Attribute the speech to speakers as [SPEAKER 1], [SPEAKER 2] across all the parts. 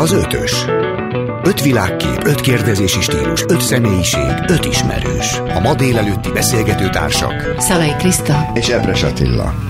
[SPEAKER 1] Az ötös. 5 világkép, 5 kérdezési stílus, 5 személyiség, 5 ismerős. A ma délelőtti beszélgető társak
[SPEAKER 2] Szalai Kriszta
[SPEAKER 3] és Epres Attila.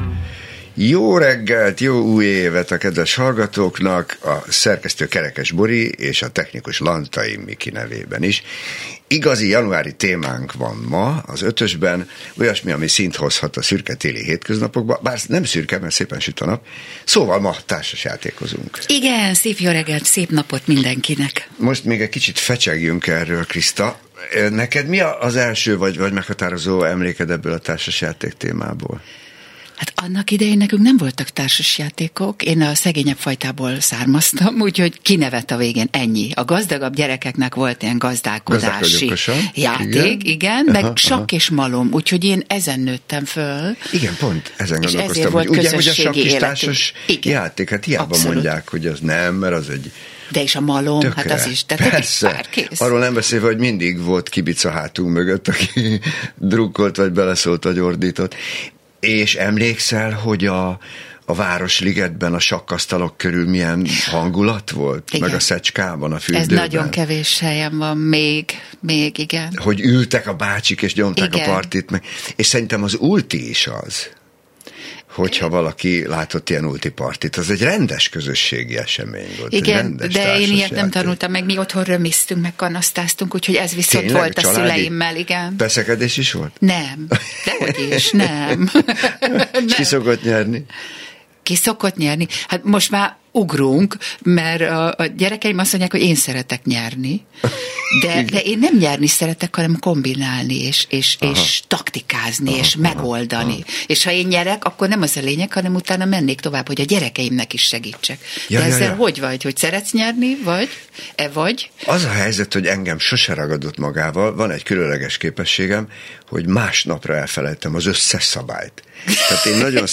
[SPEAKER 3] Jó reggelt, jó új évet a kedves hallgatóknak, a szerkesztő Kerekes Bori és a technikus Lantai Miki nevében is. Igazi januári témánk van ma az ötösben, olyasmi, ami szint hozhat a szürke téli hétköznapokba, bár nem szürke, mert szépen süt a nap. Szóval ma társasjátékozunk.
[SPEAKER 2] Igen, szép jó reggelt, szép napot mindenkinek.
[SPEAKER 3] Most még egy kicsit fecsegjünk erről, Kriszta. Neked mi az első vagy meghatározó emléked ebből a társasjáték témából?
[SPEAKER 2] Hát annak idején nekünk nem voltak társasjátékok, én a szegényebb fajtából származtam, úgyhogy kinevet a végén, ennyi. A gazdagabb gyerekeknek volt ilyen gazdálkodási játék, igen, meg sakk és malom, úgyhogy én ezen nőttem föl.
[SPEAKER 3] Igen, pont ezen gondolkoztam, hogy ugye, hogy a sakk és társas játék, hát hiába abszolút mondják, hogy az nem, mert az egy...
[SPEAKER 2] De és a malom, tökre. Hát az is, tehát
[SPEAKER 3] persze. Arról nem beszélve, hogy mindig volt kibic a hátunk mögött, aki drukkolt, vagy beleszólt, vagy ordított. És emlékszel, hogy a Városligetben a sakkasztalok körül milyen hangulat volt? Igen. Meg a Szecskában, a fürdőben.
[SPEAKER 2] Ez nagyon kevés helyen van, még igen.
[SPEAKER 3] Hogy ültek a bácsik és nyomták igen. a partit meg. És szerintem az ulti is az, hogyha valaki látott ilyen ultipartit, az egy rendes közösségi esemény volt.
[SPEAKER 2] Igen, de én ilyet nem tanultam meg, mi otthon römisztünk, meg kanasztáztunk, úgyhogy ez viszont tényleg, volt a szüleimmel, igen.
[SPEAKER 3] Beszekedés is volt?
[SPEAKER 2] Nem, dehogy is, nem.
[SPEAKER 3] És ki szokott nyerni?
[SPEAKER 2] Ki szokott nyerni? Hát most már ugrunk, mert a gyerekeim azt mondják, hogy én szeretek nyerni, de én nem nyerni szeretek, hanem kombinálni, és taktikázni, és megoldani. És ha én nyerek, akkor nem az a lényeg, hanem utána mennék tovább, hogy a gyerekeimnek is segítsek. De ezzel hogy vagy? Hogy szeretsz nyerni, vagy?
[SPEAKER 3] Az a helyzet, hogy engem sose ragadott magával, van egy különleges képességem, hogy másnapra elfelejtem az összes szabályt. Tehát én nagyon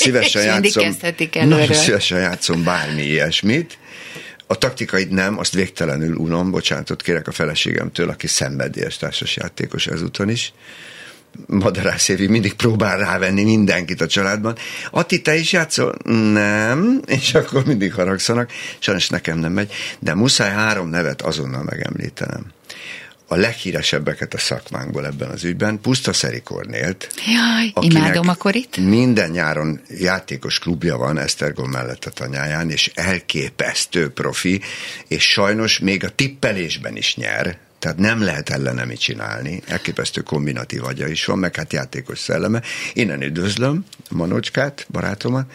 [SPEAKER 3] szívesen játszom bármi ilyesmit. A taktikait nem, azt végtelenül unom, bocsánatot kérek a feleségemtől, aki szenvedélyes társasjátékos ezúton is. Madarász Évi mindig próbál rávenni mindenkit a családban. Atti, te is játszol? Nem. És akkor mindig haragszanak. Sajnos nekem nem megy. De muszáj 3 nevet azonnal megemlítenem. A leghíresebbeket a szakmánkból ebben az ügyben, Pusztaszeri Kornélt.
[SPEAKER 2] Jaj, imádom akkor itt.
[SPEAKER 3] Minden nyáron játékos klubja van Esztergom mellett a Tanyáján, és elképesztő profi, és sajnos még a tippelésben is nyer, tehát nem lehet ellene mit csinálni. Elképesztő kombinatív agya is van, meg hát játékos szelleme. Innen üdvözlöm a Manocskát, barátomat.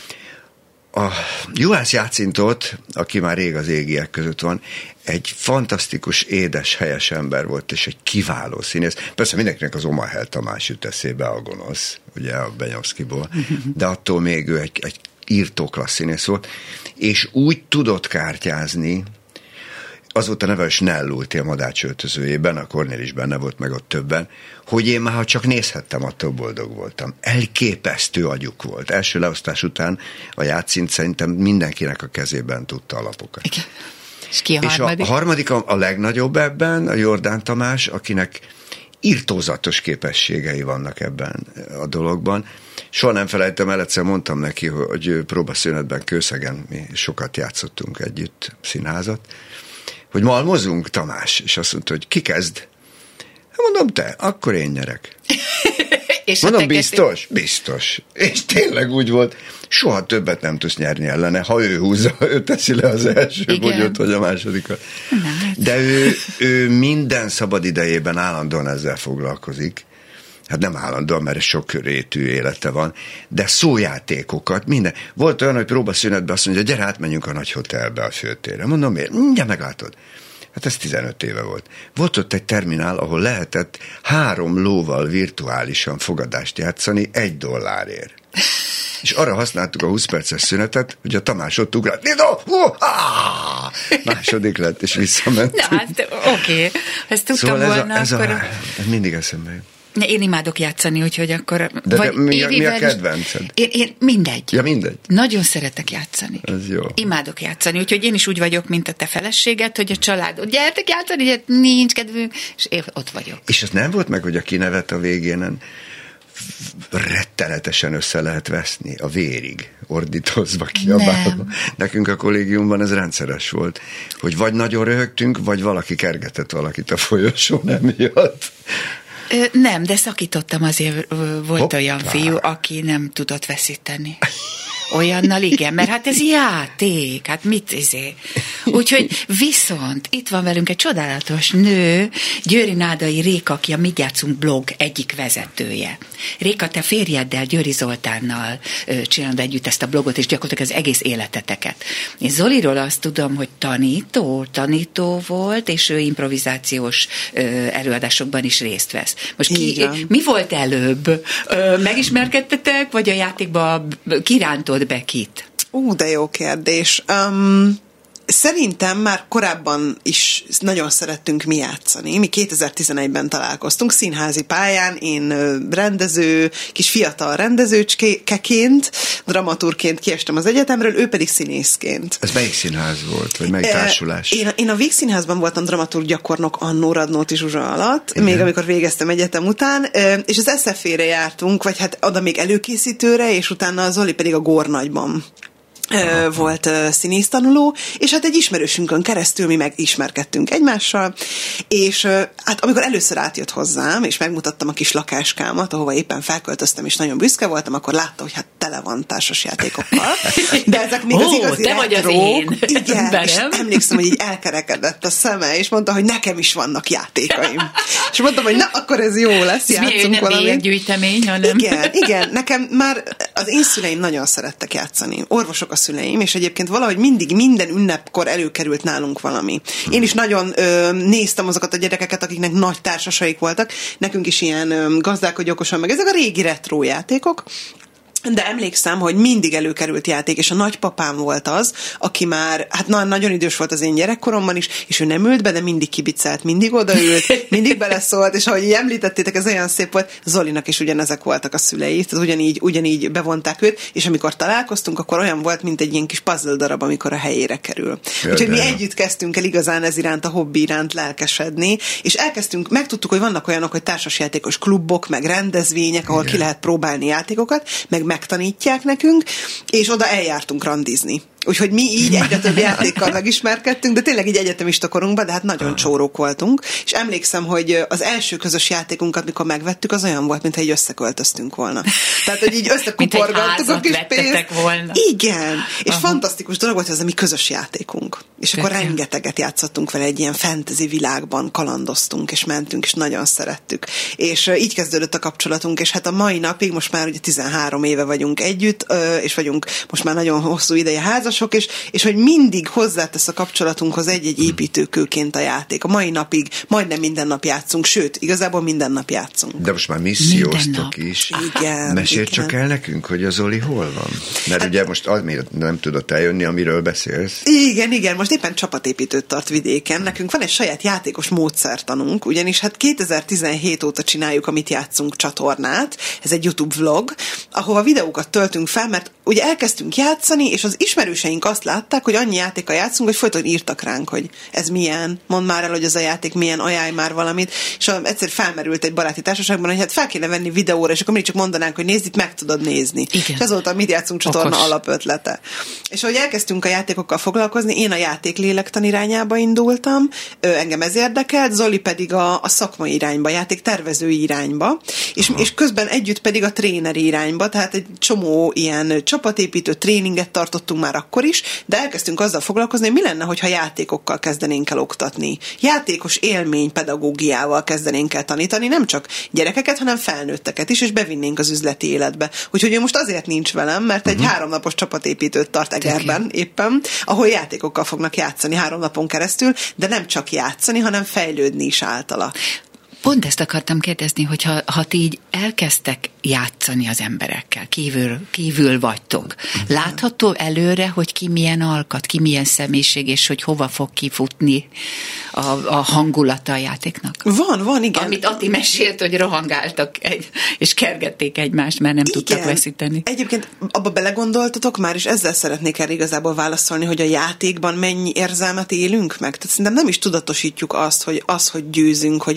[SPEAKER 3] A Juhász Jácintót, aki már rég az égiek között van, egy fantasztikus, édes, helyes ember volt, és egy kiváló színész. Persze mindenkinek az Omahel Tamás jut eszébe, a gonosz, ugye a Benyovszkiból, de attól még ő egy írtó klassz színész volt, és úgy tudott kártyázni, az volt a neve, hogy Snellulti a Madács öltözőjében, a Kornél is benne volt, meg ott többen, hogy én már, ha csak nézhettem, attól boldog voltam. Elképesztő agyuk volt. Első leosztás után a Játszint szerintem mindenkinek a kezében tudta a lapokat.
[SPEAKER 2] Igen. És ki a harmadik?
[SPEAKER 3] És a harmadik a legnagyobb ebben, a Jordán Tamás, akinek irtózatos képességei vannak ebben a dologban. Soha nem felejtem el, egyszer mondtam neki, hogy próbaszünetben Kőszegen mi sokat játszottunk együtt színházat, hogy malmozunk, Tamás, és azt mondta, hogy ki kezd? Mondom, te, akkor én nyerek.
[SPEAKER 2] És
[SPEAKER 3] mondom, biztos? Biztos. És tényleg úgy volt, soha többet nem tudsz nyerni ellene, ha ő húzza, ő teszi le az első bogyót, vagy a másodikat. De ő minden szabad idejében állandóan ezzel foglalkozik. Hát nem állandóan, mert sok rétű élete van, de szójátékokat, minden. Volt olyan, hogy próbaszünetben azt mondja, gyere, átmenjünk a nagy hotelbe a főtérre. Mondom, miért? Mindjárt meglátod. Hát ez 15 éve volt. Volt ott egy terminál, ahol lehetett 3 lóval virtuálisan fogadást játszani $1. És arra használtuk a 20 perces szünetet, hogy a Tamás ott ugrált. Második lett, és visszament.
[SPEAKER 2] Na, hát oké. Ezt tudtam
[SPEAKER 3] szóval
[SPEAKER 2] volna,
[SPEAKER 3] ez mindig eszembe jut.
[SPEAKER 2] Én imádok játszani, úgyhogy akkor...
[SPEAKER 3] De mi a kedvenced?
[SPEAKER 2] Én mindegy.
[SPEAKER 3] Ja, mindegy.
[SPEAKER 2] Nagyon szeretek játszani.
[SPEAKER 3] Ez jó.
[SPEAKER 2] Imádok játszani, úgyhogy én is úgy vagyok, mint a te feleséged, hogy a családod, gyertek játszani, nincs kedvünk, és én ott vagyok.
[SPEAKER 3] És az nem volt meg, hogy a kinevet a végén rettenetesen össze lehet veszni a vérig, ordítozva, kiabálva. Nekünk a kollégiumban ez rendszeres volt, hogy vagy nagyon röhögtünk, vagy valaki kergetett valakit a folyosón emiatt.
[SPEAKER 2] Nem, de szakítottam, azért volt olyan fiú, aki nem tudott veszíteni. Olyannal igen, mert hát ez játék, hát mit Úgyhogy viszont itt van velünk egy csodálatos nő, Győri Nádai Réka, aki a Mit játszunk blog egyik vezetője. Réka, te férjeddel, Győri Zoltánnal csinálod együtt ezt a blogot, és gyakorlatilag az egész életeteket. Én Zoliról azt tudom, hogy tanító volt, és ő improvizációs előadásokban is részt vesz. Most mi volt előbb? Megismerkedtetek, vagy a játékba kirántod be kit?
[SPEAKER 4] De jó kérdés. Szerintem már korábban is nagyon szerettünk mi játszani. Mi 2011-ben találkoztunk színházi pályán, én rendező, kis fiatal rendezőcskeként, dramaturgként kiestem az egyetemről, ő pedig színészként.
[SPEAKER 3] Ez melyik színház volt, vagy melyik társulás?
[SPEAKER 4] Én a Vígszínházban voltam dramaturg gyakornok annó Radnóti Zsuzsa alatt, igen. Még amikor végeztem egyetem után, és az SZF-re jártunk, vagy hát oda még előkészítőre, és utána a Zoli pedig a Górnagyban volt színésztanuló, és hát egy ismerősünkön keresztül mi megismerkedtünk egymással, és hát amikor először átjött hozzám, és megmutattam a kis lakáskámat, ahova éppen felköltöztem, és nagyon büszke voltam, akkor látta, hogy hát tele van társasjátékokkal, de ezek még az igazi
[SPEAKER 2] te vagy az én.
[SPEAKER 4] Igen, és emlékszem, hogy így elkerekedett a szeme, és mondta, hogy nekem is vannak játékaim. És mondtam, hogy na, akkor ez jó lesz, játszunk valamit.
[SPEAKER 2] Nem gyűjtemény, hanem...
[SPEAKER 4] Igen, nekem már az én szüleim nagyon szerettek játszani. Orvosok a szüleim, és egyébként valahogy mindig minden ünnepkor előkerült nálunk valami. Én is nagyon néztem azokat a gyerekeket, akiknek nagy társasaik voltak. Nekünk is ilyen gazdálkodj okosan, meg ezek a régi retro játékok. De emlékszem, hogy mindig előkerült játék, és a nagypapám volt az, aki már, hát nagyon idős volt az én gyerekkoromban is, és ő nem ült be, de mindig kibicelt, mindig odaült, mindig beleszólt, és ahogy említettétek, ez olyan szép volt, Zolinak is ugyanezek voltak a szülei, tehát ugyanígy bevonták őt, és amikor találkoztunk, akkor olyan volt, mint egy ilyen kis puzzle darab, amikor a helyére kerül. Úgyhogy mi együtt kezdtünk el igazán ez iránt, a hobbi iránt lelkesedni, és megtudtuk, hogy vannak olyanok, hogy társasjátékos klubok, meg rendezvények, ahol ki lehet próbálni játékokat, meg megtanítják nekünk, és oda eljártunk randizni. Úgyhogy mi így egyre több játékkal megismerkedtünk, de tényleg így egyetemista korunkban, de hát nagyon csórók voltunk. És emlékszem, hogy az első közös játékunkat, mikor megvettük, az olyan volt, mintha így összeköltöztünk volna. Tehát, hogy így összekuporgattuk a kis pénzt.
[SPEAKER 2] Volna.
[SPEAKER 4] Igen. És fantasztikus dolog volt ez a mi közös játékunk. És akkor rengeteget játszottunk vele, egy ilyen fantasy világban kalandoztunk, és mentünk, és nagyon szerettük. És így kezdődött a kapcsolatunk, és hát a mai napig, most már ugye 13 éve vagyunk együtt, és vagyunk most már nagyon hosszú ideje házasok, és hogy mindig hozzátesz a kapcsolatunkhoz egy-egy építőkőként a játék. A mai napig majdnem minden nap játszunk, sőt, igazából minden nap játszunk.
[SPEAKER 3] De most már misszióztok is.
[SPEAKER 4] Igen.
[SPEAKER 3] Mesélj csak el nekünk, hogy az Zoli hol van. Mert ugye most az miért nem tudott eljönni, amiről beszélsz.
[SPEAKER 4] Igen. Most éppen csapatépítőt tart vidéken. Nekünk van egy saját játékos módszertanunk, ugyanis hát 2017 óta csináljuk a Mit játszunk csatornát. Ez egy YouTube vlog, ahova videókat töltünk fel, mert ugye elkezdtünk játszani, és az ismerőseink azt látták, hogy annyi játékkal játszunk, hogy folyton írtak ránk, hogy ez milyen, mondd már el, hogy ez a játék milyen, ajánlj már valamit, és egyszer felmerült egy baráti társaságban, hogy hát fel kéne venni videóra, és akkor mindig csak mondanánk, hogy nézd, itt meg tudod nézni. Igen. És ez volt a Mit játszunk csatorna alapötlete. És ahogy elkezdtünk a játékokkal foglalkozni, én a játéklélektan irányába indultam, engem ez érdekelt, Zoli pedig a szakmai irányba, játéktervezői irányba, és közben együtt pedig a tréneri irányba, tehát egy csomó ilyen csapatépítő tréninget tartottunk már akkor is, de elkezdtünk azzal foglalkozni, hogy mi lenne, hogyha játékokkal kezdenénk el oktatni. Játékos élmény pedagógiával kezdenénk el tanítani, nem csak gyerekeket, hanem felnőtteket is, és bevinnénk az üzleti életbe. Úgyhogy ő most azért nincs velem, mert egy 3 napos csapatépítőt tart Egerben éppen, ahol játékokkal fognak játszani 3 napon keresztül, de nem csak játszani, hanem fejlődni is általa.
[SPEAKER 2] Pont ezt akartam kérdezni, hogy ha ti így elkezdtek játszani az emberekkel, kívül vagytok, látható előre, hogy ki milyen alkat, ki milyen személyiség, és hogy hova fog kifutni a hangulata a játéknak?
[SPEAKER 4] Van, igen.
[SPEAKER 2] Amit Ati mesélt, hogy rohangáltak és kergették egymást, mert nem tudtak veszíteni.
[SPEAKER 4] Egyébként abba belegondoltatok már, és ezzel szeretnék el igazából válaszolni, hogy a játékban mennyi érzelmet élünk meg. Tehát szerintem nem is tudatosítjuk azt, hogy győzünk, hogy veszítünk,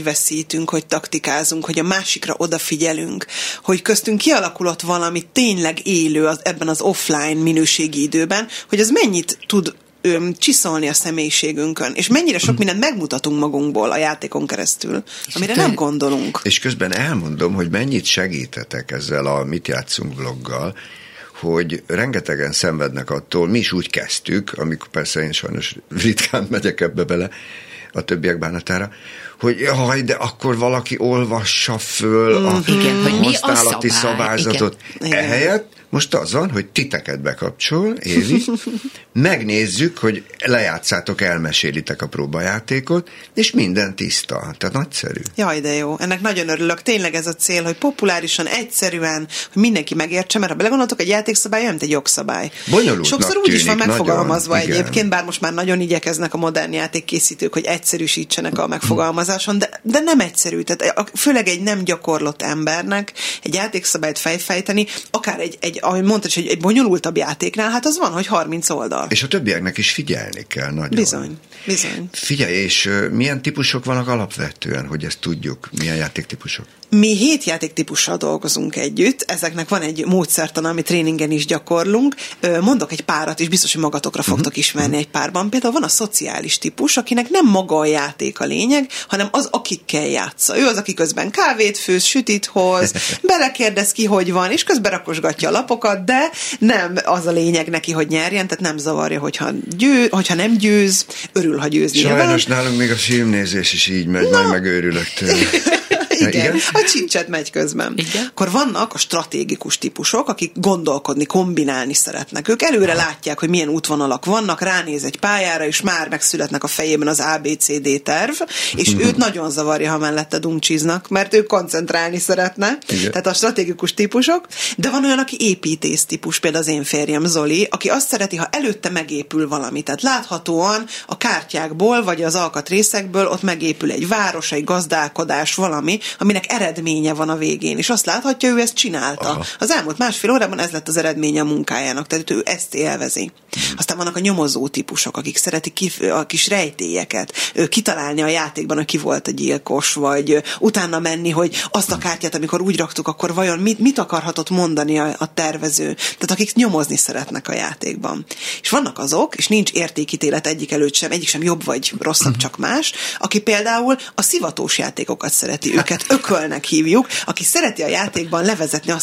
[SPEAKER 4] építünk, hogy taktikázunk, hogy a másikra odafigyelünk, hogy köztünk kialakulott valami tényleg élő ebben az offline minőségi időben, hogy az mennyit tud csiszolni a személyiségünkön, és mennyire sok mindent megmutatunk magunkból a játékon keresztül, amire nem gondolunk.
[SPEAKER 3] És közben elmondom, hogy mennyit segítetek ezzel a Mit játszunk vloggal, hogy rengetegen szenvednek attól, mi is úgy kezdtük, amikor persze én sajnos ritkán megyek ebbe bele a többiek bánatára, hogy jaj, de akkor valaki olvassa föl a használati szabályzatot. Ehelyett most az van, hogy titeket bekapcsol, Évi, megnézzük, hogy lejátszátok, elmesélitek a próbajátékot, és minden tiszta. Tehát nagyszerű.
[SPEAKER 4] Jaj, de jó. Ennek nagyon örülök. Tényleg ez a cél, hogy populárisan, egyszerűen, hogy mindenki megértse, mert ha belegondoltok, egy játékszabály olyan, mint egy jogszabály.
[SPEAKER 3] Bonyolultnak
[SPEAKER 4] sokszor úgy is van megfogalmazva
[SPEAKER 3] nagyon,
[SPEAKER 4] egyébként, bár most már nagyon igyekeznek a modern játékkészítők, hogy egyszerűsítsenek a megfogalmazáson, de nem egyszerű. Tehát főleg egy nem gyakorlott embernek egy játékszabályt fejteni, akár ahogy mondtad, hogy egy bonyolultabb játéknál, hát az van, hogy 30 oldal.
[SPEAKER 3] És a többieknek is figyelni kell nagyon.
[SPEAKER 4] Bizony.
[SPEAKER 3] Figyelj, és milyen típusok vannak alapvetően, hogy ezt tudjuk? Milyen játéktípusok?
[SPEAKER 4] Mi 7 játéktípussal dolgozunk együtt, ezeknek van egy módszertan, ami tréningen is gyakorlunk. Mondok egy párat, és biztos, hogy magatokra fogtok ismerni egy párban. Például van a szociális típus, akinek nem maga a játék a lényeg, hanem az, akikkel játsza. Ő az, aki közben kávét főz, sütit hoz, belekérdez ki, hogy van, és közben rakosgatja a lapokat, de nem az a lényeg neki, hogy nyerjen, tehát nem zavarja, hogyha nem győz, örül, ha győzni.
[SPEAKER 3] Sajnos nálunk még a filmnézés is így megy, majd megőrülök tőle.
[SPEAKER 4] Igen, a csincset megy közben. Igen? Akkor vannak a stratégikus típusok, akik gondolkodni, kombinálni szeretnek. Ők előre látják, hogy milyen útvonalak vannak, ránéz egy pályára, és már megszületnek a fejében az ABCD terv, és őt nagyon zavarja, ha mellette dumcsiznak, mert ő koncentrálni szeretne. Igen. Tehát a stratégikus típusok. De van olyan, aki építész típus, például az én férjem Zoli, aki azt szereti, ha előtte megépül valami. Tehát láthatóan a kártyákból, vagy az alkatrészekből ott megépül egy város, egy gazdálkodás, valami, aminek eredménye van a végén, és azt láthatja, ő ezt csinálta. Aha. Az elmúlt másfél órában ez lett az eredménye a munkájának, tehát ő ezt élvezi. Aztán vannak a nyomozó típusok, akik szeretik a kis rejtélyeket, kitalálni a játékban, hogy ki volt a gyilkos, vagy utána menni, hogy azt a kártyát, amikor úgy raktuk, akkor vajon mit akarhatott mondani a tervező. Tehát akik nyomozni szeretnek a játékban. És vannak azok, és nincs értékítélet egyik sem jobb vagy rosszabb, csak más, aki például a szivatós játékokat szereti, őket ökölnek hívjuk, aki szereti a játékban levezetni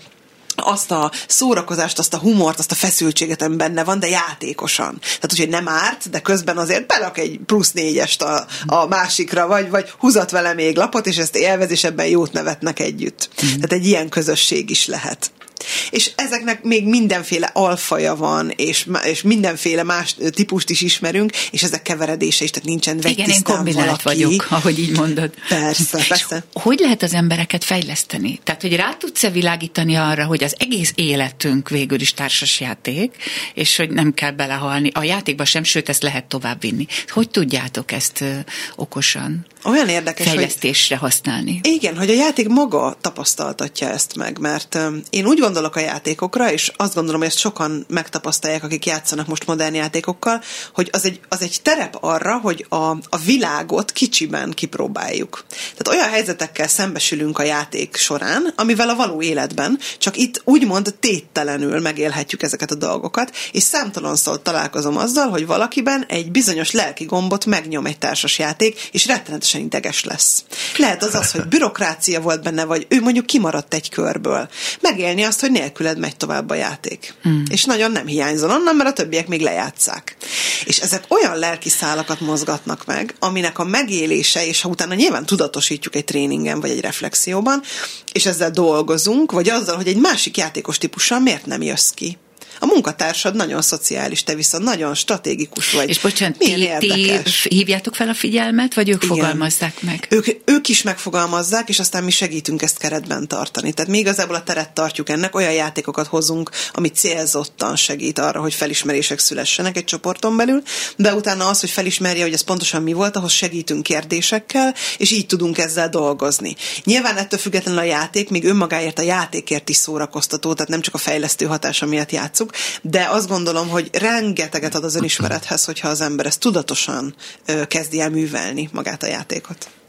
[SPEAKER 4] azt a szórakozást, azt a humort, azt a feszültséget, ami benne van, de játékosan. Tehát úgyhogy nem árt, de közben azért berak egy +4-est a másikra, vagy húzat vele még lapot, és ezt élvez, és ebben jót nevetnek együtt. Tehát egy ilyen közösség is lehet. És ezeknek még mindenféle alfaja van, és mindenféle más típust is ismerünk, és ezek keveredése is, tehát nincsen vegytisztán valaki.
[SPEAKER 2] Igen, én kombinált vagyok, ahogy így mondod.
[SPEAKER 4] Persze.
[SPEAKER 2] Hogy lehet az embereket fejleszteni? Tehát, hogy rá tudsz-e világítani arra, hogy az egész életünk végül is társasjáték, és hogy nem kell belehalni a játékba sem, sőt, ezt lehet továbbvinni. Hogy tudjátok ezt okosan?
[SPEAKER 4] Olyan érdekes,
[SPEAKER 2] fejlesztésre használni.
[SPEAKER 4] Igen, hogy a játék maga tapasztaltatja ezt meg, mert én úgy gondolok a játékokra, és azt gondolom, hogy ezt sokan megtapasztalják, akik játszanak most modern játékokkal, hogy az egy terep arra, hogy a világot kicsiben kipróbáljuk. Tehát olyan helyzetekkel szembesülünk a játék során, amivel a való életben, csak itt úgymond téttelenül megélhetjük ezeket a dolgokat, és számtalanszor találkozom azzal, hogy valakiben egy bizonyos lelki gombot megnyom egy társasjáték, és rettenetesen ideges lesz. Lehet az, hogy bürokrácia volt benne, vagy ő mondjuk kimaradt egy körből. Megélni azt, hogy nélküled megy tovább a játék. És nagyon nem hiányzol onnan, mert a többiek még lejátsszák. És ezek olyan lelki szálakat mozgatnak meg, aminek a megélése, és ha utána nyilván tudatosítjuk egy tréningen, vagy egy reflexióban, és ezzel dolgozunk, vagy azzal, hogy egy másik játékos típussal miért nem jössz ki. A munkatársad nagyon szociális, te viszont nagyon stratégikus vagy.
[SPEAKER 2] És bocsánat, ti hívjátok fel a figyelmet, vagy ők fogalmazzák meg?
[SPEAKER 4] Ők is megfogalmazzák, és aztán mi segítünk ezt keretben tartani. Tehát mi igazából a teret tartjuk ennek, olyan játékokat hozunk, ami célzottan segít arra, hogy felismerések szülessenek egy csoporton belül, de utána az, hogy felismerje, hogy ez pontosan mi volt, ahhoz segítünk kérdésekkel, és így tudunk ezzel dolgozni. Nyilván ettől függetlenül a játék, még önmagáért a játékért is szórakoztató, tehát nem csak a fejlesztő hatása miatt játszunk, de azt gondolom, hogy rengeteget ad az önismerethez, hogyha az ember ezt tudatosan kezdi el művelni magát a játékot.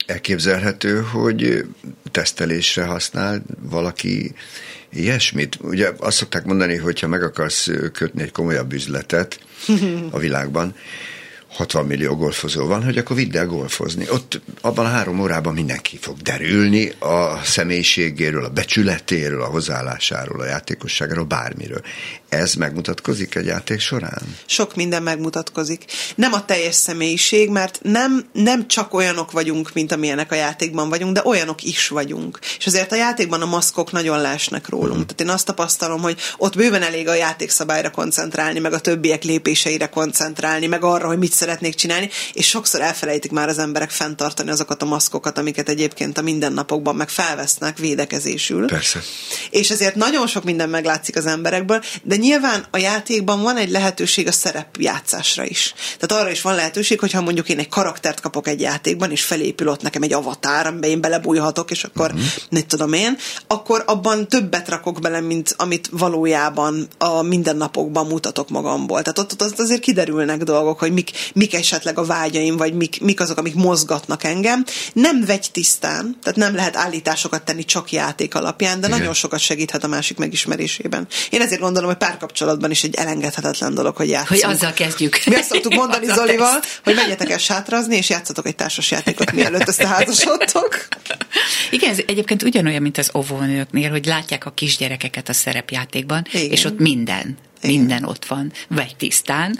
[SPEAKER 3] elképzelhető, hogy tesztelésre használ valaki ilyesmit. Ugye azt szokták mondani, hogy ha meg akarsz kötni egy komolyabb üzletet a világban, 60 millió golfozó van, hogy akkor vidd el golfozni. Ott abban a 3 órában mindenki fog derülni a személyiségéről, a becsületéről, a hozzáállásáról, a játékosságról, bármiről. Ez megmutatkozik egy játék során?
[SPEAKER 4] Sok minden megmutatkozik. Nem a teljes személyiség, mert nem csak olyanok vagyunk, mint amilyenek a játékban vagyunk, de olyanok is vagyunk. És azért a játékban a maszkok nagyon leesnek rólunk. Tehát én azt tapasztalom, hogy ott bőven elég a játékszabályra koncentrálni, meg a többiek lépéseire koncentrálni, meg arra, hogy mit szeretnék csinálni, és sokszor elfelejtik már az emberek fenntartani azokat a maszkokat, amiket egyébként a mindennapokban meg felvesznek védekezésül.
[SPEAKER 3] Persze.
[SPEAKER 4] És ezért nagyon sok minden meglátszik az emberekből, de nyilván a játékban van egy lehetőség a szerepjátszásra is. Tehát arra is van lehetőség, hogyha mondjuk én egy karaktert kapok egy játékban, és felépül ott nekem egy avatár, amiben én belebújhatok, és akkor mit tudom én, akkor abban többet rakok bele, mint amit valójában a mindennapokban mutatok magamból. Tehát ott azért kiderülnek dolgok, hogy mik esetleg a vágyaim, vagy mik azok, amik mozgatnak engem. Nem vegy tisztán, tehát nem lehet állításokat tenni csak játék alapján, de nagyon sokat segíthet a másik megismerésében. Én ezért gondolom, hogy párkapcsolatban is egy elengedhetetlen dolog, hogy játszunk.
[SPEAKER 2] Hogy azzal kezdjük.
[SPEAKER 4] Mi azt szoktuk mondani Zolival, hogy menjetek el sátrazni, és játszatok egy társas játékot, mielőtt összeházasodtok.
[SPEAKER 2] Igen, ez egyébként ugyanolyan, mint az óvónőknél, hogy látják a kisgyerekeket a szerepjátékban, igen. És ott minden ott van, vagy tisztán.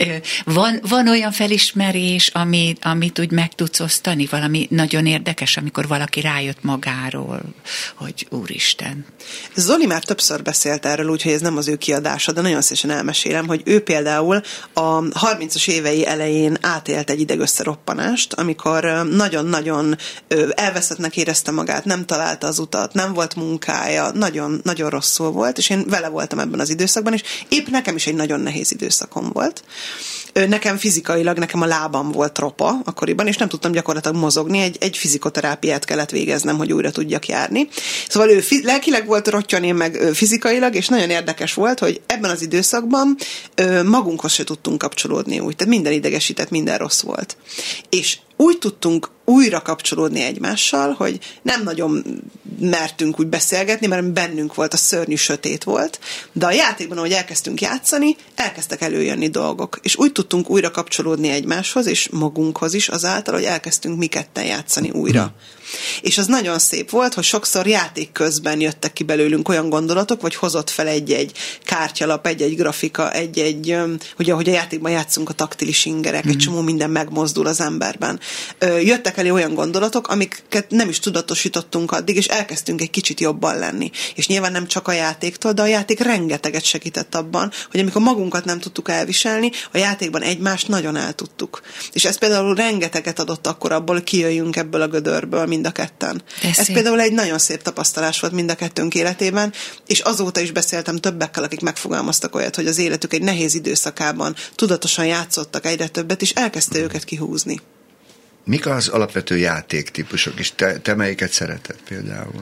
[SPEAKER 2] Van olyan felismerés, amit úgy meg tudsz osztani, valami nagyon érdekes, amikor valaki rájött magáról, hogy úristen.
[SPEAKER 4] Zoli már többször beszélt erről, úgyhogy ez nem az ő kiadása, de nagyon szépen elmesélem, hogy ő például a 30-as évei elején átélt egy idegösszeroppanást, amikor nagyon-nagyon elveszettnek érezte magát, nem találta az utat, nem volt munkája, nagyon rosszul volt, és én vele voltam ebben az időszakban, és épp nekem is egy nagyon nehéz időszakom volt. Nekem fizikailag, nekem a lábam volt ropa akkoriban, és nem tudtam gyakorlatilag mozogni, egy fizikoterápiát kellett végeznem, hogy újra tudjak járni. Szóval ő lelkileg volt rottyan, én meg fizikailag, és nagyon érdekes volt, hogy ebben az időszakban magunkhoz se tudtunk kapcsolódni úgy, tehát minden idegesített, minden rossz volt. És úgy tudtunk újra kapcsolódni egymással, hogy nem nagyon mertünk úgy beszélgetni, mert bennünk volt, a szörnyű sötét volt, de a játékban, ahogy elkezdtünk játszani, elkezdtek előjönni dolgok, és úgy tudtunk újra kapcsolódni egymáshoz, és magunkhoz is azáltal, hogy elkezdtünk mi ketten játszani újra. És az nagyon szép volt, hogy sokszor játék közben jöttek ki belőlünk olyan gondolatok, vagy hozott fel egy-egy kártyalap, egy-egy grafika, ugye ahogy a játékban játszunk, a taktilis ingerek, egy csomó minden megmozdul az emberben. Jöttek elé olyan gondolatok, amiket nem is tudatosítottunk addig, és elkezdtünk egy kicsit jobban lenni. És nyilván nem csak a játéktól, de a játék rengeteget segített abban, hogy amikor magunkat nem tudtuk elviselni, a játékban egymást nagyon el tudtuk. És ez például rengeteget adott akkor abból, hogy kijöjjünk ebből a gödörből mind a ketten. Ez például egy nagyon szép tapasztalás volt mind a kettőnk életében, és azóta is beszéltem többekkel, akik megfogalmaztak olyat, hogy az életük egy nehéz időszakában tudatosan játszottak egyre többet, és elkezdte őket kihúzni.
[SPEAKER 3] Mik az alapvető játéktípusok, és te melyiket szereted például?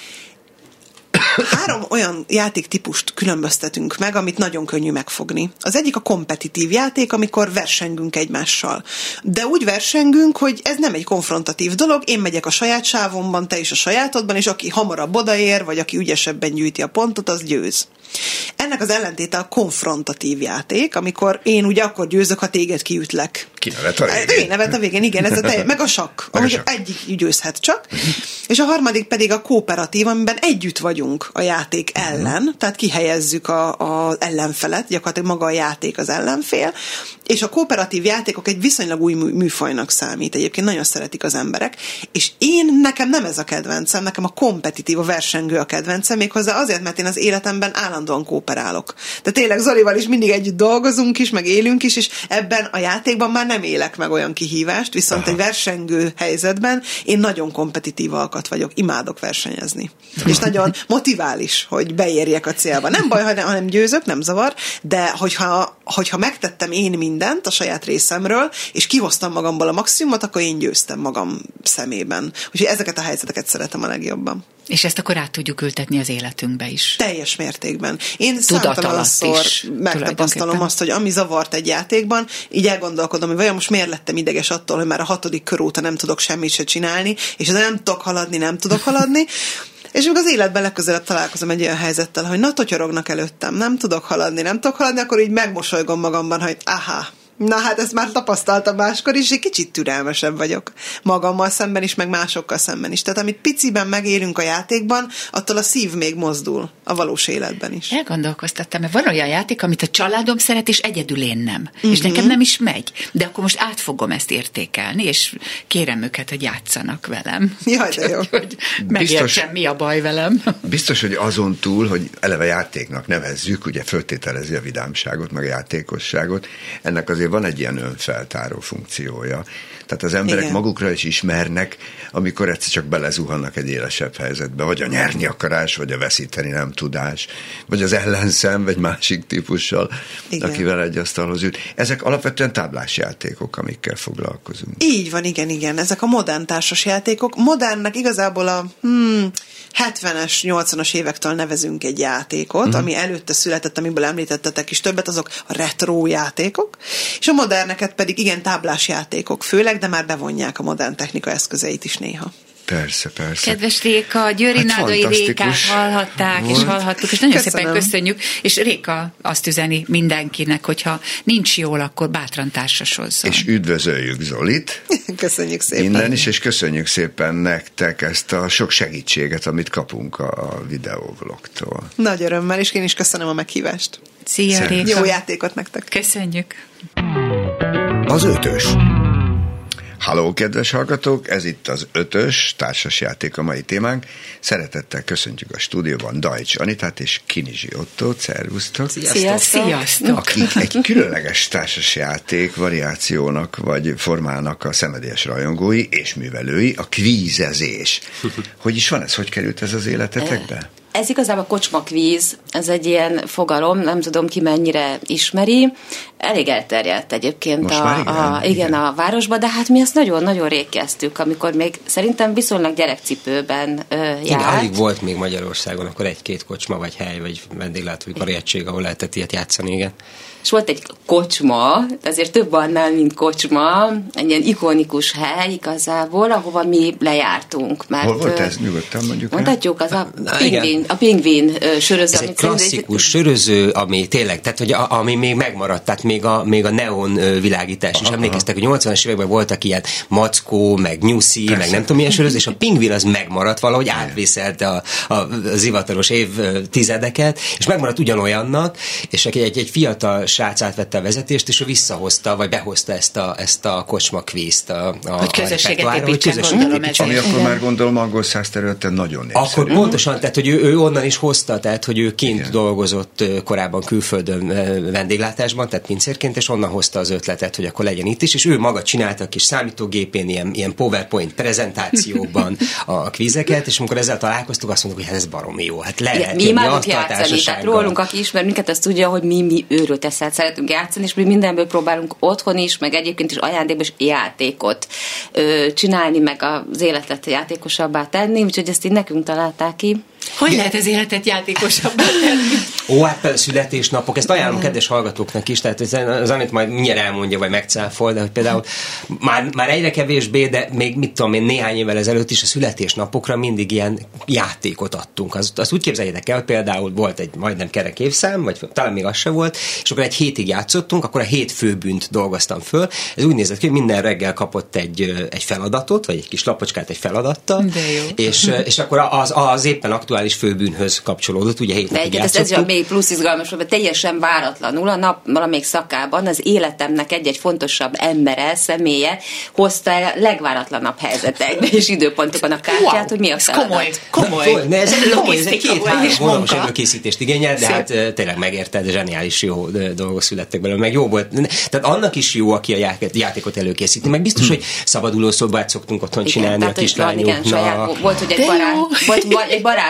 [SPEAKER 4] 3 olyan játéktípust különböztetünk meg, amit nagyon könnyű megfogni. Az egyik a kompetitív játék, amikor versengünk egymással. De úgy versengünk, hogy ez nem egy konfrontatív dolog, én megyek a saját sávomban, te is a sajátodban, és aki hamarabb odaér, vagy aki ügyesebben gyűjti a pontot, az győz. Ennek az ellentéte a konfrontatív játék, amikor én ugye akkor győzök, ha téged kiütlek.
[SPEAKER 3] Kinevet a végén.
[SPEAKER 4] Én nevet a végén, igen, ez meg a sakk, ahogy egyik győzhet csak. És a harmadik pedig a kooperatív, amiben együtt vagyunk a játék ellen, tehát kihelyezzük az ellenfelet, gyakorlatilag maga a játék az ellenfél, és a kooperatív játékok egy viszonylag új műfajnak számít, egyébként nagyon szeretik az emberek, és nekem nem ez a kedvencem, nekem a kompetitív, a versengő a kedvencem, méghozzá azért, mert én az életemben állandóan kooperálok. De tényleg Zolival is mindig együtt dolgozunk is, meg élünk is, és ebben a játékban már nem élek meg olyan kihívást, viszont egy versengő helyzetben én nagyon kompetitív alkat vagyok, imádok versenyezni. És nagyon motivál is, hogy beérjek a célba. Nem baj, ha nem győzök, nem zavar, de hogyha megtettem én mindent a saját részemről, és kihoztam magamból a maximumot, akkor én győztem magam szemében. Úgyhogy ezeket a helyzeteket szeretem a legjobban.
[SPEAKER 2] És ezt akkor át tudjuk ültetni az életünkbe is.
[SPEAKER 4] Teljes mértékben. Én számtalanszor megtapasztalom azt, hogy ami zavart egy játékban, így elgondolkodom, hogy vajon most miért lettem ideges attól, hogy már a 6. kör óta nem tudok semmit se csinálni, és nem tudok haladni, és még az életben legközelebb találkozom egy olyan helyzettel, hogy na, totyorognak előttem, nem tudok haladni, akkor így megmosolygom magamban, hogy aha, na hát ezt már tapasztaltam máskor is, egy kicsit türelmesebb vagyok magammal szemben is, meg másokkal szemben is. Tehát amit piciben megélünk a játékban, attól a szív még mozdul a valós életben is.
[SPEAKER 2] Elgondolkoztattam, mert van olyan játék, amit a családom szeret, és egyedül én nem. És nekem nem is megy. De akkor most át fogom ezt értékelni, és kérem őket, hogy játszanak velem.
[SPEAKER 4] Jaj, de jó.
[SPEAKER 2] Hogy megértsem, mi a baj velem.
[SPEAKER 3] Biztos, hogy azon túl, hogy eleve játéknak nevezzük, ugye föltételezi a vidámságot, meg a játékosságot, ennek azért van egy ilyen önfeltáró funkciója. Tehát az emberek magukra is ismernek, amikor egyszer csak belezuhannak egy élesebb helyzetbe, vagy a nyerni akarás, vagy a veszíteni nem tudás, vagy az ellenszem, vagy másik típussal, akivel egy asztalhoz ült. Ezek alapvetően táblásjátékok, amikkel foglalkozunk.
[SPEAKER 4] Így van, igen. Ezek a modern társasjátékok. Modernnek igazából a 70-es, 80-as évektől nevezünk egy játékot, ami előtte született, amiből említettetek is többet, azok a retro játékok, és a moderneket pedig igen táblásjátékok főleg, de már bevonják a modern technika eszközeit is néha.
[SPEAKER 3] Persze.
[SPEAKER 2] Kedves Réka, Győri Nádai Rékát hallhatták, és hallhattuk, és nagyon szépen köszönjük, és Réka azt üzeni mindenkinek, hogyha nincs jól, akkor bátran társasozzon.
[SPEAKER 3] És üdvözöljük Zolit.
[SPEAKER 4] Köszönjük szépen.
[SPEAKER 3] Innen is, és köszönjük szépen nektek ezt a sok segítséget, amit kapunk a videóvlogtól.
[SPEAKER 4] Nagy örömmel, és én is köszönöm a meghívást.
[SPEAKER 2] Szia, Réka.
[SPEAKER 4] Jó játékot nektek.
[SPEAKER 2] Köszönjük.
[SPEAKER 1] Az Ötös.
[SPEAKER 3] Halló, kedves hallgatók, ez itt az Ötös társasjáték a mai témánk. Szeretettel köszöntjük a stúdióban Dajcs Anitát és Kinizsi Ottót. Szervusztok!
[SPEAKER 2] Sziasztok!
[SPEAKER 3] Akik egy különleges társasjáték variációnak vagy formának a szenvedélyes rajongói és művelői, a kvízezés. Hogy is van ez? Hogy került ez az életetekbe?
[SPEAKER 5] Ez igazából kocsmakvíz, ez egy ilyen fogalom, nem tudom ki mennyire ismeri, elég elterjedt egyébként a városban, de hát mi ezt nagyon-nagyon rég kezdtük, amikor még szerintem viszonylag gyerekcipőben járt.
[SPEAKER 6] Igen, alig volt még Magyarországon akkor egy-két kocsma, vagy hely, vagy vendéglátói karrietség, ahol lehetett ilyet játszani, igen.
[SPEAKER 5] És volt egy kocsma, azért több annál, mint kocsma, egy ilyen ikonikus hely igazából, ahova mi lejártunk. Mert,
[SPEAKER 3] hol volt ez? Nyugodtan mondjuk.
[SPEAKER 5] Mondhatjuk, az a pingvin söröző.
[SPEAKER 6] Ez egy klasszikus söröző, ami tényleg, tehát hogy ami még megmaradt, tehát még a neon világítás is. Emlékeztek, hogy 80-as években voltak ilyen Mackó, meg Nyuszi, meg nem tudom milyen söröző, és a pingvin az megmaradt valahogy, átvészelte az hivatalos évtizedeket, és megmaradt ugyanolyannak, és egy fiatal srác átvette a vezetést, és ő visszahozta, vagy behozta ezt a kocsmakvízt
[SPEAKER 2] hogy közösséget építsen, gondolom ez.
[SPEAKER 3] Ami akkor már gondolom angol száz területen nagyon népszerű.
[SPEAKER 6] Akkor pontosan, tehát hogy ő onnan is hozta, tehát hogy ő kint dolgozott korábban külföldön vendéglátásban, tehát pincérként, és onnan hozta az ötletet, hogy akkor legyen itt is, és ő maga csinálta a kis számítógépén ilyen PowerPoint prezentációkban a kvízeket, és amikor ezzel találkoztuk, azt mondtuk, hogy hát ez baromi jó, hát lehet
[SPEAKER 5] mi imádunk játszani, tehát rólunk, aki ismer minket, azt tudja, hogy mi őrült eszel szeretünk játszani, és mi mindenből próbálunk otthon is, meg egyébként is ajándékban is játékot csinálni, meg az életet játékosabbá tenni, úgyhogy ezt így nekünk találták ki.
[SPEAKER 2] Hogy lehet az életet játékosabbá tenni?
[SPEAKER 6] Hát például születésnapok, ezt ajánlom kedves hallgatóknak is, tehát az amit majd mindjárt elmondja, vagy megcáfol, de hogy például már egyre kevésbé, de még mit tudom én, néhány évvel ezelőtt is a születésnapokra mindig ilyen játékot adtunk. Azt úgy képzeljétek el, hogy például volt egy majdnem kerek évszám, vagy talán még az se volt, és akkor egy hétig játszottunk, akkor a 7 főbűnt dolgoztam föl. Ez úgy nézett ki, hogy minden reggel kapott egy feladatot, vagy egy kis lapocskát egy feladattal, és akkor az éppen aktuális főbűnhöz kapcsolódott, ugye 7 napig játszottunk.
[SPEAKER 5] Ez még plusz izgalmas, mert teljesen váratlanul a nap valamelyik szakában az életemnek egy fontosabb embere, személye hozta el legváratlanabb helyzetekbe és időpontokon a kártyát, hogy mi a feladat.
[SPEAKER 2] Komoly.
[SPEAKER 6] Ez egy 2-3 hónapos előkészítést igényel, de hát tényleg megérted, zseniális jó dolgok születtek belőle, meg jó volt. Tehát annak is jó, aki a játékot előkészíti, meg biztos, hogy szabaduló szobát szoktunk otthon csinálni a kislányoknak.
[SPEAKER 5] Volt, hogy egy barát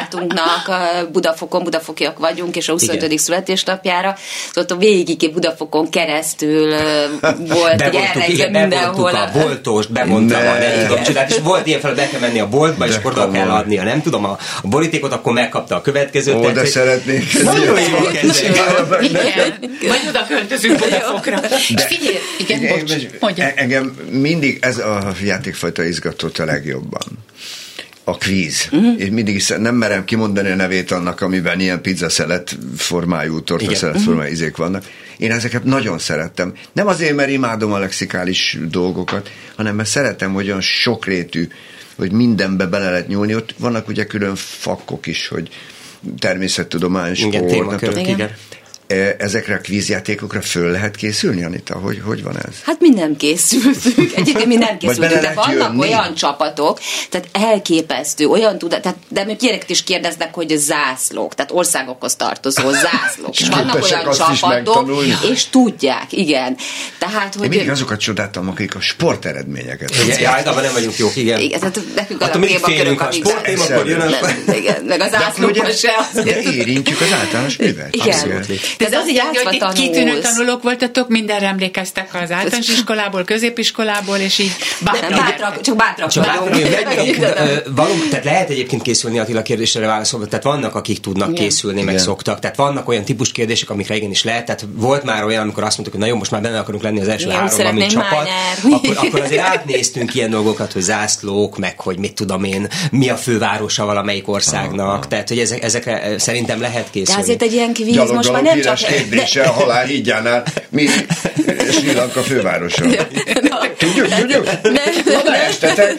[SPEAKER 5] barátunknak budafokiak vagyunk, és a 25. születésnapjára, szóval végig Budafokon keresztül volt,
[SPEAKER 6] bevontuk mindenhol. A boltost, bevontam nem tudom csinálni, és volt ilyen fel, be kell menni a boltba, és akkor oda kell adnia, nem tudom, a borítékot, akkor megkapta a következőt.
[SPEAKER 3] Ó, de szeretnék.
[SPEAKER 6] Nagyon jó kezdeni.
[SPEAKER 2] Majd oda költözünk Budafokra. Figyelj, igen, bocs,
[SPEAKER 3] engem mindig ez a játékfajta izgatott a legjobban. A kvíz. Én mindig is nem merem kimondani a nevét annak, amiben ilyen pizzaszelet formájú, tortaszelet formájú izék vannak. Én ezeket nagyon szerettem. Nem azért, mert imádom a lexikális dolgokat, hanem mert szeretem, hogy olyan sokrétű, hogy mindenbe bele lehet nyúlni. Ott vannak ugye külön fakkok is, hogy természettudomány, sport.
[SPEAKER 6] Igen.
[SPEAKER 3] Ezekre a kvízjátékokra föl lehet készülni, Anita? Hogy van ez?
[SPEAKER 5] Hát mi nem készültünk. Egyébként mi nem készültünk, de vannak jönni olyan csapatok, tehát elképesztő, olyan tudat, de még ilyeneket is kérdeznek, hogy zászlók, tehát országokhoz tartozó zászlók. És vannak olyan csapatok, és tudják, igen. Tehát, hogy...
[SPEAKER 3] Én mindig azokat csodáltam, akik a sporteredményeket.
[SPEAKER 6] Igen, általában nem vagyunk jók, igen.
[SPEAKER 5] Igen, tehát nekünk
[SPEAKER 6] a témakörök, a sporttémakor jön.
[SPEAKER 5] Meg az zászlókon se.
[SPEAKER 3] De érintjük az általános művet.
[SPEAKER 5] Igen.
[SPEAKER 2] De az így hogy kitűnő tanulók voltatok, mindenre emlékeztek az általános iskolából, középiskolából, és így
[SPEAKER 5] csak bátrak
[SPEAKER 6] vagyunk. Tehát lehet egyébként készülni Attila kérdésre válaszolva, tehát vannak, akik tudnak készülni, meg szoktak. Tehát vannak olyan típus kérdések, amikre igenis lehet. Tehát volt már olyan, amikor azt mondtuk, hogy na jó, most már benne akarunk lenni az első háromban, mint csapat. Akkor azért átnéztünk ilyen dolgokat, hogy zászlók, meg hogy mit tudom én, mi a fővárosa valamelyik országnak. Tehát, hogy ezekre szerintem lehet készülni.
[SPEAKER 5] De azért egy ilyen kvíz most már nem csak
[SPEAKER 3] kérdése a halál hídjánál, mi Sri Lanka fővárosa. Tudjuk? Na estetek,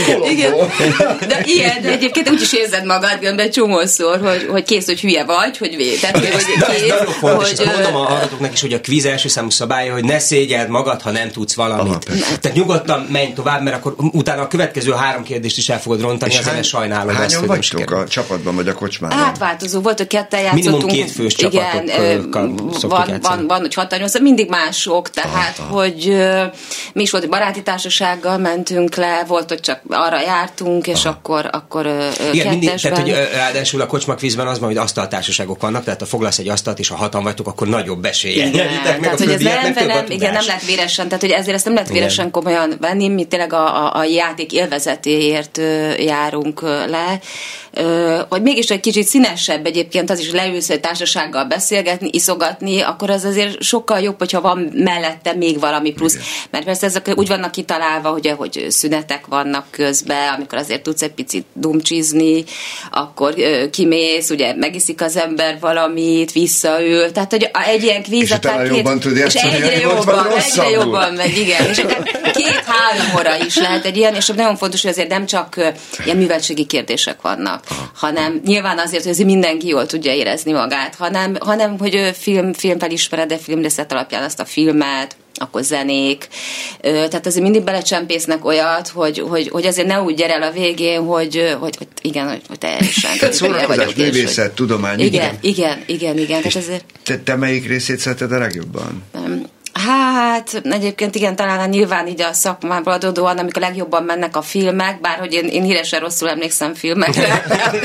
[SPEAKER 5] de ilyen, de egyébként úgy is érzed magad, gömbben csomószor, hogy kész, hogy hülye vagy, hogy véted.
[SPEAKER 6] De ez nagyon fontos, és mondom a hallgatóknak is, hogy a kvíz első számú szabálya, hogy ne szégyeld magad, ha nem tudsz valamit. Tehát nyugodtan menj tovább, mert akkor utána a következő 3 kérdést is el fogod rontani, és azért sajnálod azt,
[SPEAKER 3] hogy vagytok a csapatban, vagy a kocsmában?
[SPEAKER 5] Átváltozó volt, hogy ketten játszottunk.
[SPEAKER 6] Minimum 2 fős csapatokkal
[SPEAKER 5] van, hogy 6-8, mindig mások, tehát, hogy mi is volt, hogy baráti társasággal mentünk le, volt, hogy csak arra jártunk, és akkor
[SPEAKER 6] igen, mindig, tehát, hogy ráadásul a kocsmakvízben az van, hogy asztaltársaságok vannak, tehát ha foglalsz egy asztalt, és ha 6-an vagytok, akkor nagyobb esélye.
[SPEAKER 5] Tehát, hogy ez nem lehet véresen, tehát, hogy ezért ezt nem lehet véresen komolyan venni, mi tényleg a játék élvezetéért járunk le, hogy mégis egy kicsit színesebb egyébként az is, leülsz egy társasággal beszélgetni, iszogatni, akkor az azért sokkal jobb, hogyha van mellette még valami plusz. Igen. Mert persze ezek úgy vannak kitalálva, ugye, hogy szünetek vannak közben, amikor azért tudsz egy picit dumcsizni, akkor kimész, ugye megiszik az ember valamit, visszaül, tehát hogy egy ilyen kvíz,
[SPEAKER 3] és
[SPEAKER 5] egyre jobban megy, igen. És 2-3 óra is lehet egy ilyen, és nagyon fontos, hogy azért nem csak ilyen műveltségi kérdések vannak, hanem nyilván azért, hogy azért mindenki jól tudja érezni magát, hanem hogy filmfelismered, de filmrészlet alapján azt a filmet, akkor zenék, tehát azért mindig belecsempésznek olyat, hogy azért ne úgy gyere el a végén, hogy igen, hogy teljesen.
[SPEAKER 3] Tehát szórakozás, művészet, tudomány.
[SPEAKER 5] Igen.
[SPEAKER 3] És te melyik részét szereted a legjobban?
[SPEAKER 5] Hát, egyébként igen, talán nyilván így a szakmából adódóan, amikor legjobban mennek a filmek, bárhogy én híresen rosszul emlékszem filmekre.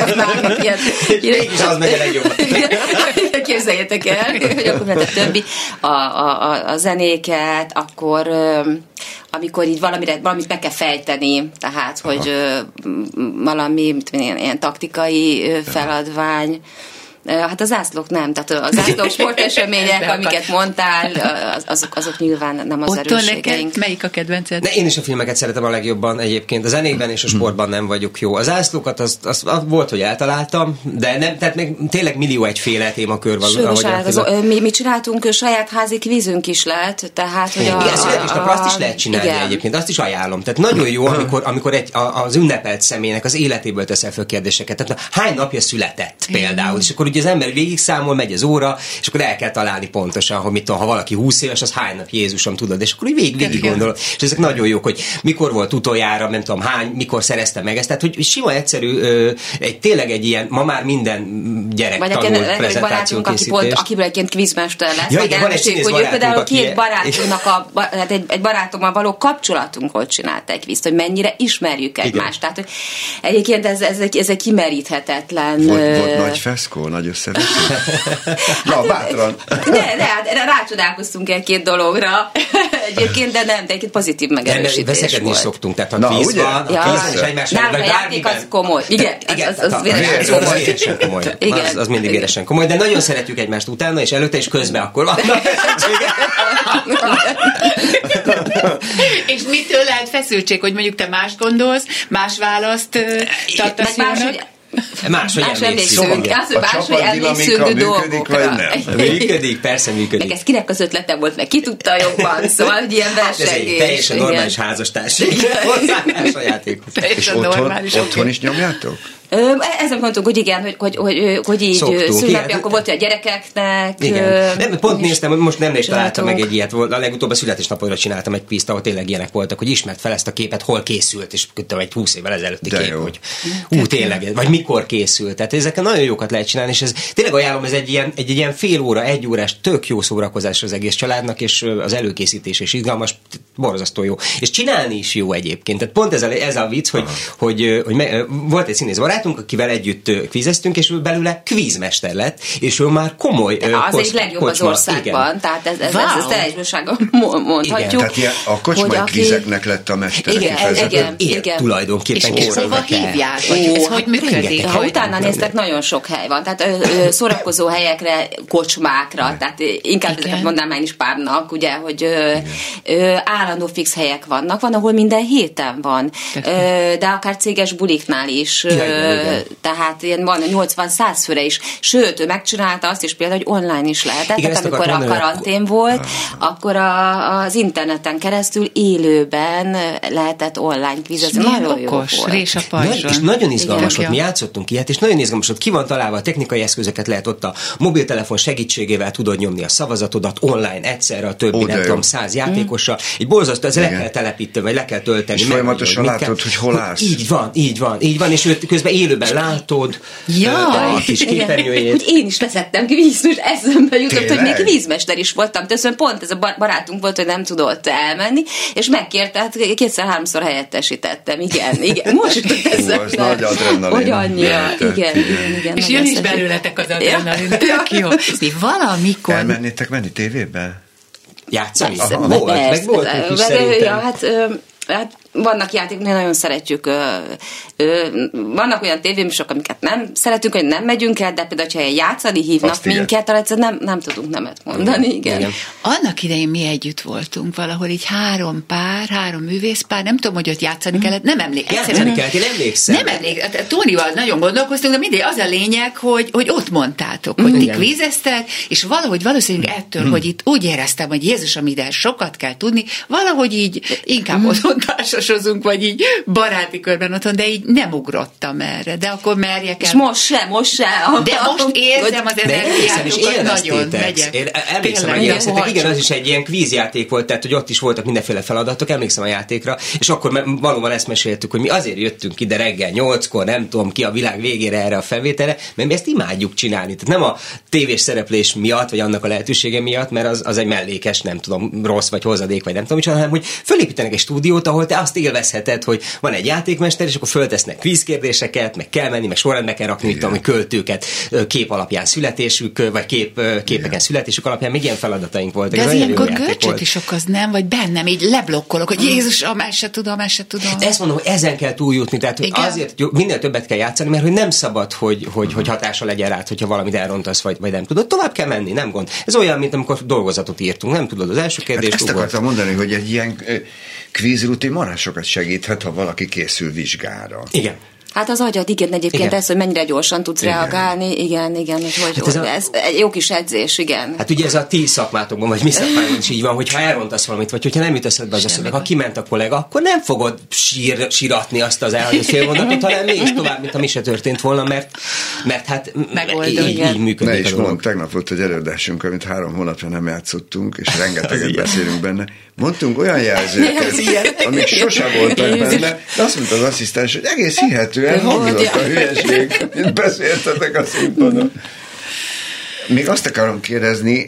[SPEAKER 6] Mégis az megy a legjobban.
[SPEAKER 5] Képzeljétek el, hogy akkor a többi a zenéket, akkor amikor így valamit meg kell fejteni, tehát, hogy valami ilyen taktikai feladvány. Hát a zászlók nem, tehát a zászlók sportesemények, amiket mondtál, azok nyilván nem az erősségeink.
[SPEAKER 2] Melyik a kedvenced?
[SPEAKER 6] Én is a filmeket szeretem a legjobban egyébként. A zenékben és a sportban nem vagyok jó. A zászlókat az volt, hogy eltaláltam, de nem, tehát még tényleg millió egyféle témakör van.
[SPEAKER 5] Mi csináltunk saját házi kvízünk is lehet, tehát hogy
[SPEAKER 6] igen, születésnapra azt is lehet csinálni egyébként, azt is ajánlom. Tehát nagyon jó, amikor az ünnepelt személynek az életéből teszel föl kérdéseket. Tehát hány napja született például, és akkor hogy az ember végig számol, megy az óra, és akkor el kell találni pontosan, hogy mit tudom, ha valaki 20 éves, az hány nap Jézusom, tudod, és akkor végig gondolod. És ezek nagyon jók, hogy mikor volt utoljára, nem tudom mikor szerezte meg ezt. Tehát, hogy sima egyszerű, tényleg egy ilyen, ma már minden gyerek tanul prezentációkészítést.
[SPEAKER 5] Akiből egyébként kvízmester lesz.
[SPEAKER 6] Ja, igen, van egy színész
[SPEAKER 5] hogy például két
[SPEAKER 6] barátunknak
[SPEAKER 5] egy barátommal való kapcsolatunkról csinált egy kvízt, hogy mennyire ismerjük egymást. Tehát, hogy egyébként ez egy kimeríthetetlen...
[SPEAKER 3] Volt nagy feszkó, nagy összeveszés. Na, bátran.
[SPEAKER 5] De rácsodálkoztunk egy-két dologra. Egyébként, de egyébként pozitív megerősítés volt.
[SPEAKER 6] Veszekedni is szoktunk, tehát a kvíz van, a kvíz és egymás
[SPEAKER 5] a játék az komoly. Igen, az
[SPEAKER 6] véresen komoly. Az mindig véresen komoly, de nagyon szeretjük egymást utána, és előtte és közben akkor van.
[SPEAKER 2] És mitől lehet feszültség, hogy mondjuk te más gondolsz, más választ tartasz jónak?
[SPEAKER 6] Máshogy emlékszünk.
[SPEAKER 3] A csapatdinamika működik, vagy nem?
[SPEAKER 6] Működik, persze működik.
[SPEAKER 5] Meg ez kinek az ötlete volt, meg ki tudta jobban, szóval hogy ilyen versengés.
[SPEAKER 6] Ez egy teljesen normális házastárség. Hozzáállás a játékhoz.
[SPEAKER 3] És otthon is nyomjátok?
[SPEAKER 5] Ezen mondtuk, hogy igen, hogy így szülinapi, akkor volt, hogy a gyerekeknek...
[SPEAKER 6] Igen. Nem, pont néztem, most nem is találtam meg egy ilyet. A legutóbb a születésnapodra csináltam egy kvízt, ahol tényleg ilyenek voltak, hogy ismert fel ezt a képet, hol készült, és egy 20 évvel ezelőtti kép, hogy tényleg, vagy mikor készült. Tehát ezeken nagyon jókat lehet csinálni, és ez tényleg ajánlom, ez egy ilyen fél óra, 1 órás, tök jó szórakozás az egész családnak, és az előkészítés és izgalmas, borzasztó jó. És csinálni is jó egyébként. Tehát pont ez a vicc, hogy volt egy színész barátunk, akivel együtt kvízeztünk, és ő belőle kvízmester lett, és ő már komoly
[SPEAKER 5] az egy legjobb az országban, igen. Tehát ez teljesbőságon mondhatjuk.
[SPEAKER 3] Igen, tehát a kocsmai kvízeknek lett a mester.
[SPEAKER 5] Igen.
[SPEAKER 6] Tulajdonképpen.
[SPEAKER 2] És hova hívják? Ez hogy működik?
[SPEAKER 5] Ha utána néztek, nagyon sok hely van. Tehát szórakozó helyekre, kocsmákra, tehát inkább ezeket mondanám én is párnak, ugye, hogy állandó fix helyek vannak, ahol minden héten van. De akár céges buliknál is. Tehát ilyen van 80-100 főre is. Sőt, ő megcsinálta azt is például, hogy online is lehetett. Igen, tehát amikor a karantén volt, akkor az interneten keresztül élőben lehetett online kvízezni. Nagyon jó volt.
[SPEAKER 2] Rés a pajzson.
[SPEAKER 6] És nagyon izgalmas volt. Mi játszottunk ilyet, és nagyon izgalmas volt. Ki van találva a technikai eszközöket, lehet ott a mobiltelefon segítségével tudod nyomni a szavazatodat online egyszerre a többi, nem tudom, 100 játékossal. Egy borzasztó, ez le kell telepíteni, vagy le kell tölteni.
[SPEAKER 3] És folyamatosan látod, hogy hol állsz.
[SPEAKER 6] Így van, és őt közben élőben látod a kis képernyőjét.
[SPEAKER 5] Hogy én is vezettem kvízt, most eszembe jutott, hogy még kvízmester is voltam. Tehát pont ez a barátunk volt, hogy nem tudott elmenni, és megkérte, hát 2-3-szor helyettesítettem. Igen. Most jutott eszembe.
[SPEAKER 3] Nagy adrenalin.
[SPEAKER 5] Hogy annyira. Igen.
[SPEAKER 2] És jön is belőletek az adrenalin. Tök jó. Valamikor...
[SPEAKER 3] Elmennétek menni tévébe?
[SPEAKER 6] Játszani? Meg voltunk is szerintem.
[SPEAKER 5] Hát vannak játékok, nagyon szeretjük. Vannak olyan tévéműsorok, amiket nem szeretünk, hogy nem megyünk el, de például, ha játszani hívnak azt minket, talán nem tudunk nemet mondani. Igen.
[SPEAKER 2] Annak idején mi együtt voltunk valahol, így 3 művészpár, nem tudom, hogy ott játszani kellett, nem emlékszem.
[SPEAKER 6] Játszani kellett, én emlékszem.
[SPEAKER 2] Nem emlékszem. Tónival nagyon gondolkoztunk, de mindegy, az a lényeg, hogy ott mondtátok, hogy ti kvízeztek, és valahogy valószínűleg ettől, hogy itt úgy éreztem, hogy Jézus, amivel sokat kell tudni, valahogy így inkább otthon társasozunk, vagy így baráti körben otthon, de így nem ugrottam erre, de akkor merjek el.
[SPEAKER 5] És most se.
[SPEAKER 2] De most érzem az energiátokat, nagyon megyek.
[SPEAKER 6] Én emlékszem, hogy élveztétek. Igen, az is egy ilyen kvízjáték volt, tehát hogy ott is voltak mindenféle feladatok, emlékszem a játékra, és akkor valóban ezt meséltük, hogy mi azért jöttünk ide reggel 8-kor, nem tudom ki a világ végére erre a felvételre, mert mi ezt imádjuk csinálni. Tehát nem a tévés szereplés miatt, vagy annak a lehetősége miatt, mert az egy mellékes, nem tudom, rossz vagy hozadék, vagy nem tudom, hanem hogy fölépítenek egy stúdiót, ahol te azt élvezheted, hogy van egy játékmester, és akkor föltesznek kvízkérdéseket, meg kell menni, meg sorrendbe kell rakni, tudom, hogy költőket kép alapján születésük, vagy képeken születésük alapján, még ilyen feladataink voltak.
[SPEAKER 2] De az ilyenkor görcsöt is okoz, nem? Vagy bennem így leblokkolok, hogy Jézus, ezt se tudom.
[SPEAKER 6] Ezt mondom, hogy ezen kell túljutni, tehát hogy azért minél többet kell játszani, mert hogy nem szabad, hogy hatása legyen rád, hogyha valamit elrontasz, vagy nem tudod. Tovább kell menni, nem gond. Ez olyan, mint amikor dolgozatot írtunk, nem tudod az első kérdést.
[SPEAKER 3] Hát ezt akartam mondani, hogy egy ilyen kvízrutin marha sokat segíthet, ha valaki készül vizsgára.
[SPEAKER 6] Igen.
[SPEAKER 5] Hát az agyad, igen, egyébként
[SPEAKER 6] Igen.
[SPEAKER 5] ez, hogy mennyire gyorsan tudsz reagálni, igen, hogy ez egy jó kis edzés, igen.
[SPEAKER 6] Hát ugye ez a ti szakmátokban, vagy mi szakmánkban is így van, hogy ha elrontasz valamit, vagy hogyha nem jut eszedbe az a szöveg, ha kiment a kollega, akkor nem fogod síratni azt az elhagyott félmondatot, hanem mégis tovább, mint ha mi se történt volna, mert hát így működik.
[SPEAKER 3] Ne is mond, tegnap volt egy előadásunk, amit 3 hónapja nem játszottunk, és rengeteget beszélünk benne. Mondtunk olyan jelzőket, amik sose voltak benne, de azt mondta az asszisztens, hogy egész hihetően hangzott a hülyeség, mint beszéltetek a színpadon. Még azt akarom kérdezni,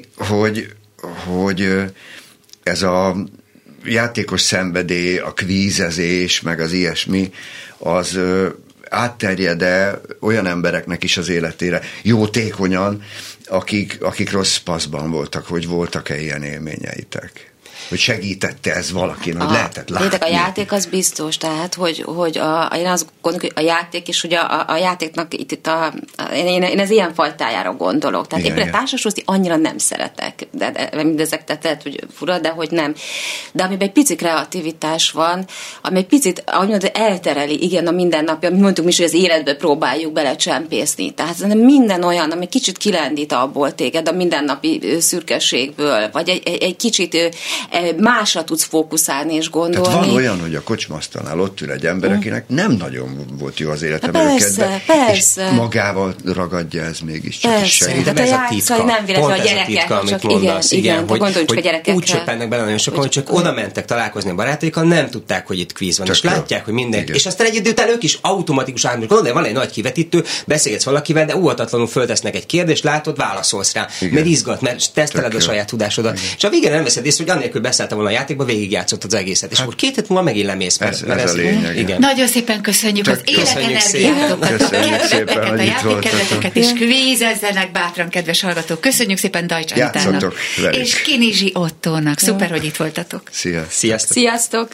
[SPEAKER 3] hogy ez a játékos szenvedély, a kvízezés, meg az ilyesmi, az átterjed-e olyan embereknek is az életére, jótékonyan, akik rossz paszban voltak, hogy voltak-e ilyen élményeitek? Hogy segítette ez valakin, hogy lehetett látni.
[SPEAKER 5] A játék az biztos, tehát, hogy én azt gondolom, hogy a játék, és hogy a játéknak itt én az ilyen fajtájára gondolok. Tehát éppen a társashozni annyira nem szeretek. De mindezek, tehát hogy fura, de hogy nem. De amiben egy pici kreativitás van, ami egy picit, ahogy mondod, eltereli, igen, a mindennapja, mi mondtuk is, hogy az életbe próbáljuk belecsempészni. Tehát minden olyan, ami kicsit kilendít abból téged, a mindennapi szürkeségből, vagy egy kicsit másra tudsz fókuszálni és gondolni.
[SPEAKER 3] Tehát van olyan, hogy a kocsmasztalnál ott ül egy ember, akinek nem nagyon volt jó az élete,
[SPEAKER 5] persze.
[SPEAKER 3] és magával ragadja ez mégiscsak is segít.
[SPEAKER 5] De ez a titka. Nem véletlenül a gyerekek,
[SPEAKER 6] amit mondasz, igen, hogy
[SPEAKER 5] a gyerekekre.
[SPEAKER 6] Úgy csöppennek bele nagyon sokan, hogy csak oda mentek találkozni a barátaikkal, nem tudták, hogy itt kvíz van, és látják, hogy minden. És aztán egy idő után ők is automatikus gondolj, van egy nagy kivetítő, beszélgetsz valakivel, de óvatatlanul föltesznek egy kérdést, látod, válaszolsz rá. Mert izgat, mert teszteled a saját tudásodat. És a végén nem veszed észre, hogy annélkül beszálltam volna a játékba, végigjátszottad az egészet. És akkor 2 hét múlva megint lemész.
[SPEAKER 3] Ez a lényeg.
[SPEAKER 6] Igen.
[SPEAKER 2] Nagyon szépen köszönjük az életenergiátokat, a játékkedveteket, és kvízezzenek bátran, kedves hallgatók. Köszönjük szépen Dajcs Anitának és Kinizsi Ottónak. Szuper, hogy itt voltatok.
[SPEAKER 5] Sziasztok.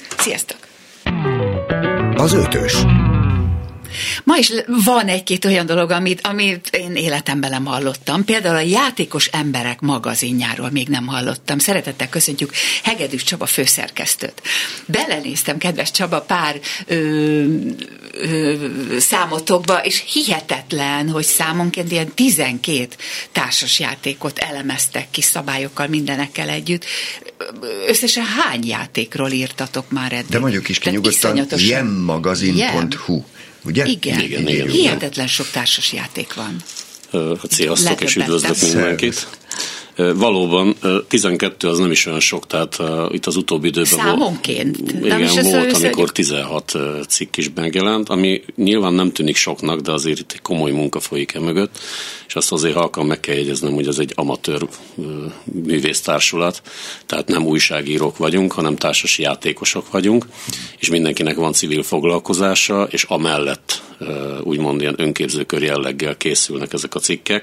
[SPEAKER 1] Az 5-ös.
[SPEAKER 2] Ma is van egy-két olyan dolog, amit én életemben nem hallottam. Például a Játékos Emberek magazinjáról még nem hallottam. Szeretettel köszöntjük Hegedűs Csaba főszerkesztőt. Belenéztem, kedves Csaba, pár számotokba, és hihetetlen, hogy számonként ilyen 12 társasjátékot elemeztek ki szabályokkal, mindenekkel együtt. Összesen hány játékról írtatok már eddig?
[SPEAKER 3] De mondjuk is ki nyugodtan, jemmagazin.hu. Ugye?
[SPEAKER 2] Igen. Hihetetlen sok társas játék van.
[SPEAKER 7] Sziasztok, és üdvözlök mindenkit. Valóban 12 az nem is olyan sok, tehát itt az utóbbi időben
[SPEAKER 2] számonként.
[SPEAKER 7] Volt, amikor 16 cikk is megjelent, ami nyilván nem tűnik soknak, de azért itt egy komoly munka folyik mögött, és azt azért halkan meg kell jegyeznem, hogy ez egy amatőr művésztársulat, tehát nem újságírók vagyunk, hanem társas játékosok vagyunk, és mindenkinek van civil foglalkozása, és amellett úgymond ilyen önképzőkör jelleggel készülnek ezek a cikkek.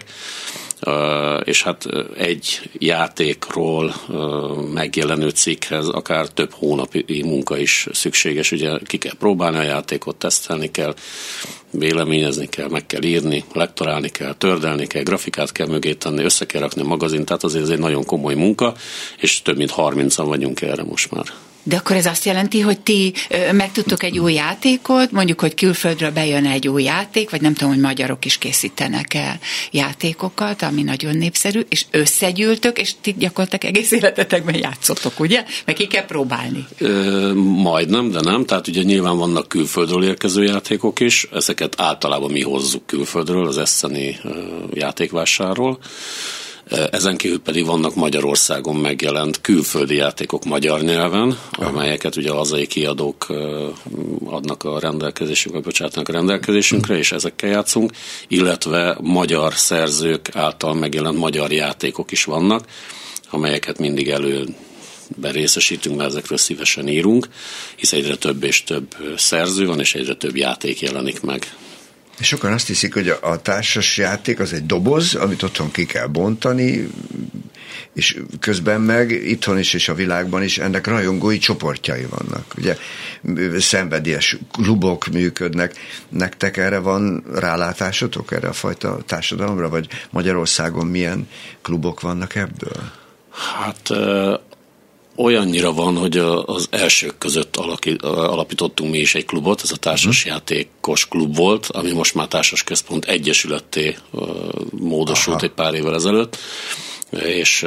[SPEAKER 7] És hát egy játékról megjelenő cikkhez akár több hónapi munka is szükséges. Ugye ki kell próbálni a játékot, tesztelni kell, véleményezni kell, meg kell írni, lektorálni kell, tördelni kell, grafikát kell mögé tenni, össze kell rakni a magazint, tehát azért ez egy nagyon komoly munka, és több mint 30-an vagyunk erre most már.
[SPEAKER 2] De akkor ez azt jelenti, hogy ti megtudtok egy új játékot, mondjuk, hogy külföldről bejön egy új játék, vagy nem tudom, hogy magyarok is készítenek el játékokat, ami nagyon népszerű, és összegyűltök, és ti gyakorlatilag egész életetekben játszotok, ugye? Meg ki kell próbálni.
[SPEAKER 7] Majdnem, de nem. Tehát ugye nyilván vannak külföldről érkező játékok is, ezeket általában mi hozzuk külföldről, az Esszeni játékvásárról. Ezen kívül pedig vannak Magyarországon megjelent külföldi játékok magyar nyelven, amelyeket ugye a hazai kiadók adnak a rendelkezésünkre, bocsátanak a rendelkezésünkre, és ezekkel játszunk, illetve magyar szerzők által megjelent magyar játékok is vannak, amelyeket mindig előben részesítünk, mert ezekről szívesen írunk, hisz egyre több és több szerző van, és egyre több játék jelenik meg.
[SPEAKER 3] És sokan azt hiszik, hogy a társas játék az egy doboz, amit otthon ki kell bontani, és közben meg itthon is és a világban is ennek rajongói csoportjai vannak. Ugye szenvedélyes klubok működnek. Nektek erre van rálátásotok, erre a fajta társadalomra, vagy Magyarországon milyen klubok vannak ebből?
[SPEAKER 7] Hát olyannyira van, hogy az elsők között alapítottunk mi is egy klubot, ez a társasjátékos klub volt, ami most már Társas-Központ Egyesületté módosult egy pár évvel ezelőtt, és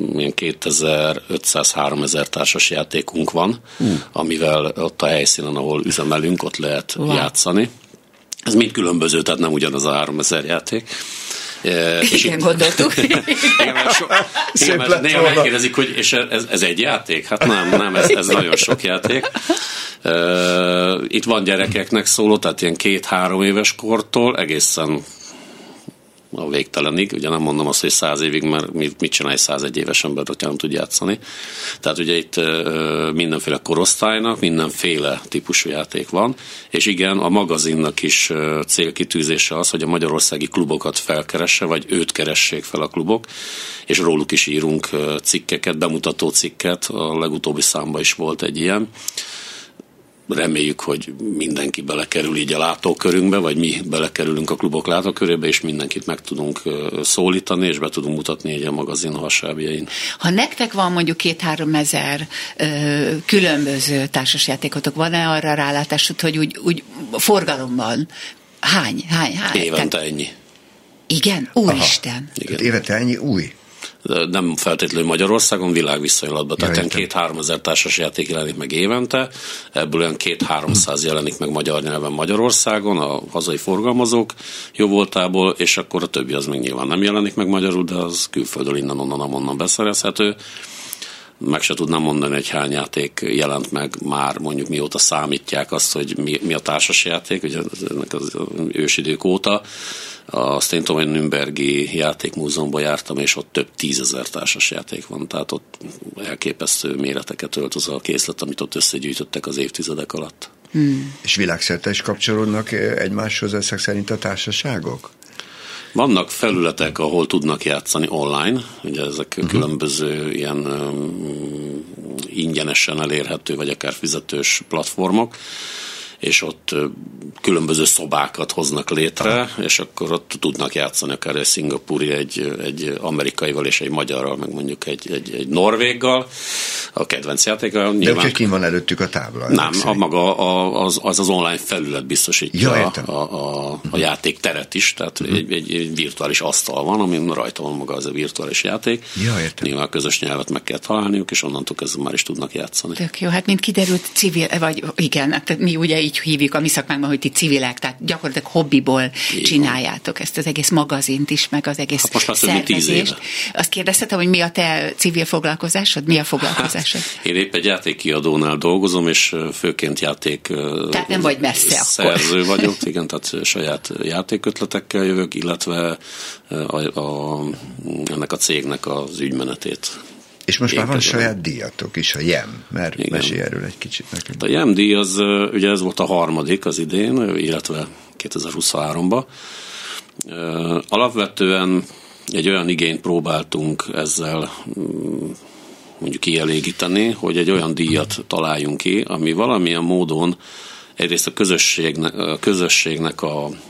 [SPEAKER 7] 2500-3000 társasjátékunk van, amivel ott a helyszínen, ahol üzemelünk, ott lehet játszani. Ez mind különböző, tehát nem ugyanaz a 3000 játék.
[SPEAKER 2] Igen, gondoltuk.
[SPEAKER 7] Néha megkérdezik, hogy és ez egy játék? Hát nem, ez nagyon sok játék. Itt van gyerekeknek szóló, tehát ilyen 2-3 éves kortól egészen a végtelenig. Ugye nem mondom azt, hogy 100 évig, mert mit csinálj 101 éves ember, hogyha nem tud játszani. Tehát ugye itt mindenféle korosztálynak, mindenféle típusú játék van, és igen, a magazinnak is célkitűzése az, hogy a magyarországi klubokat felkeresse, vagy őt keressék fel a klubok, és róluk is írunk cikkeket, bemutató cikket, a legutóbbi számban is volt egy ilyen. Reméljük, hogy mindenki belekerül így a látókörünkbe, vagy mi belekerülünk a klubok látókörébe, és mindenkit meg tudunk szólítani, és be tudunk mutatni egy a magazin hasábjain.
[SPEAKER 2] Ha nektek van mondjuk 2-3 ezer különböző társasjátékotok, van-e arra rálátásod, hogy úgy forgalomban hány?
[SPEAKER 7] Évente ennyi.
[SPEAKER 2] Igen? Úristen!
[SPEAKER 3] Igen. Évente ennyi új?
[SPEAKER 7] Nem feltétlenül Magyarországon, világviszonylatban. Tehát 2-3 ezer társasjáték jelenik meg évente, ebből olyan 200-300 jelenik meg magyar nyelven Magyarországon, a hazai forgalmazók jó voltából, és akkor a többi az még nyilván nem jelenik meg magyarul, de az külföldről innen-onnan beszerezhető. Meg se tudnám mondani, hogy hány játék jelent meg már, mondjuk mióta számítják azt, hogy mi a társasjáték, ugye ennek az ősidők óta. Azt én tudom, hogy Nürnbergi játékmúzeumban jártam, és ott több 10 000 társasjáték van, tehát ott elképesztő méreteket ölt az a készlet, amit ott összegyűjtöttek az évtizedek alatt.
[SPEAKER 3] És világszerte is kapcsolódnak egymáshoz ezek szerint a társaságok?
[SPEAKER 7] Vannak felületek, ahol tudnak játszani online, ugye ezek különböző ilyen ingyenesen elérhető, vagy akár fizetős platformok, és ott különböző szobákat hoznak létre, és akkor ott tudnak játszani akár egy szingapúri, egy amerikaival és egy magyarral, meg mondjuk egy norvéggal, a kedvenc játékkal.
[SPEAKER 3] De úgyhogy van előttük a tábla?
[SPEAKER 7] Nem, maga az online felület biztosítja a játékteret is, tehát egy virtuális asztal van, amin rajta van maga az a virtuális játék. Nyilván a közös nyelvet meg kell találniuk, és onnantól kezdve már is tudnak játszani.
[SPEAKER 2] Tök jó, hát mint kiderült, civil, vagy igen, hát mi ugye így hívjuk a mi szakmánkban, hogy ti civilek, tehát gyakorlatilag hobbiból csináljátok ezt az egész magazint is, meg az egész szervezést. Azt kérdeztetem, hogy mi a te civil foglalkozásod? Mi a foglalkozásod?
[SPEAKER 7] Én épp egy játékkiadónál dolgozom, és főként
[SPEAKER 2] tehát nem vagy messze
[SPEAKER 7] szerző
[SPEAKER 2] akkor.
[SPEAKER 7] vagyok, igen, tehát saját játékötletekkel jövök, illetve ennek a cégnek az ügymenetét.
[SPEAKER 3] És most már van saját díjatok is, a JEM, mert mesélj erről egy kicsit nekünk.
[SPEAKER 7] A JEM díj az, ugye ez volt a 3. az idén, illetve 2023-ban. Alapvetően egy olyan igényt próbáltunk ezzel mondjuk kielégíteni, hogy egy olyan díjat találjunk ki, ami valamilyen módon egyrészt a közösségnek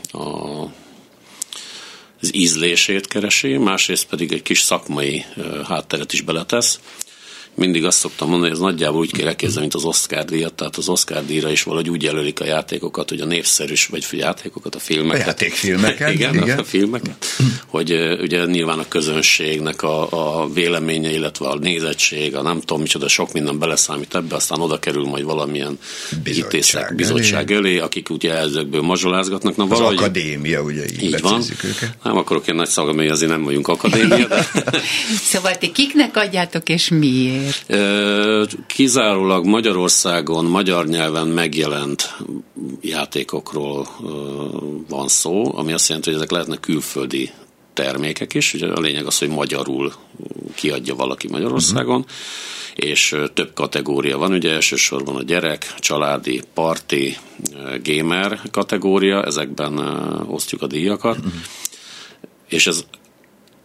[SPEAKER 7] az ízlését keresi, másrészt pedig egy kis szakmai hátteret is beletesz. Mindig azt szoktam mondani, hogy ez nagyjából úgy kell elképzelni, mint az Oscar-díjat, tehát az Oscar-díjra is valahogy úgy jelölik a játékokat, hogy a népszerűs, vagy játékokat, a filmeket.
[SPEAKER 3] A játékfilmeket.
[SPEAKER 7] Igen. A filmeket. Hogy ugye nyilván a közönségnek a véleménye, illetve a nézettség, a nem tudom micsoda, sok minden beleszámít ebbe, aztán oda kerül majd valamilyen bizottság elé, akik ugye ezekből mazsolázgatnak. Na,
[SPEAKER 3] az akadémia, ugye így
[SPEAKER 7] van.
[SPEAKER 3] Őket.
[SPEAKER 7] Nem akarok én nagy szagom, azért nem vagyunk akadémia, de...
[SPEAKER 2] Szóval ti kiknek adjátok, és miért?
[SPEAKER 7] Kizárólag Magyarországon, magyar nyelven megjelent játékokról van szó, ami azt jelenti, hogy ezek lehetnek külföldi termékek is. Ugye a lényeg az, hogy magyarul kiadja valaki Magyarországon, és több kategória van. Ugye elsősorban a gyerek, családi, parti, gamer kategória, ezekben osztjuk a díjakat. És ez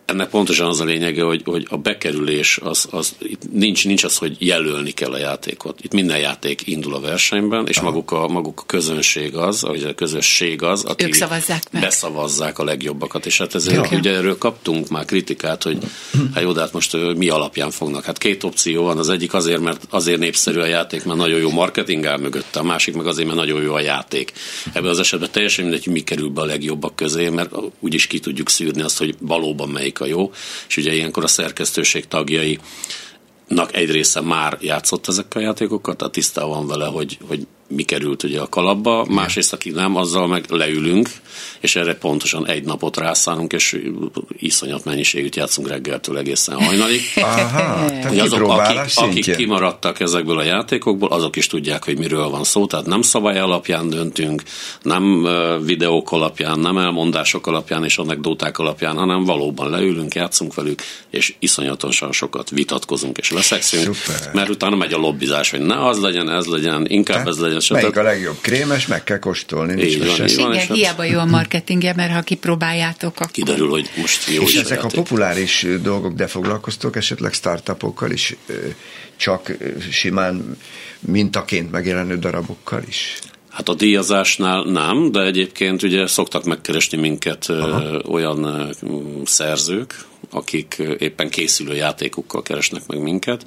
[SPEAKER 7] ennek pontosan az a lényege, hogy a bekerülés, nincs az, hogy jelölni kell a játékot. Itt minden játék indul a versenyben, és maguk a közönség vagy a közösség az, akik beszavazzák a legjobbakat. És hát ezért ugye erről kaptunk már kritikát, hogy hát jó, de hát most mi alapján fognak. Hát két opció van, az egyik azért, mert azért népszerű a játék, mert nagyon jó marketing áll mögötte, a másik meg azért, mert nagyon jó a játék. Ebben az esetben teljesen mindegy, hogy mi kerül be a legjobbak közé, mert úgyis ki tudjuk szűrni azt, hogy valóban melyik a jó, és ugye ilyenkor a szerkesztőség tagjainak egy része már játszott ezekkel a játékokkal, tehát tisztában van vele, hogy mi került ugye a kalapba, másrészt aki nem, azzal meg leülünk, és erre pontosan egy napot rászánunk, és iszonyat mennyiségűt játszunk reggeltől egészen hajnalig. Hogy azok, akik kimaradtak ezekből a játékokból, azok is tudják, hogy miről van szó, tehát nem szabály alapján döntünk, nem videók alapján, nem elmondások alapján és anekdóták alapján, hanem valóban leülünk, játszunk velük, és iszonyatosan sokat vitatkozunk és leszekszünk, mert utána megy a lobbizás, hogy ne az legyen, ez legyen, inkább ez legyen.
[SPEAKER 3] Melyik a legjobb krémes, meg kell kóstolni.
[SPEAKER 2] Igen, hiába jó a marketingje, mert ha kipróbáljátok, akkor...
[SPEAKER 7] Kiderül, hogy most jó.
[SPEAKER 3] És ezek a populáris dolgok, de foglalkoztok esetleg startupokkal is, csak simán mintaként megjelenő darabokkal is?
[SPEAKER 7] Hát a díjazásnál nem, de egyébként ugye szoktak megkeresni minket olyan szerzők, akik éppen készülő játékokkal keresnek meg minket.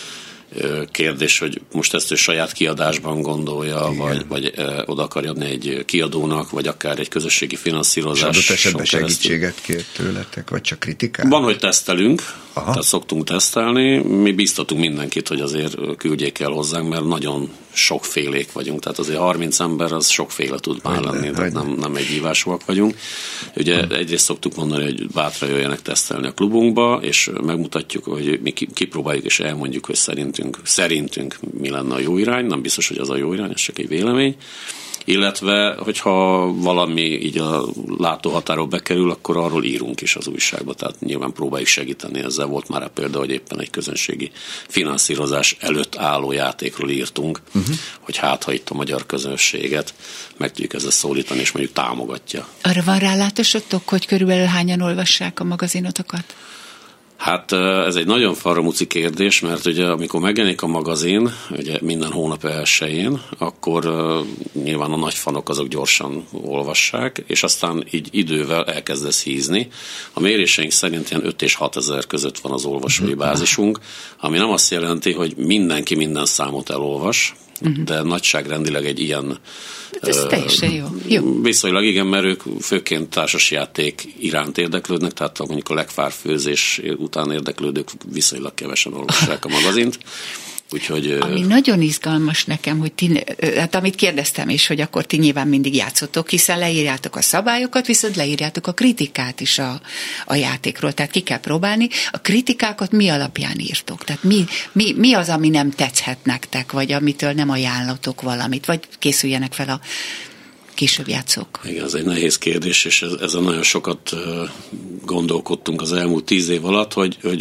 [SPEAKER 7] Kérdés, hogy most ezt ő saját kiadásban gondolja, vagy oda akarja adni egy kiadónak, vagy akár egy közösségi finanszírozás. És adott esetben
[SPEAKER 3] segítséget kért tőletek, vagy csak kritikát?
[SPEAKER 7] Van, hogy tesztelünk, tehát szoktunk tesztelni. Mi bíztatunk mindenkit, hogy azért küldjék el hozzánk, mert nagyon sokfélék vagyunk, tehát azért 30 ember az sokféle tud már lenni, tehát nem egy hívásúak vagyunk. Ugye egyrészt szoktuk mondani, hogy bátran jöjjenek tesztelni a klubunkba, és megmutatjuk, hogy mi kipróbáljuk, és elmondjuk, hogy szerintünk mi lenne a jó irány, nem biztos, hogy az a jó irány, ez csak egy vélemény. Illetve, hogyha valami így a látóhatáról bekerül, akkor arról írunk is az újságba, tehát nyilván próbáljuk segíteni. Ezzel volt már a példa, hogy éppen egy közönségi finanszírozás előtt álló játékról írtunk, hogy hát, ha itt a magyar közönséget meg tudjuk ezzel szólítani, és mondjuk támogatja.
[SPEAKER 2] Arra van rálátásotok, hogy körülbelül hányan olvassák a magazinotokat?
[SPEAKER 7] Hát ez egy nagyon faramúci kérdés, mert ugye amikor megjelenik a magazin, ugye minden hónap 1-én, akkor nyilván a nagy fanok azok gyorsan olvassák, és aztán így idővel elkezdesz hízni. A méréseink szerint ilyen 5 és 6 ezer között van az olvasói bázisunk, ami nem azt jelenti, hogy mindenki minden számot elolvas, de nagyságrendileg egy ilyen...
[SPEAKER 2] Ez teljesen jó.
[SPEAKER 7] Viszonylag igen, mert ők főként társasjáték iránt érdeklődnek, tehát mondjuk a legfárfőzés után érdeklődők viszonylag kevesen olvassák a magazint. Úgyhogy,
[SPEAKER 2] ami nagyon izgalmas nekem, hogy hát amit kérdeztem is, hogy akkor ti nyilván mindig játszotok, hiszen leírjátok a szabályokat, viszont leírjátok a kritikát is a játékról, tehát ki kell próbálni. A kritikákat mi alapján írtok? Tehát mi az, ami nem tetszhet nektek, vagy amitől nem ajánlatok valamit, vagy készüljenek fel a később játszók?
[SPEAKER 7] Igen, ez egy nehéz kérdés, és ezen nagyon sokat gondolkodtunk az elmúlt 10 év alatt, hogy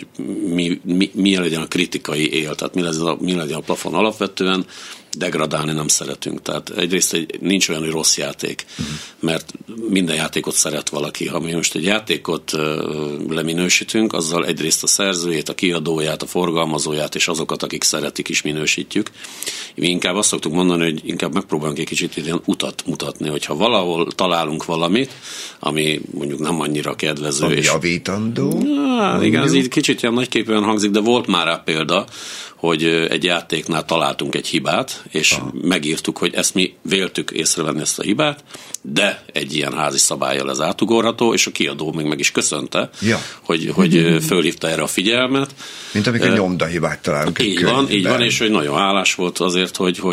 [SPEAKER 7] mi legyen a kritikai él, tehát mi legyen a plafon. Alapvetően degradálni nem szeretünk. Tehát egyrészt nincs olyan, hogy rossz játék, mert minden játékot szeret valaki. Ha mi most egy játékot leminősítünk, azzal egyrészt a szerzőjét, a kiadóját, a forgalmazóját és azokat, akik szeretik is minősítjük. Mi inkább azt szoktuk mondani, hogy inkább megpróbálunk egy kicsit ilyen utat mutatni, hogyha valahol találunk valamit, ami mondjuk nem annyira kedvező.
[SPEAKER 3] Ami javítandó?
[SPEAKER 7] Igen, ez így kicsit ilyen nagyképűen hangzik, de volt már rá példa, hogy egy játéknál találtunk egy hibát, és megírtuk, hogy ezt mi véltük észrevenni ezt a hibát, de egy ilyen házi szabállyal ez átugorható, és a kiadó még meg is köszönte, hogy fölhívta erre a figyelmet.
[SPEAKER 3] Mint amikor nyomdahibát találunk.
[SPEAKER 7] Így van, és hogy nagyon hálás volt azért,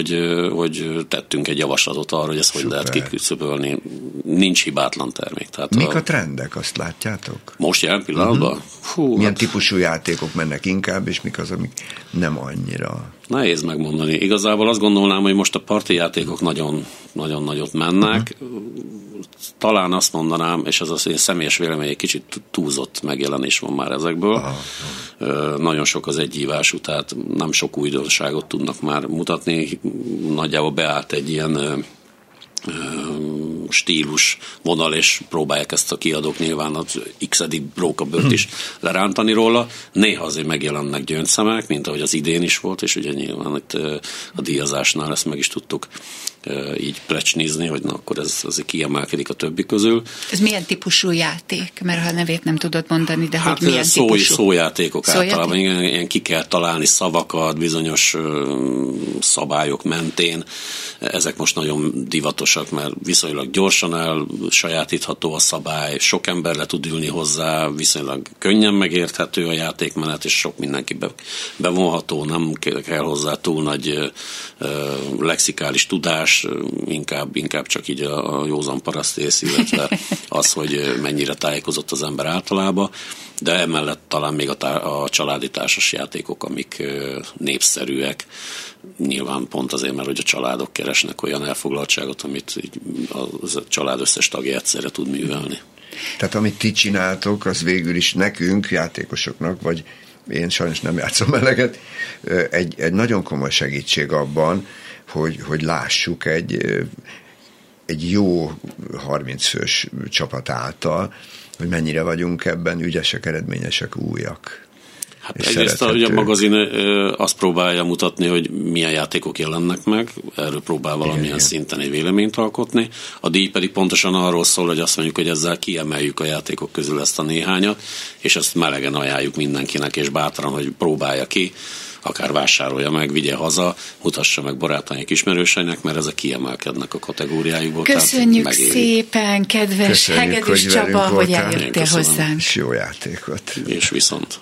[SPEAKER 7] hogy tettünk egy javaslatot arra, hogy ezt hogy lehet kiküszöbölni. Nincs hibátlan termék. Tehát
[SPEAKER 3] mik a trendek, azt látjátok?
[SPEAKER 7] Most jelen pillanatban?
[SPEAKER 3] Milyen típusú játékok mennek inkább, és mik az, amik nem annyira?
[SPEAKER 7] Nehéz megmondani. Igazából azt gondolnám, hogy most a parti játékok nagyon, nagyon nagyot mennek. Talán azt mondanám, és ez az én személyes vélemény, egy kicsit túlzott megjelenés van már ezekből. Nagyon sok az egyhívású, tehát nem sok újdonságot tudnak már mutatni. Nagyjából beállt egy ilyen stílus vonal, és próbálják ezt a kiadók nyilván az x-edik brókabőrt is lerántani róla. Néha azért megjelennek gyöngyszemek, mint ahogy az idén is volt, és ugye nyilván itt a díjazásnál ezt meg is tudtuk így plecsnizni, hogy na, akkor ez azért kiemelkedik a többi közül.
[SPEAKER 2] Ez milyen típusú játék? Mert ha a nevét nem tudod mondani, de hogy milyen típusú?
[SPEAKER 7] Szójátékok általában. Ilyen ki kell találni szavakat, bizonyos szabályok mentén. Ezek most nagyon divatosak, mert viszonylag gyorsan elsajátítható a szabály, sok ember le tud ülni hozzá, viszonylag könnyen megérthető a játékmenet, és sok mindenki bevonható, nem kell hozzá túl nagy lexikális tudás, inkább csak így a józan parasztész, illetve az, hogy mennyire tájékozott az ember általában, de emellett talán még a családi társas játékok, amik népszerűek, nyilván pont azért, mert hogy a családok keresnek olyan elfoglaltságot, amit a család összes tagja egyszerre tud művelni.
[SPEAKER 3] Tehát amit ti csináltok, az végül is nekünk, játékosoknak, vagy én sajnos nem játszom eleget, egy nagyon komoly segítség abban, hogy lássuk egy jó 30 fős csapat által, hogy mennyire vagyunk ebben ügyesek, eredményesek, újak.
[SPEAKER 7] Hát egyrészt a magazin azt próbálja mutatni, hogy milyen játékok jelennek meg, erről próbál valamilyen szinten egy véleményt alkotni. A díj pedig pontosan arról szól, hogy azt mondjuk, hogy ezzel kiemeljük a játékok közül ezt a néhányat, és ezt melegen ajánljuk mindenkinek, és bátran, hogy próbálja ki, akár vásárolja meg, vigye haza, mutassa meg barátainak, ismerőseinek, mert ezek kiemelkednek a kategóriájukból.
[SPEAKER 2] Köszönjük szépen, kedves Hegedűs Csaba, hogy eljöttél hozzánk.
[SPEAKER 3] És jó játékot.
[SPEAKER 7] És viszont.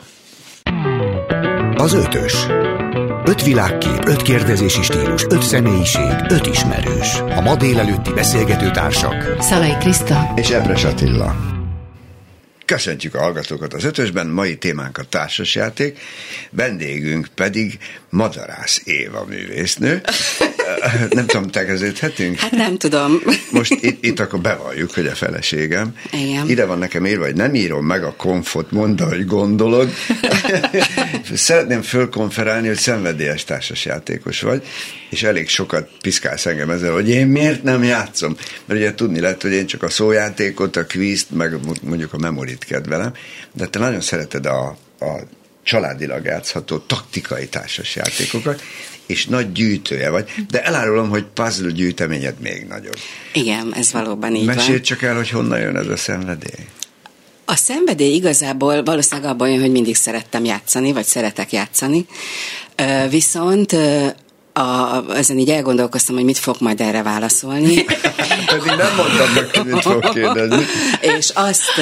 [SPEAKER 1] Az ötös. 5 világkép, 5 kérdezési stílus, 5 személyiség, 5 ismerős. A ma délelőtti beszélgető társak
[SPEAKER 2] Szalai Kriszta
[SPEAKER 3] és Epres Attila. Köszöntjük a hallgatókat az ötösben, mai témánk a társasjáték, vendégünk pedig Madarász Éva művésznő. Nem tudom, tegeződhetünk?
[SPEAKER 8] Hát nem tudom.
[SPEAKER 3] Most itt akkor bevalljuk, hogy a feleségem.
[SPEAKER 8] Igen.
[SPEAKER 3] Ide van nekem írva, hogy nem írom meg a konfot, mondd, hogy gondolod. Szeretném fölkonferálni, hogy szenvedélyes társasjátékos vagy, és elég sokat piszkálsz engem ezzel, hogy én miért nem játszom. Mert ugye tudni lehet, hogy én csak a szójátékot, a kvízt, meg mondjuk a memorit kedvelem, de te nagyon szereted a családilag játszható taktikai társasjátékokat, és nagy gyűjtője vagy, de elárulom, hogy puzzle gyűjteményed még nagyobb.
[SPEAKER 8] Igen, ez valóban így van.
[SPEAKER 3] Mesélj csak el, hogy honnan jön ez a szenvedély.
[SPEAKER 8] A szenvedély igazából valószínűleg abban jön, hogy mindig szerettem játszani, vagy szeretek játszani, viszont ezen így elgondolkoztam, hogy mit fog majd erre válaszolni.
[SPEAKER 3] Pedig nem mondtam meg, hogy mit fog kérdezni.
[SPEAKER 8] És azt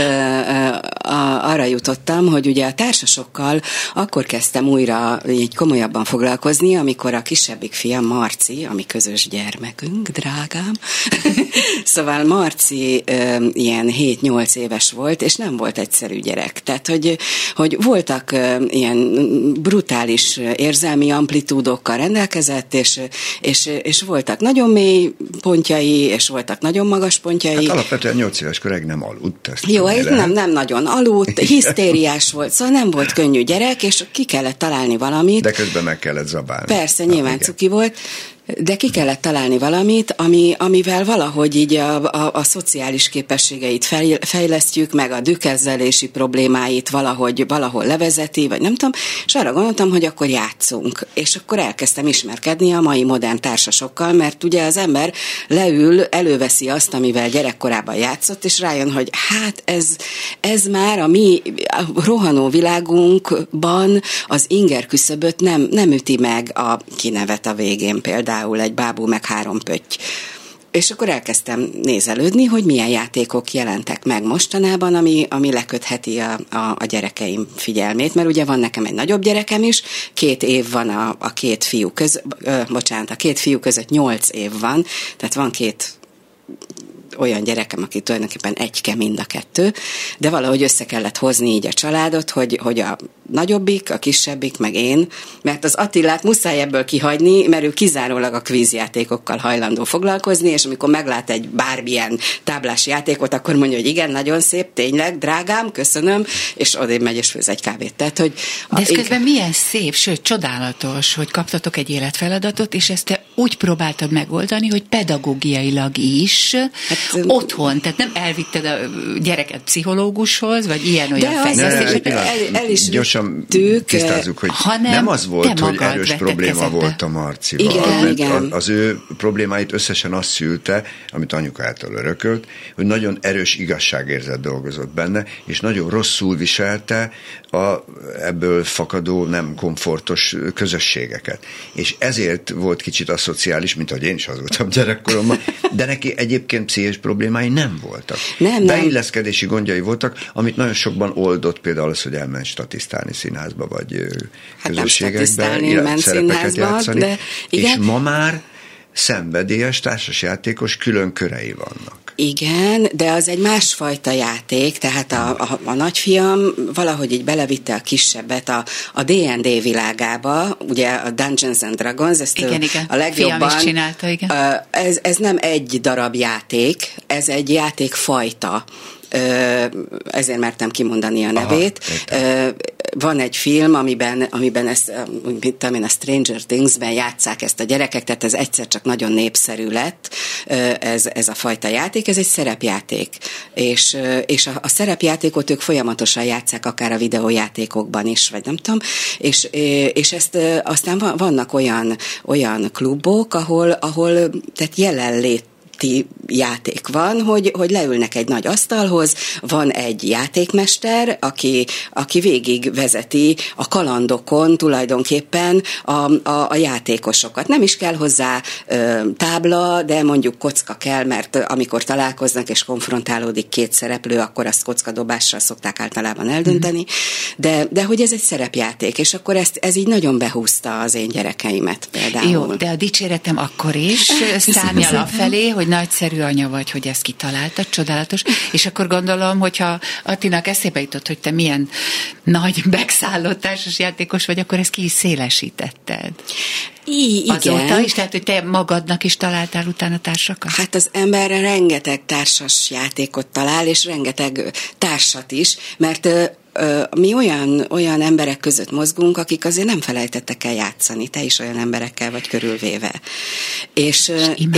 [SPEAKER 8] arra jutottam, hogy ugye a társasokkal akkor kezdtem újra így komolyabban foglalkozni, amikor a kisebbik fiam, Marci, ami közös gyermekünk, drágám, szóval Marci ilyen 7-8 éves volt, és nem volt egyszerű gyerek. Tehát, hogy voltak ilyen brutális érzelmi amplitúdokkal rendelkezett, és voltak nagyon mély pontjai, és voltak nagyon magas pontjai.
[SPEAKER 3] Hát alapvetően 8 éves koráig nem aludt.
[SPEAKER 8] Jó, nem nagyon aludt, hisztériás volt, szóval nem volt könnyű gyerek, és ki kellett találni valamit.
[SPEAKER 3] De közben meg kellett zabálni.
[SPEAKER 8] Persze, nyilván cuki volt, de ki kellett találni valamit, amivel valahogy így a szociális képességeit fejlesztjük, meg a dühkezzelési problémáit valahol levezeti, vagy nem tudom, és arra gondoltam, hogy akkor játszunk. És akkor elkezdtem ismerkedni a mai modern társasokkal, mert ugye az ember leül, előveszi azt, amivel gyerekkorában játszott, és rájön, hogy hát ez már a mi rohanó világunkban az inger küszöböt nem üti meg a kinevet a végén például egy bábú meg 3 pötty. És akkor elkezdtem nézelődni, hogy milyen játékok jelentek meg mostanában, ami lekötheti a gyerekeim figyelmét, mert ugye van nekem egy nagyobb gyerekem is, 2 év van a két fiú között, a két fiú között 8 év van, tehát van 2 olyan gyerekem, aki tulajdonképpen egyke mind a 2, de valahogy össze kellett hozni így a családot, hogy a nagyobbik, a kisebbik, meg én, mert az Attilát muszáj ebből kihagyni, mert ő kizárólag a kvízjátékokkal hajlandó foglalkozni, és amikor meglát egy bármilyen táblás játékot, akkor mondja, hogy igen, nagyon szép, tényleg, drágám, köszönöm, és odébb megy és főz egy kávét. Tehát, hogy
[SPEAKER 2] de ez közben milyen szép, sőt, csodálatos, hogy kaptatok egy életfeladatot, és ezt te úgy próbáltad megoldani, hogy pedagógiailag is otthon, tehát nem elvitted a gyereket pszichológushoz, vagy ilyen-olyan fejlesztéseket.
[SPEAKER 3] Gyorsan tisztázzuk, hogy nem az volt, hogy erős probléma volt a Marcival.
[SPEAKER 8] Igen.
[SPEAKER 3] Az ő problémáit összesen azt szülte, amit anyukától örökölt, hogy nagyon erős igazságérzet dolgozott benne, és nagyon rosszul viselte ebből fakadó, nem komfortos közösségeket. És ezért volt kicsit aszociális, mint ahogy én is az voltam gyerekkoromban, de neki egyébként pszichés problémái nem voltak. Beilleszkedési gondjai voltak, amit nagyon sokban oldott, például az, hogy elment statisztálni színházba, vagy közösségekbe, szerepeket játszani. De és ma már szenvedélyes társasjátékos külön körei vannak.
[SPEAKER 8] Igen, de az egy másfajta játék, tehát a nagyfiam valahogy így belevitte a kisebbet a D&D világába, ugye a Dungeons and Dragons, ezt
[SPEAKER 2] igen.
[SPEAKER 8] a legjobban...
[SPEAKER 2] Fiam is csinálta, igen.
[SPEAKER 8] Ez nem egy darab játék, ez egy játékfajta. Ezért mertem kimondani a nevét. Van egy film, amiben ezt, a Stranger Things-ben játsszák ezt a gyerekek, tehát ez egyszer csak nagyon népszerű lett, ez a fajta játék, ez egy szerepjáték. És a szerepjátékot ők folyamatosan játsszák, akár a videójátékokban is, vagy nem tudom, és ezt aztán vannak olyan klubok, ahol tehát jelenlét játék van, hogy leülnek egy nagy asztalhoz, van egy játékmester, aki végig vezeti a kalandokon tulajdonképpen a játékosokat. Nem is kell hozzá tábla, de mondjuk kocka kell, mert amikor találkoznak és konfrontálódik két szereplő, akkor azt kockadobással szokták általában eldönteni, de hogy ez egy szerepjáték, és akkor ez így nagyon behúzta az én gyerekeimet például.
[SPEAKER 2] Jó, de a dicséretem akkor is számjal afelé, hogy nagyszerű anya vagy, hogy ezt kitaláltad, csodálatos, és akkor gondolom, hogyha Attinak eszébe jutott, hogy te milyen nagy megszállott társasjátékos vagy, akkor ezt ki is szélesítetted.
[SPEAKER 8] Igen.
[SPEAKER 2] Azóta is, tehát hogy te magadnak is találtál utána társakat?
[SPEAKER 8] Hát az ember rengeteg társas játékot talál, és rengeteg társat is, mert mi olyan emberek között mozgunk, akik azért nem felejtettek el játszani. Te is olyan emberekkel vagy körülvéve. És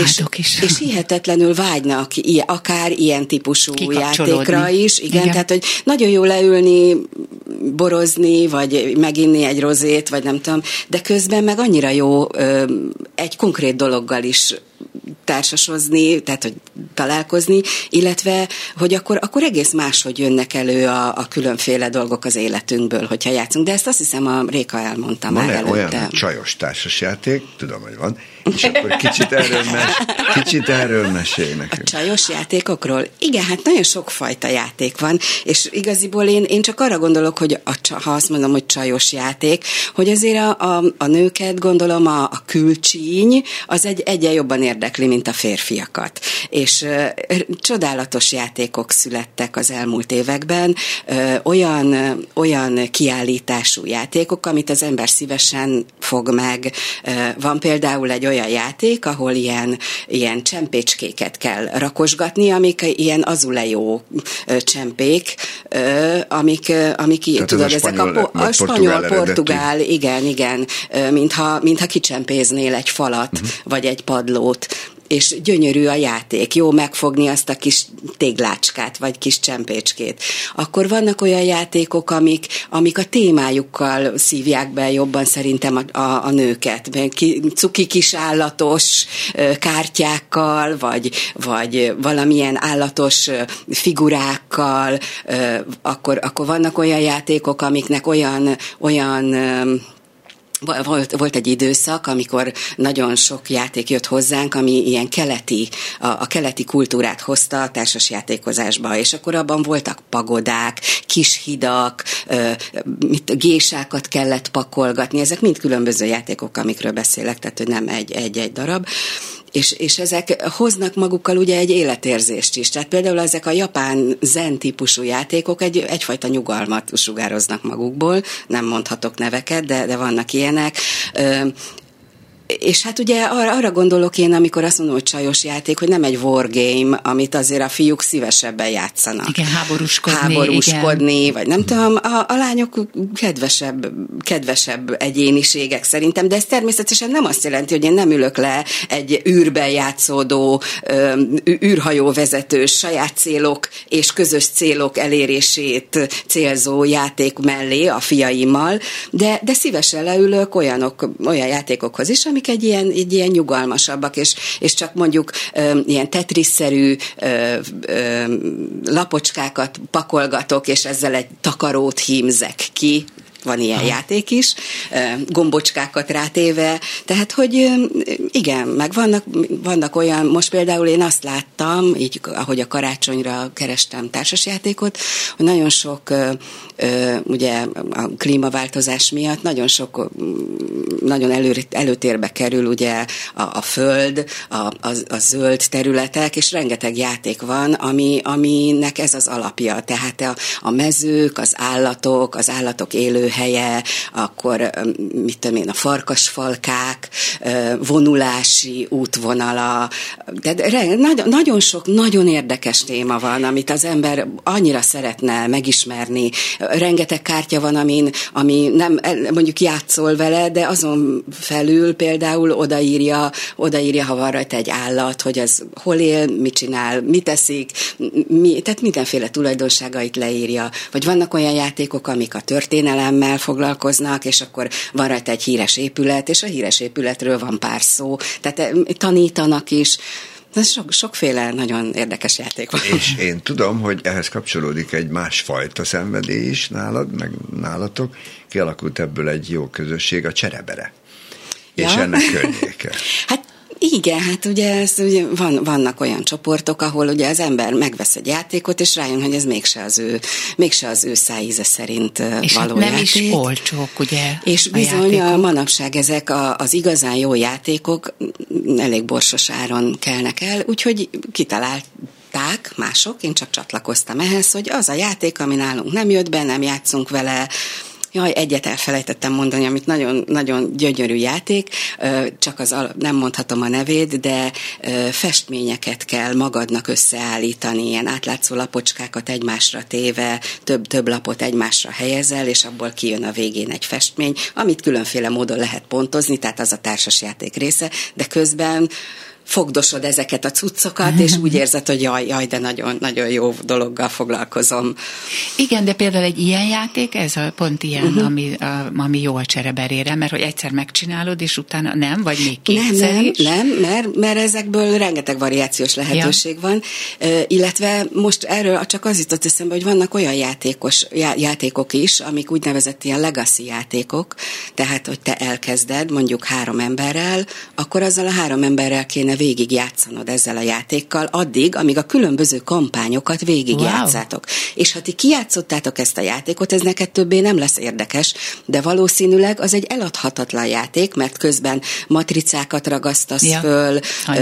[SPEAKER 8] hihetetlenül vágynak akár ilyen típusú játékra is. Igen, tehát hogy nagyon jó leülni, borozni, vagy meginni egy rozét, vagy nem tudom, de közben meg annyira jó egy konkrét dologgal is társasozni, tehát hogy találkozni, illetve, hogy akkor egész máshogy jönnek elő a különféle dolgok az életünkből, hogyha játszunk. De ezt azt hiszem a Réka elmondta már előtte.
[SPEAKER 3] Van olyan csajos társasjáték, tudom, hogy van, és akkor kicsit erről mesélj nekünk.
[SPEAKER 8] A csajos játékokról? Igen, hát nagyon sokfajta játék van, és igaziból én csak arra gondolok, hogy ha azt mondom, hogy csajos játék, hogy azért a nőket gondolom a külcsíny az egyen jobban érdekli, mint a férfiakat. És csodálatos játékok születtek az elmúlt években, olyan kiállítású játékok, amit az ember szívesen fog meg. Van például egy olyan játék, ahol ilyen csempécskéket kell rakosgatni, amik ilyen azulejó csempék, amik tudod, ezek a spanyol, portugál, igen, mintha kicsempéznél egy falat, vagy egy padlót, és gyönyörű a játék, jó megfogni azt a kis téglácskát, vagy kis csempécskét. Akkor vannak olyan játékok, amik a témájukkal szívják be jobban szerintem a nőket. Cuki kis állatos kártyákkal, vagy valamilyen állatos figurákkal, akkor vannak olyan játékok, amiknek olyan volt egy időszak, amikor nagyon sok játék jött hozzánk, ami ilyen a keleti kultúrát hozta a társasjátékozásba, és akkor abban voltak pagodák, kis hidak, gésákat kellett pakolgatni, ezek mind különböző játékok, amikről beszélek, tehát hogy nem egy darab. És ezek hoznak magukkal ugye egy életérzést is. Tehát például ezek a japán zen típusú játékok egyfajta nyugalmat sugároznak magukból, nem mondhatok neveket, de vannak ilyenek. És hát ugye arra gondolok én, amikor azt mondom, hogy csajos játék, hogy nem egy wargame, amit azért a fiúk szívesebben játszanak.
[SPEAKER 2] Igen, háborúskodni,
[SPEAKER 8] igen. Vagy nem tudom, a lányok kedvesebb egyéniségek szerintem, de ez természetesen nem azt jelenti, hogy én nem ülök le egy űrben játszódó, űrhajóvezetős, saját célok és közös célok elérését célzó játék mellé a fiaimmal, de szívesen leülök olyan játékokhoz is, amik egy ilyen nyugalmasabbak, és csak mondjuk ilyen Tetris-szerű lapocskákat pakolgatok, és ezzel egy takarót hímzek ki. Van ilyen játék is, gombocskákat rátéve, tehát, hogy igen, meg vannak olyan, most például én azt láttam, így ahogy a karácsonyra kerestem társasjátékot, hogy nagyon sok, ugye a klímaváltozás miatt nagyon előtérbe kerül ugye a föld, a zöld területek, és rengeteg játék van, aminek ez az alapja, tehát a mezők, az állatok élő helye, akkor mit tudom én, a farkasfalkák, vonulási útvonala, de nagyon sok, nagyon érdekes téma van, amit az ember annyira szeretne megismerni. Rengeteg kártya van, ami nem, mondjuk játszol vele, de azon felül például odaírja, ha van rajta egy állat, hogy az hol él, mit csinál, mit eszik, tehát mindenféle tulajdonságait leírja. Vagy vannak olyan játékok, amik a történelemmel foglalkoznak, és akkor van rajta egy híres épület, és a híres épületről van pár szó. Tehát tanítanak is. Sokféle nagyon érdekes játék van.
[SPEAKER 3] És én tudom, hogy ehhez kapcsolódik egy másfajta szenvedély is nálad, meg nálatok. Kialakult ebből egy jó közösség, a Cserebere. Ja. És ennek környéke.
[SPEAKER 8] Hát igen, hát ugye vannak olyan csoportok, ahol ugye az ember megvesz egy játékot, és rájön, hogy ez mégse az ő szájíze szerint
[SPEAKER 2] és
[SPEAKER 8] való
[SPEAKER 2] nem
[SPEAKER 8] játék.
[SPEAKER 2] is olcsók, ugye?
[SPEAKER 8] És bizony a manapság ezek az igazán jó játékok elég borsos áron kelnek el, úgyhogy kitalálták mások, én csak csatlakoztam ehhez, hogy az a játék, ami nálunk nem jött be, nem játszunk vele. Jaj, egyet elfelejtettem mondani, amit nagyon, nagyon gyönyörű játék, csak nem mondhatom a nevét, de festményeket kell magadnak összeállítani, ilyen átlátszó lapocskákat egymásra téve, több lapot egymásra helyezel, és abból kijön a végén egy festmény, amit különféle módon lehet pontozni, tehát az a társasjáték része, de közben fogdosod ezeket a cuccokat, és úgy érzed, hogy jaj, de nagyon, nagyon jó dologgal foglalkozom.
[SPEAKER 2] Igen, de például egy ilyen játék, ez pont ilyen, ami jó a Csereberére, mert hogy egyszer megcsinálod, és utána nem, vagy még kétszer is?
[SPEAKER 8] Nem, mert ezekből rengeteg variációs lehetőség van, illetve most erről csak az jutott eszembe, hogy vannak olyan játékok is, amik úgynevezett ilyen legacy játékok, tehát, hogy te elkezded mondjuk 3 emberrel, akkor azzal a 3 emberrel kéne végig játszanod ezzel a játékkal, addig, amíg a különböző kampányokat végig játszátok. És ha ti kijátszottátok ezt a játékot, ez neked többé nem lesz érdekes, de valószínűleg az egy eladhatatlan játék, mert közben matricákat ragasztasz föl,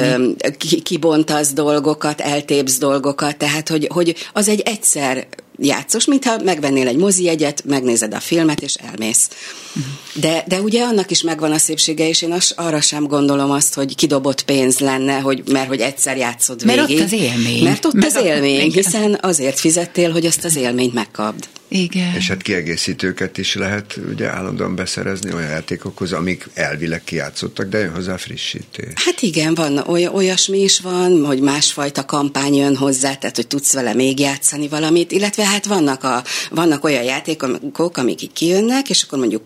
[SPEAKER 8] kibontasz dolgokat, eltépsz dolgokat, tehát, hogy az egy egyszer játszos, mintha megvennél egy mozijegyet, megnézed a filmet, és elmész. De ugye annak is megvan a szépsége, és én arra sem gondolom azt, hogy kidobott pénz lenne, mert hogy egyszer játszod végig.
[SPEAKER 2] Mert ott az élmény.
[SPEAKER 8] Mert ott az élmény, hiszen azért fizettél, hogy azt az élményt megkapd.
[SPEAKER 2] Igen.
[SPEAKER 3] És hát kiegészítőket is lehet ugye állandóan beszerezni olyan játékokhoz, amik elvileg kijátszottak, de jön hozzá frissítés.
[SPEAKER 8] Hát igen, van olyasmi is van, hogy másfajta kampány jön hozzá, tehát hogy tudsz vele még játszani valamit, illetve hát vannak olyan játékok, amik így kijönnek, és akkor mondjuk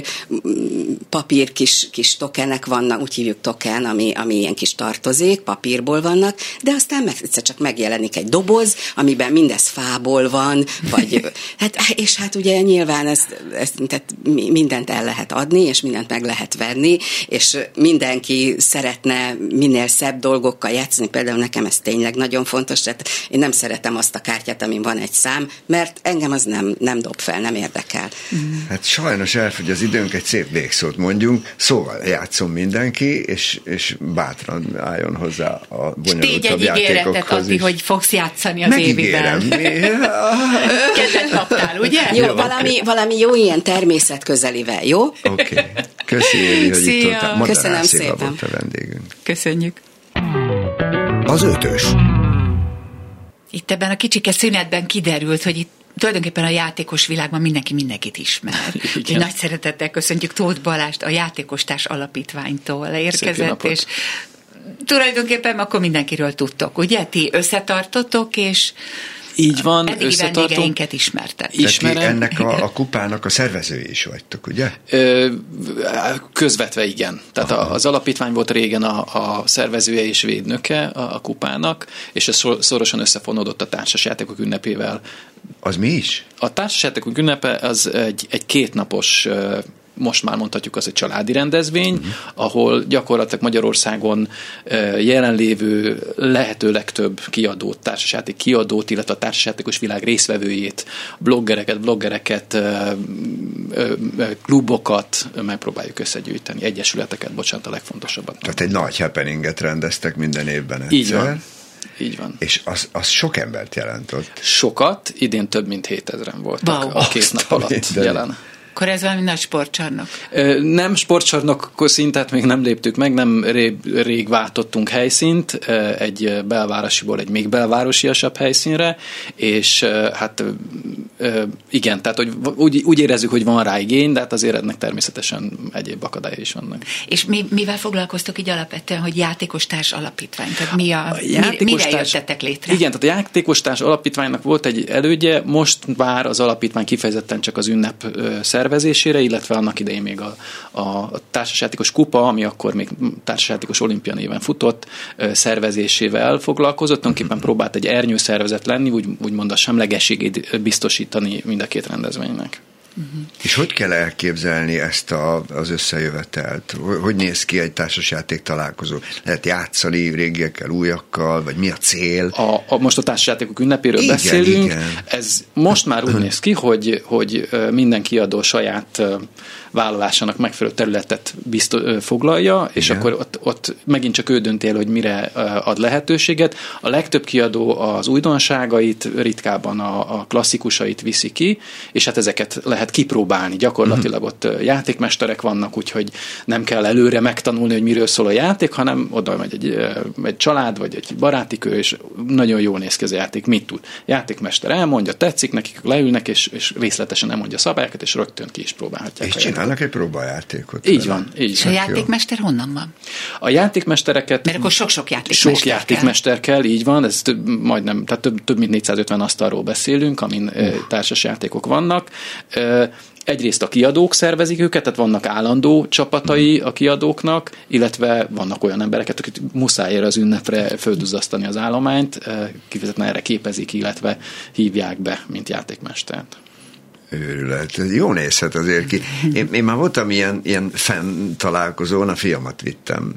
[SPEAKER 8] papír kis tokenek vannak, úgy hívjuk token, ami ilyen kis tartozék, papírból vannak, de aztán egyszer csak megjelenik egy doboz, amiben mindez fából van, vagy és hát ugye nyilván tehát mindent el lehet adni, és mindent meg lehet venni, és mindenki szeretne minél szebb dolgokkal játszani, például nekem ez tényleg nagyon fontos, tehát én nem szeretem azt a kártyát, amin van egy szám, mert engem az nem dob fel, nem érdekel.
[SPEAKER 3] Hát sajnos elfogy az időnk, egy szép végszót mondjunk, szóval játszom mindenki, és bátran álljon hozzá a bonyolultabb játékokhoz is.
[SPEAKER 2] Hogy fogsz játszani az évben. Kedvet kaptál, ugye?
[SPEAKER 8] Jó, valami jó ilyen természetközelivel, jó?
[SPEAKER 3] Oké. Köszi, Évi, hogy itt voltál.
[SPEAKER 8] Köszönöm szépen.
[SPEAKER 3] Volt a vendégünk.
[SPEAKER 2] Köszönjük.
[SPEAKER 1] Az Ötös.
[SPEAKER 2] Itt ebben a kicsike szünetben kiderült, hogy itt tulajdonképpen a játékos világban mindenkit ismer. Úgyhogy nagy szeretettel köszöntjük Tóth Balást, a Játékostárs Alapítványtól érkezett, és tulajdonképpen akkor mindenkiről tudtok, ugye? Ti összetartotok, és
[SPEAKER 9] így van,
[SPEAKER 2] eddigi vendégeinket ismertet.
[SPEAKER 3] Ismerem. Ennek a kupának a szervezői is vagytok, ugye?
[SPEAKER 9] Közvetve igen. Tehát az alapítvány volt régen a szervezője és védnöke a kupának, és ez szorosan összefonódott a társasjátékok ünnepével.
[SPEAKER 3] Az mi is?
[SPEAKER 9] A társasjátékok ünnepe az egy kétnapos, most már mondhatjuk, az egy családi rendezvény, ahol gyakorlatilag Magyarországon jelenlévő lehető legtöbb kiadót, társasjáték kiadót, illetve a társasjátékos világ részvevőjét, bloggereket, klubokat megpróbáljuk összegyűjteni, egyesületeket, bocsánat, a legfontosabbat.
[SPEAKER 3] Tehát egy nagy happeninget rendeztek minden évben egyszer.
[SPEAKER 9] Így van. Így van.
[SPEAKER 3] És az sok embert jelent ott.
[SPEAKER 9] Sokat, idén több mint 7000-en voltak a 2 nap alatt jelen.
[SPEAKER 2] Akkor ez valami nagy sportcsarnok?
[SPEAKER 9] Nem sportcsarnok szintet még nem léptük meg, nem rég váltottunk helyszínt, egy belvárosiból egy még belvárosiasabb helyszínre, és hát igen, tehát hogy úgy érezzük, hogy van rá igény, de hát azért ennek természetesen egyéb akadályai is vannak.
[SPEAKER 2] És mivel foglalkoztok így alapvetően, hogy Játékostárs Alapítvány? Tehát mire jöttetek létre?
[SPEAKER 9] Igen, tehát a Játékostárs Alapítványnak volt egy elődje, most már az alapítvány kifejezetten csak az ünnep szervezésére, illetve annak idején még a társasjátékos kupa, ami akkor még társasjátékos olimpia néven futott, szervezésével foglalkozott. Tulajdonképpen próbált egy ernyőszervezet lenni, úgymond a semlegességét biztosítani mind a két rendezvénynek.
[SPEAKER 3] És hogy kell elképzelni ezt az összejövetelt? Hogy néz ki egy társasjáték találkozó? Lehet játszani régiekkel, újakkal, vagy mi a cél?
[SPEAKER 9] Most a társasjátékok ünnepéről beszélünk. Igen. Ez most már úgy néz ki, hogy minden kiadó saját vállalásának megfelelő területet foglalja, és akkor ott megint csak ő dönti el, hogy mire ad lehetőséget. A legtöbb kiadó az újdonságait, ritkábban a klasszikusait viszi ki, és hát ezeket lehet kipróbálni. Gyakorlatilag ott játékmesterek vannak, úgyhogy nem kell előre megtanulni, hogy miről szól a játék, hanem oda megy egy család, vagy egy baráti kör, és nagyon jól néz ki az a játék, mit tud. Játékmester elmondja, tetszik nekik, leülnek, és részletesen elmondja a szabályokat, és rögtön ki is próbálhatják.
[SPEAKER 3] És csinálnak egy próbajátékot.
[SPEAKER 9] Így van.
[SPEAKER 2] És a játékmester honnan van?
[SPEAKER 9] A játékmestereket...
[SPEAKER 2] Mert akkor sok játékmester
[SPEAKER 9] Sok játékmester kell, így van, ez majdnem, tehát több mint 450 asztalról beszélünk, amin társas játékok vannak. Egyrészt a kiadók szervezik őket, tehát vannak állandó csapatai a kiadóknak, illetve vannak olyan embereket, akik muszáj erre az ünnepre földuzzasztani az állományt, kifejezetten erre képezik, illetve hívják be, mint játékmestert.
[SPEAKER 3] Őrület. Jó nézhet azért ki. Én már voltam ilyen fan találkozón, a fiamat vittem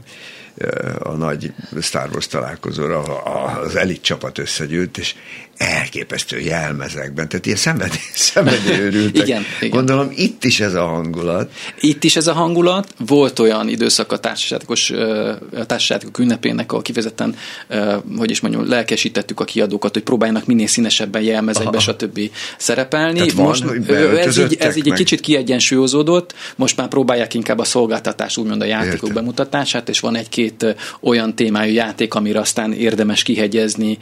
[SPEAKER 3] a nagy Star Wars találkozóra, az elit csapat összegyűlt, és elképesztő jelmezekben, tehát ilyen szenvedélyőrültek. Igen. Gondolom, itt is ez a hangulat.
[SPEAKER 9] Itt is ez a hangulat. Volt olyan időszak a társasjátékok ünnepének, ahol kifejezetten, hogy is mondjam, lelkesítettük a kiadókat, hogy próbáljanak minél színesebben jelmezekbe, stb. Szerepelni. Most ez így egy kicsit kiegyensúlyozódott, most már próbálják inkább a szolgáltatást, úgymond a játékok bemutatását, és van egy-két olyan témájú játék, amire aztán érdemes kihegyezni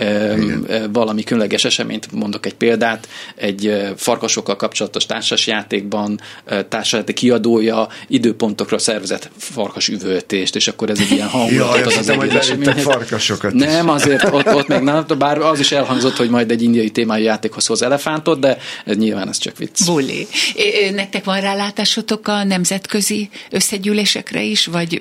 [SPEAKER 9] valami különleges eseményt, mondok egy példát, egy farkasokkal kapcsolatos társasjátékban társasjáték kiadója időpontokra szervezett farkas üvöltést, és akkor ez egy ilyen hangulatot az egész eseményhez.
[SPEAKER 3] Farkasokat
[SPEAKER 9] nem, azért ott még nem, bár az is elhangzott, hogy majd egy indiai témájú játékhoz hoz elefántot, de nyilván ez csak vicc.
[SPEAKER 2] Bulli. Nektek van rálátásotok a nemzetközi összegyűlésekre is, vagy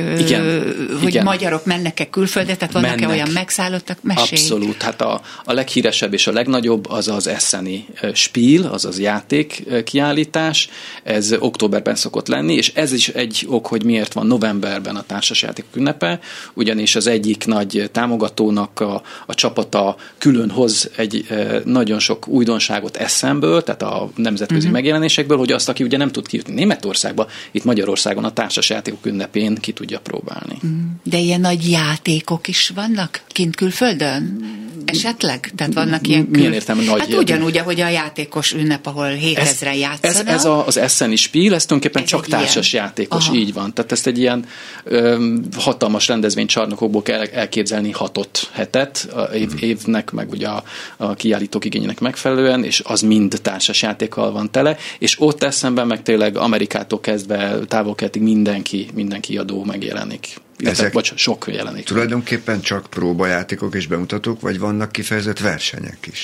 [SPEAKER 2] hogy magyarok mennek-e külföldre, tehát vannak-e olyan megszállottak? Mesélj.
[SPEAKER 9] Abszolút. Hát a leghíresebb és a legnagyobb az az Esseni Spiel, azaz játék kiállítás. Ez októberben szokott lenni, és ez is egy ok, hogy miért van novemberben a társasjátékok ünnepe, ugyanis az egyik nagy támogatónak a csapata külön hoz egy nagyon sok újdonságot Essenből, tehát a nemzetközi megjelenésekből, hogy azt, aki ugye nem tud kijutni Németországba, itt Magyarországon a társasjátékok ünnepén ki tudja próbálni.
[SPEAKER 2] De ilyen nagy játékok is vannak kint külföldön? Esetleg? Tehát vannak ilyen
[SPEAKER 9] milyen értelme nagy?
[SPEAKER 2] Hát ugyanúgy, ahogy a játékos ünnep, ahol 7000 játszanak.
[SPEAKER 9] Ez az Essen Spiel, ez tulajdonképpen csak társas játékos, így van. Tehát ezt egy ilyen hatalmas rendezvénycsarnokokból kell elképzelni 6-7 évnek, meg ugye a kiállítók igényének megfelelően, és az mind társas játékkal van tele, és ott Essenben meg tényleg Amerikától kezdve távol-keletig mindenki adó megjelenik. Vagy sok jelenik.
[SPEAKER 3] Tulajdonképpen csak próbajátékok és bemutatók, vagy vannak kifejezett versenyek is?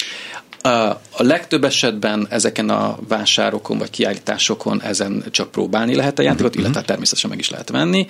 [SPEAKER 9] A legtöbb esetben ezeken a vásárokon vagy kiállításokon ezen csak próbálni lehet a játékot, illetve természetesen meg is lehet venni.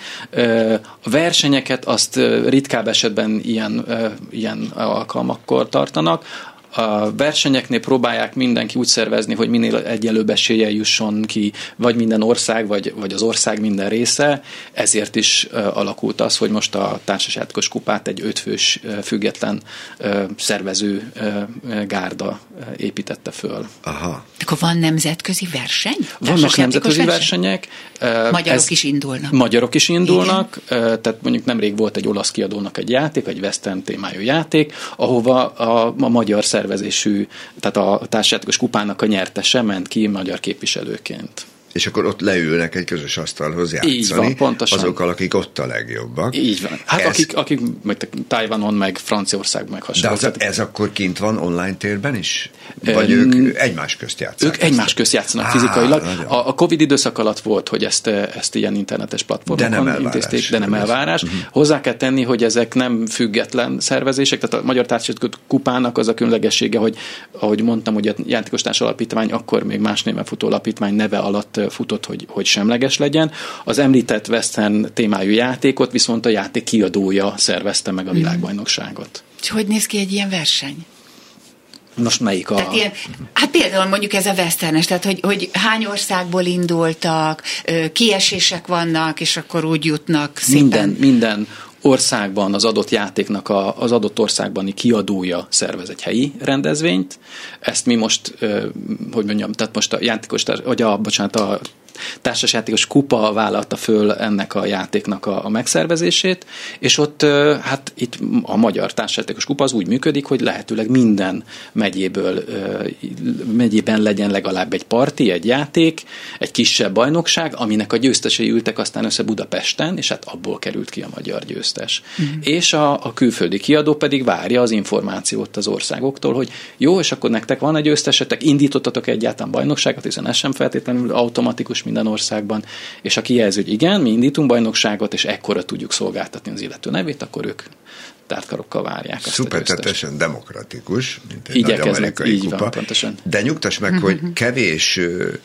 [SPEAKER 9] A versenyeket azt ritkább esetben ilyen alkalmakkor tartanak. A versenyeknél próbálják mindenki úgy szervezni, hogy minél egyenlőbb eséllyel jusson ki, vagy minden ország, vagy az ország minden része. Ezért is alakult az, hogy most a társasjátékos kupát egy 5 fős független szervező gárda építette föl.
[SPEAKER 2] Aha. Akkor van nemzetközi verseny?
[SPEAKER 9] Vannak nemzetközi versenyek.
[SPEAKER 2] Magyarok is indulnak.
[SPEAKER 9] Magyarok is indulnak, tehát mondjuk nemrég volt egy olasz kiadónak egy játék, egy western témájú játék, ahova a magyar szervezésű, tehát a társasjátékos kupának a nyertese ment ki magyar képviselőként.
[SPEAKER 3] És akkor ott leülnek egy közös asztalhoz játszani.
[SPEAKER 9] Így van, pontosan.
[SPEAKER 3] Azokkal, akik ott a legjobbak.
[SPEAKER 9] Így van. Hát akik meg Tajvanon, meg Franciaországban, meg hasonló.
[SPEAKER 3] De ez akkor kint van online térben is? Vagy ők egymás közt játszanak?
[SPEAKER 9] Ők egymás közt játszanak fizikailag. A Covid időszak alatt volt, hogy ezt ilyen internetes platformokon intézték, de nem elvárás. Hozzá kell tenni, hogy ezek nem független szervezések, tehát a Magyar Társasjátékos Kupának az a különlegessége, hogy ahogy mondtam, hogy a Játékostárs Alapítvány akkor még más néven futó alapítvány neve alatt futott, hogy semleges legyen. Az említett western témájú játékot viszont a játék kiadója szervezte meg a világbajnokságot.
[SPEAKER 2] És hogy néz ki egy ilyen verseny?
[SPEAKER 9] Most melyik
[SPEAKER 2] tehát ilyen, hát például mondjuk ez a westernes, tehát hogy hány országból indultak, kiesések vannak, és akkor úgy jutnak szépen.
[SPEAKER 9] Minden országban az adott játéknak az adott országbani kiadója szervez egy helyi rendezvényt. Ezt mi most, hogy mondjam, tehát most a játékos, vagy a társasjátékos kupa vállalta föl ennek a játéknak a megszervezését, és ott hát itt a Magyar Társasjátékos Kupa az úgy működik, hogy lehetőleg minden megyében legyen legalább egy parti, egy játék, egy kisebb bajnokság, aminek a győztesei ültek aztán össze Budapesten, és hát abból került ki a magyar győztes. És a külföldi kiadó pedig várja az információt az országoktól, hogy jó, és akkor nektek van egy győztesetek, indítottatok egyáltalán bajnokságot, hiszen ez sem feltétlenül automatikus minden országban, és aki jelzi, hogy igen, mi indítunk bajnokságot, és ekkora tudjuk szolgáltatni az illető nevét, akkor ők tártkarokkal várják.
[SPEAKER 3] Szuper, teljesen demokratikus, mint egy
[SPEAKER 9] igyekeznek,
[SPEAKER 3] nagy amerikai
[SPEAKER 9] így
[SPEAKER 3] kupa.
[SPEAKER 9] Van, pontosan.
[SPEAKER 3] De nyugtass meg, hogy kevés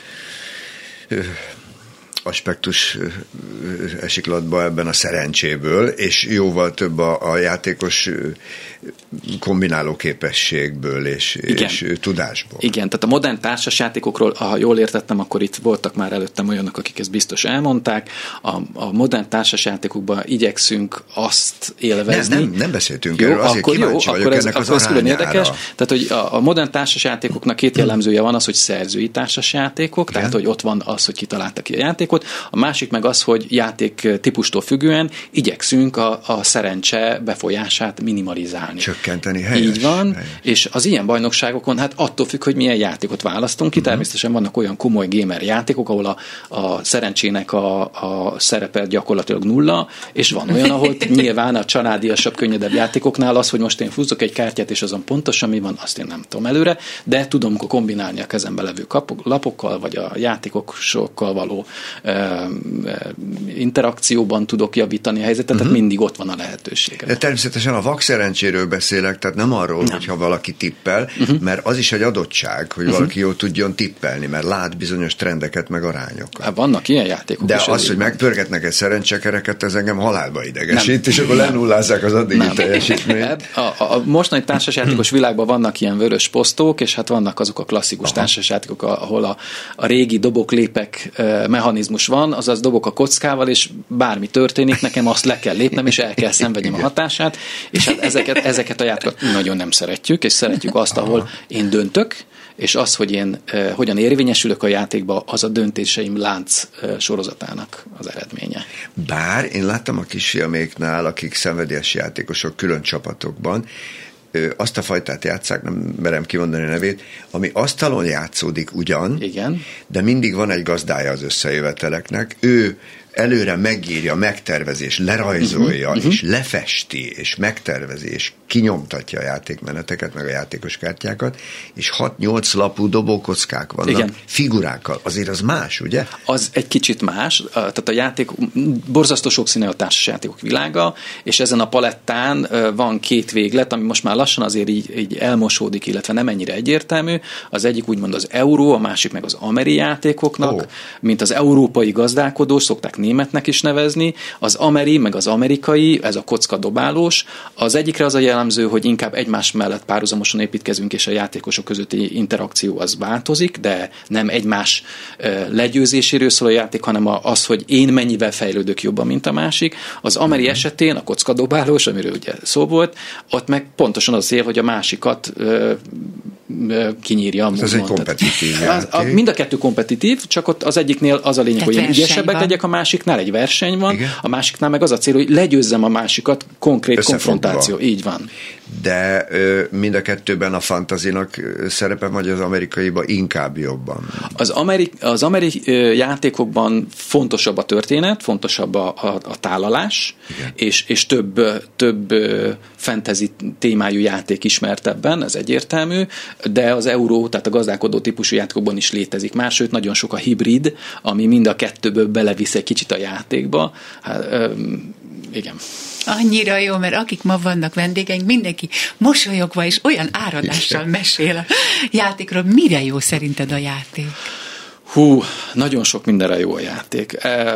[SPEAKER 3] aspektus esik latba ebben a szerencséből, és jóval több a játékos kombináló képességből és tudásból.
[SPEAKER 9] Igen, tehát a modern társasjátékokról, ha jól értettem, akkor itt voltak már előttem olyanok, akik ezt biztos elmondták. A modern társasjátékokban igyekszünk azt élvezni.
[SPEAKER 3] Nem beszéltünk erről, azért kíváncsi vagyok ennek az arányára.
[SPEAKER 9] Érdekes. Tehát, hogy a modern társasjátékoknak 2 jellemzője van, az, hogy szerzői társasjátékok, tehát, hogy ott van az, hogy kitalálta ki a játékot. A másik meg az, hogy játék típustól függően igyekszünk a szerencse befolyását minimalizálni.
[SPEAKER 3] Csökkenteni, helyes.
[SPEAKER 9] Így van, és az ilyen bajnokságokon hát attól függ, hogy milyen játékot választunk ki. Természetesen vannak olyan komoly gamer játékok, ahol a szerencsének a szerepe gyakorlatilag 0, és van olyan, ahol nyilván a családiasabb, könnyedebb játékoknál az, hogy most én fúzzok egy kártyát, és azon pontosan mi van, azt én nem tudom előre, de tudom kombinálni a kezembe levő lapokkal, vagy a játékosokkal való interakcióban tudok javítani a helyzetet, tehát mindig ott van a lehetőség.
[SPEAKER 3] De természetesen a vakszerencséről beszélek, tehát nem arról, hogyha valaki tippel, mert az is egy adottság, hogy valaki jól tudjon tippelni, mert lát bizonyos trendeket, meg arányokat.
[SPEAKER 9] Hát vannak ilyen játékok.
[SPEAKER 3] De az, hogy megpörgetnek egy szerencsekereket, ez engem halálba idegesít, és akkor lenullázzák az addigi teljesítményt.
[SPEAKER 9] A mostani társasjátékos világban vannak ilyen vörös posztók, és hát vannak azok a klasszikus társasjátékok, ahol a régi dobok-lépek mechanizmus van, azaz dobok a kockával, és bármi történik, nekem azt le kell lépnem, és el kell szenvedjem a hatását, és hát ezeket a játékokat nagyon nem szeretjük, és szeretjük azt, ahol én döntök, és az, hogy én hogyan érvényesülök a játékba, az a döntéseim lánc sorozatának az eredménye.
[SPEAKER 3] Bár én láttam a kisfiaméknál, akik szenvedélyes játékosok külön csapatokban, azt a fajtát játsszák, nem merem kimondani a nevét, ami asztalon játszódik ugyan,
[SPEAKER 9] igen,
[SPEAKER 3] de mindig van egy gazdája az összejöveteleknek, ő előre megírja, megtervezi, és lerajzolja, és lefesti, és megtervezi, és kinyomtatja a játékmeneteket, meg a játékos kártyákat, és 6-8 lapú dobókockák vannak, igen, figurákkal. Azért az más, ugye?
[SPEAKER 9] Az egy kicsit más, tehát a játék borzasztó sokszínű a társasjátékok világa, és ezen a palettán van két véglet, ami most már lassan azért így elmosódik, illetve nem ennyire egyértelmű. Az egyik úgymond az euró, a másik meg az ameri játékoknak, mint az európai gazdálkodós, szokták németnek is nevezni, az ameri, meg az amerikai, ez a kockadobálós. Az egyikre az a jellemző, hogy inkább egymás mellett párhuzamosan építkezünk, és a játékosok közötti interakció az változik, de nem egymás legyőzéséről szól a játék, hanem az, hogy én mennyivel fejlődök jobban, mint a másik. Az ameri esetén a kockadobálós, amiről ugye szó volt, ott meg pontosan az cél, hogy a másikat kinyírja.
[SPEAKER 3] Ez egy kompetitív játék.
[SPEAKER 9] Mind a kettő kompetitív, csak ott az egyiknél az a lényeg, hogy én ügyesebbek legyek, a másiknál egy verseny van, igen, a másiknál meg az a cél, hogy legyőzzem a másikat, konkrét konfrontáció. Így van.
[SPEAKER 3] De mind a kettőben a fantazinak szerepe, vagy az amerikaiban inkább jobban?
[SPEAKER 9] Az amerikai játékokban fontosabb a történet, fontosabb a tálalás, és több fantasy témájú játék ismertebben, ez egyértelmű, de az euró, tehát a gazdálkodó típusú játékokban is létezik már, sőt nagyon sok a hibrid, ami mind a kettőből belevisz egy kicsit a játékba. Igen.
[SPEAKER 2] Annyira jó, mert akik ma vannak vendégeink, mindenki mosolyogva és olyan áradással mesél a játékról. Mire jó szerinted a játék?
[SPEAKER 9] Nagyon sok mindenre jó a játék.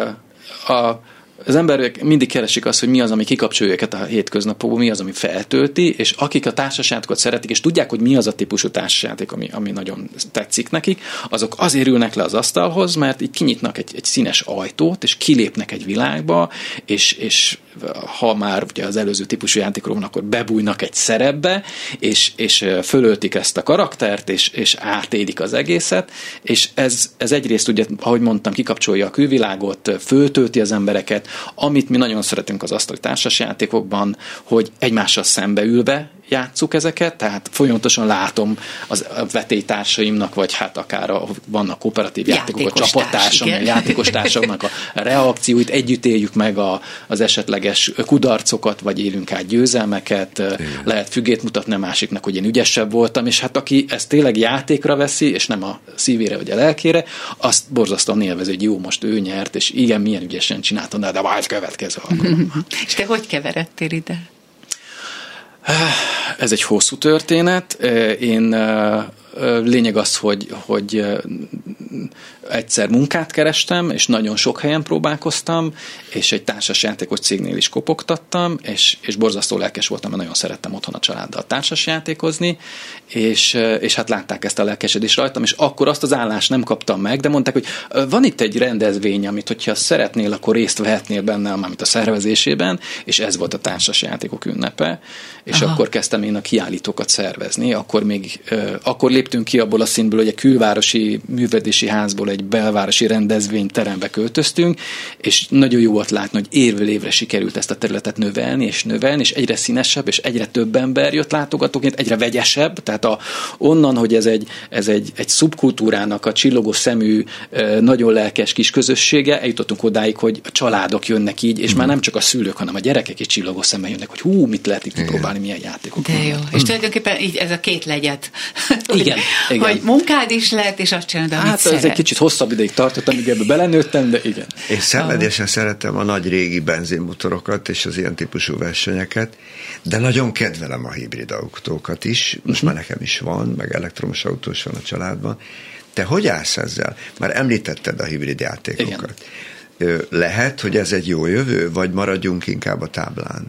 [SPEAKER 9] Az emberek mindig keresik azt, hogy mi az, ami kikapcsolja őket a hétköznapokból, mi az, ami feltölti, és akik a társasjátékot szeretik, és tudják, hogy mi az a típusú társasjáték, ami nagyon tetszik nekik, azok azért ülnek le az asztalhoz, mert így kinyitnak egy színes ajtót, és kilépnek egy világba, és ha már ugye az előző típusú játékról van, akkor bebújnak egy szerepbe, és fölöltik ezt a karaktert, és átélik az egészet, és ez egyrészt ugye, ahogy mondtam, kikapcsolja a külvilágot, föltölti az embereket, amit mi nagyon szeretünk az asztali társasjátékokban, hogy egymással szembeülve játsszuk ezeket, tehát folyamatosan látom a vetélytársaimnak, vagy hát akár vannak kooperatív játékok, a csapattársam, a játékos társamnak a reakcióit, együtt éljük meg az esetleges kudarcokat, vagy élünk át győzelmeket, lehet függét mutatni a másiknak, hogy én ügyesebb voltam, és hát aki ezt tényleg játékra veszi, és nem a szívére vagy a lelkére, azt borzasztóan élvezi, hogy jó, most ő nyert, és igen, milyen ügyesen csináltam, de majd következő alkalommal.
[SPEAKER 2] És te hogy keveredtél ide?
[SPEAKER 9] Ez egy hosszú történet. Lényeg az, hogy egyszer munkát kerestem, és nagyon sok helyen próbálkoztam, és egy társasjátékos cégnél is kopogtattam, és borzasztó lelkes voltam, mert nagyon szerettem otthon a családdal társasjátékozni, és hát látták ezt a lelkesedést rajtam, és akkor azt az állást nem kaptam meg, de mondták, hogy van itt egy rendezvény, amit hogyha szeretnél, akkor részt vehetnél benne, mármint a szervezésében, és ez volt a társasjátékok ünnepe, és akkor kezdtem én a kiállítókat szervezni, akkor léptünk ki abból a színből, hogy egy külvárosi művelődési házból egy belvárosi rendezvényterembe költöztünk, és nagyon jó volt látni, hogy évről évre sikerült ezt a területet növelni, és egyre színesebb, és egyre több ember jött látogatóként, egyre vegyesebb, tehát onnan, hogy ez egy szubkultúrának a csillogó szemű, nagyon lelkes kis közössége, eljutottunk odáig, hogy a családok jönnek így, és már nem csak a szülők, hanem a gyerekek is csillogó szemmel jönnek, hogy mit lehet itt kipróbálni, milyen játékok.
[SPEAKER 2] De jó. És tulajdonképpen így ez a két legyet.
[SPEAKER 9] Igen.
[SPEAKER 2] Hogy munkád is lehet, és azt csinálod, amit
[SPEAKER 9] ez egy kicsit hosszabb ideig tartott, amíg ebbe belenőttem, de igen.
[SPEAKER 3] Én szenvedélyesen szeretem a nagy régi benzinmotorokat és az ilyen típusú versenyeket, de nagyon kedvelem a hibrid autókat is. Most már nekem is van, meg elektromos autós van a családban. Te hogy állsz ezzel? Már említetted a hibrid játékokat. Igen. Lehet, hogy ez egy jó jövő, vagy maradjunk inkább a táblán?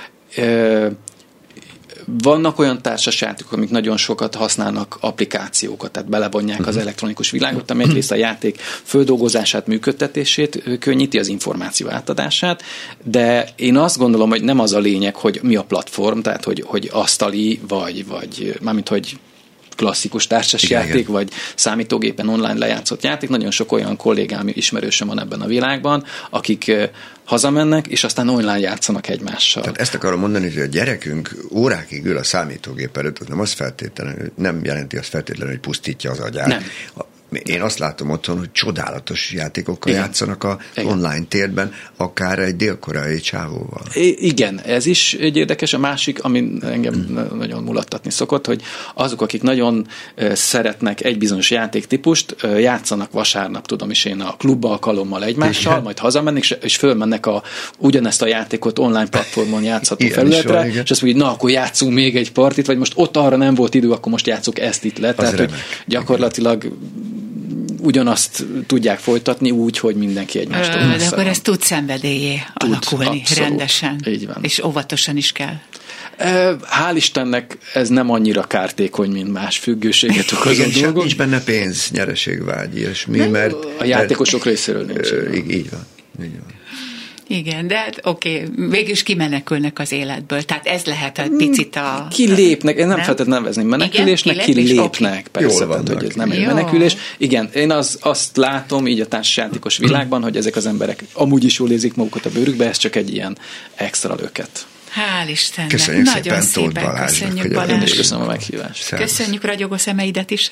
[SPEAKER 9] Vannak olyan társasjátékok, amik nagyon sokat használnak applikációkat, tehát belevonják az elektronikus világot, ami egyrészt a játék földolgozását, működtetését könnyíti, az információ átadását, de én azt gondolom, hogy nem az a lényeg, hogy mi a platform, tehát hogy asztali, vagy mármint, hogy klasszikus társasjáték, vagy számítógépen online lejátszott játék. Nagyon sok olyan kollégám, ismerősöm van ebben a világban, akik hazamennek, és aztán online játszanak egymással.
[SPEAKER 3] Tehát ezt akarom mondani, hogy a gyerekünk órákig ül a számítógép előtt, az nem jelenti azt feltétlenül, hogy pusztítja az agyát. Nem. Én azt látom otthon, hogy csodálatos játékokkal játszanak a online térben, akár egy dél-koreai csávóval.
[SPEAKER 9] Igen, ez is egy érdekes. A másik, ami engem nagyon mulattatni szokott, hogy azok, akik nagyon szeretnek egy bizonyos játéktípust, játszanak vasárnap, tudom is én, a klubba alkalommal egymással, majd hazamennek, és fölmennek ugyanezt a játékot online platformon játszható felületre, és azt mondjuk, na, akkor játszunk még egy partit, vagy most ott arra nem volt idő, akkor most játszunk ezt itt le. Tehát, hogy gyakorlatilag ugyanazt tudják folytatni úgy, hogy mindenki egymástól messze.
[SPEAKER 2] De akkor ez tud szenvedélyé alakulni rendesen.
[SPEAKER 9] Így van.
[SPEAKER 2] És óvatosan is kell.
[SPEAKER 9] Hál' Istennek ez nem annyira kártékony, mint más függőséget okozó dolgok.
[SPEAKER 3] Nincs benne pénz, nyereségvágy, ilyesmi, mert
[SPEAKER 9] a játékosok részéről nincs.
[SPEAKER 3] Így van.
[SPEAKER 2] Igen, de oké, végülis kimenekülnek az életből. Tehát ez lehet egy picit a...
[SPEAKER 9] Kilépnek, én nem feltétlenül nevezném menekülésnek, kilépnek, persze, tehát, hogy ez nem egy menekülés. Igen, én azt látom így a társasjátékos világban, hogy ezek az emberek amúgy is jól érzik magukat a bőrükbe, ez csak egy ilyen extra löket.
[SPEAKER 2] Hál' Istennek.
[SPEAKER 3] Köszönjük
[SPEAKER 2] nagyon szépen köszönjük, Balázs.
[SPEAKER 9] És köszönöm a meghívást.
[SPEAKER 2] Szervusz. Köszönjük ragyogó szemeidet is.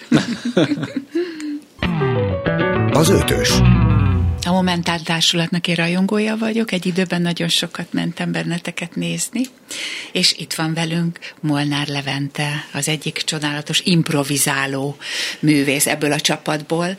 [SPEAKER 1] Az Ötös.
[SPEAKER 2] A Momentán Társulatnak én rajongója vagyok, egy időben nagyon sokat mentem benneteket nézni, és itt van velünk Molnár Levente, az egyik csodálatos improvizáló művész ebből a csapatból,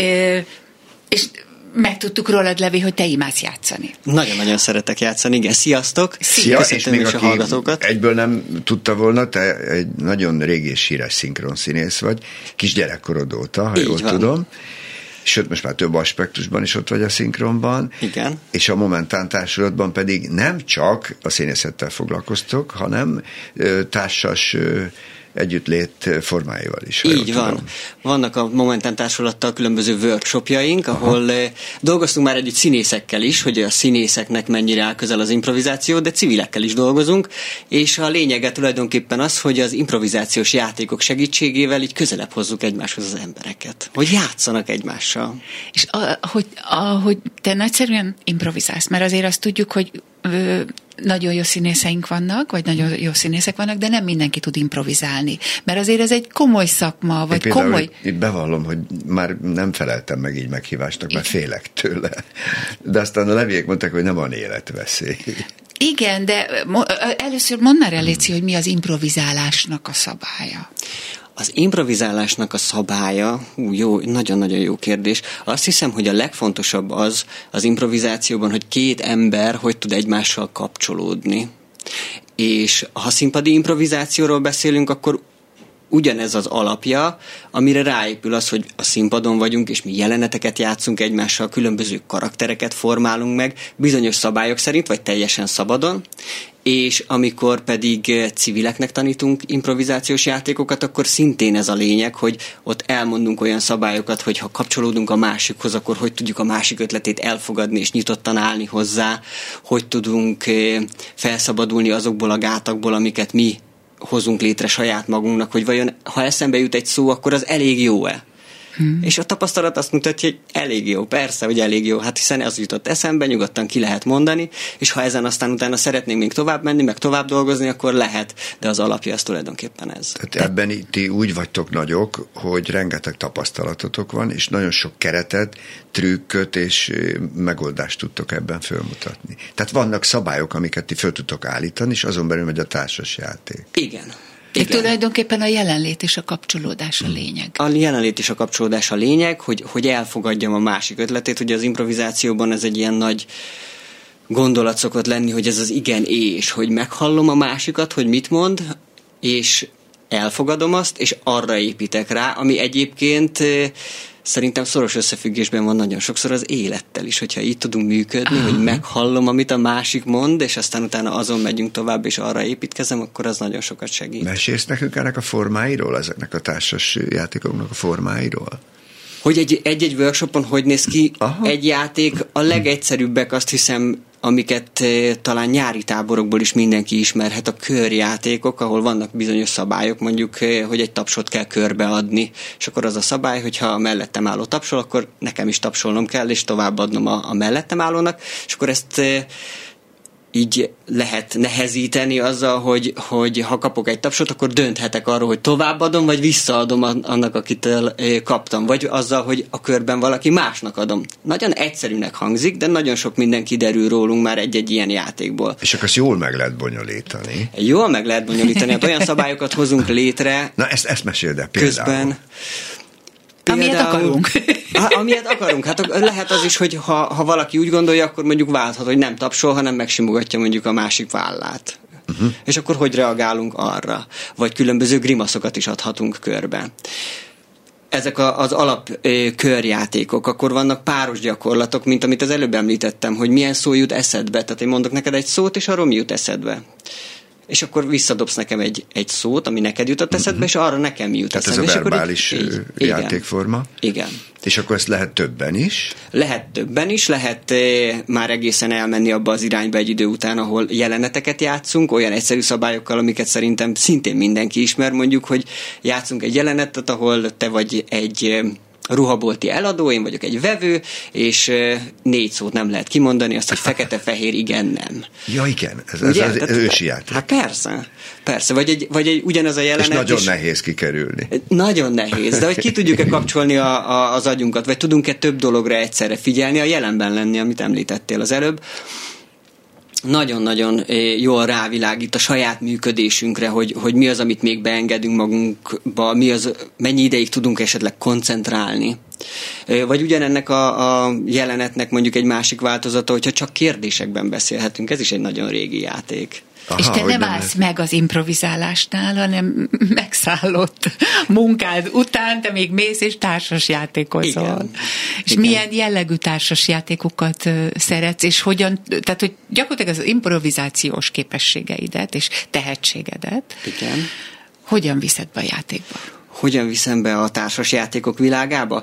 [SPEAKER 2] és megtudtuk rólad, Levi, hogy te imádsz játszani.
[SPEAKER 10] Nagyon-nagyon szeretek játszani, igen. Sziasztok!
[SPEAKER 3] Szia, és még aki egyből nem tudta volna, te egy nagyon régi és híres szinkronszínész vagy, kisgyerekkorod óta, ha jól tudom. Sőt, most már több aspektusban is ott vagy a szinkronban.
[SPEAKER 10] Igen.
[SPEAKER 3] És a Momentán Társulatban pedig nem csak a színészettel foglalkoztok, hanem társas együttlét formáival is.
[SPEAKER 10] Így van. Vannak a Momentán Társulattal különböző workshopjaink, ahol dolgoztunk már együtt színészekkel is, hogy a színészeknek mennyire áll közel az improvizáció, de civilekkel is dolgozunk, és a lényege tulajdonképpen az, hogy az improvizációs játékok segítségével így közelebb hozzuk egymáshoz az embereket, hogy játszanak egymással.
[SPEAKER 2] És ahogy te nagyszerűen improvizálsz, mert azért azt tudjuk, hogy nagyon jó színészeink vannak, vagy nagyon jó színészek vannak, de nem mindenki tud improvizálni. Mert azért ez egy komoly szakma, vagy komoly...
[SPEAKER 3] Itt bevallom, hogy már nem feleltem meg így meghívásnak, mert félek tőle. De aztán a Leviek mondták, hogy nem van életveszély.
[SPEAKER 2] Igen, de először mondd már el, Léci, hogy mi az improvizálásnak a szabálya.
[SPEAKER 10] Az improvizálásnak a szabálya, jó, nagyon-nagyon jó kérdés. Azt hiszem, hogy a legfontosabb az improvizációban, hogy két ember hogy tud egymással kapcsolódni. És ha színpadi improvizációról beszélünk, akkor ugyanez az alapja, amire ráépül az, hogy a színpadon vagyunk, és mi jeleneteket játszunk egymással, különböző karaktereket formálunk meg, bizonyos szabályok szerint, vagy teljesen szabadon, és amikor pedig civileknek tanítunk improvizációs játékokat, akkor szintén ez a lényeg, hogy ott elmondunk olyan szabályokat, hogy ha kapcsolódunk a másikhoz, akkor hogy tudjuk a másik ötletét elfogadni és nyitottan állni hozzá, hogy tudunk felszabadulni azokból a gátakból, amiket mi hozunk létre saját magunknak, hogy vajon, ha eszembe jut egy szó, akkor az elég jó-e? És a tapasztalat azt mutatja, hogy elég jó, persze, hogy elég jó, hát hiszen az jutott eszembe, nyugodtan ki lehet mondani, és ha ezen aztán utána szeretnénk még tovább menni, meg tovább dolgozni, akkor lehet, de az alapja az tulajdonképpen ez.
[SPEAKER 3] Tehát ebben ti úgy vagytok nagyok, hogy rengeteg tapasztalatotok van, és nagyon sok keretet, trükköt és megoldást tudtok ebben fölmutatni. Tehát vannak szabályok, amiket ti föl tudtok állítani, és azon belül megy a társasjáték.
[SPEAKER 10] Igen.
[SPEAKER 2] De tulajdonképpen a jelenlét és a kapcsolódás a lényeg.
[SPEAKER 10] A jelenlét és a kapcsolódás a lényeg, hogy elfogadjam a másik ötletét. Ugye az improvizációban ez egy ilyen nagy gondolat szokott lenni, hogy ez az igen és, hogy meghallom a másikat, hogy mit mond, és elfogadom azt, és arra építek rá, ami egyébként szerintem szoros összefüggésben van nagyon sokszor az élettel is, hogyha így tudunk működni, hogy meghallom, amit a másik mond, és aztán utána azon megyünk tovább, és arra építkezem, akkor az nagyon sokat segít.
[SPEAKER 3] Mesélsz nekünk ennek a formáiról, ezeknek a társas játékoknak a formáiról?
[SPEAKER 10] Hogy egy workshopon hogy néz ki egy játék, a legegyszerűbbek azt hiszem amiket talán nyári táborokból is mindenki ismerhet, a körjátékok, ahol vannak bizonyos szabályok, mondjuk, hogy egy tapsot kell körbeadni, és akkor az a szabály, hogyha a mellettem álló tapsol, akkor nekem is tapsolnom kell, és továbbadnom a mellettem állónak, és akkor ezt így lehet nehezíteni azzal, hogy ha kapok egy tapsot, akkor dönthetek arról, hogy továbbadom, vagy visszaadom annak, akitől kaptam, vagy azzal, hogy a körben valaki másnak adom. Nagyon egyszerűnek hangzik, de nagyon sok minden kiderül rólunk már egy-egy ilyen játékból.
[SPEAKER 3] És akkor ezt jól meg lehet bonyolítani.
[SPEAKER 10] Jól meg lehet bonyolítani, hát olyan szabályokat hozunk létre.
[SPEAKER 3] Na, ezt meséld el például.
[SPEAKER 10] Közben.
[SPEAKER 2] Amilyet akarunk.
[SPEAKER 10] Amilyet akarunk. Hát lehet az is, hogy ha valaki úgy gondolja, akkor mondjuk válthat, hogy nem tapsol, hanem megsimogatja mondjuk a másik vállát. És akkor hogy reagálunk arra? Vagy különböző grimaszokat is adhatunk körbe. Ezek az alap körjátékok, akkor vannak páros gyakorlatok, mint amit az előbb említettem, hogy milyen szó jut eszedbe. Tehát én mondok neked egy szót, és arról mi jut eszedbe. És akkor visszadobsz nekem egy szót, ami neked jutott eszedbe, és arra nekem jut eszedbe.
[SPEAKER 3] Tehát ez a verbális játékforma.
[SPEAKER 10] Igen.
[SPEAKER 3] És akkor ezt lehet többen is?
[SPEAKER 10] Lehet többen is, lehet már egészen elmenni abba az irányba egy idő után, ahol jeleneteket játszunk, olyan egyszerű szabályokkal, amiket szerintem szintén mindenki ismer, mondjuk, hogy játszunk egy jelenetet, ahol te vagy egy ruhabolti eladó, én vagyok egy vevő, és 4 szót nem lehet kimondani, azt, hogy fekete-fehér, igen, nem.
[SPEAKER 3] Ja, igen, ez az ősi játék.
[SPEAKER 10] Hát persze, vagy egy ugyanaz a jelenet.
[SPEAKER 3] És nagyon nehéz kikerülni.
[SPEAKER 10] Nagyon nehéz, de hogy ki tudjuk-e kapcsolni az agyunkat, vagy tudunk-e több dologra egyszerre figyelni, a jelenben lenni, amit említettél az előbb. Nagyon-nagyon jól rávilágít a saját működésünkre, hogy mi az, amit még beengedünk magunkba, mennyi ideig tudunk esetleg koncentrálni. Vagy ugyanennek a jelenetnek mondjuk egy másik változata, hogyha csak kérdésekben beszélhetünk, ez is egy nagyon régi játék.
[SPEAKER 2] Aha, és te nem állsz meg az improvizálásnál, hanem megszállott munkád után, te még mész és társas játékozol.
[SPEAKER 10] Igen.
[SPEAKER 2] És
[SPEAKER 10] igen.
[SPEAKER 2] Milyen jellegű társas játékokat szeretsz, és hogyan, tehát hogy gyakorlatilag az improvizációs képességeidet és tehetségedet,
[SPEAKER 10] igen.
[SPEAKER 2] Hogyan viszed be a játékba?
[SPEAKER 10] Hogyan viszem be a társas játékok világába?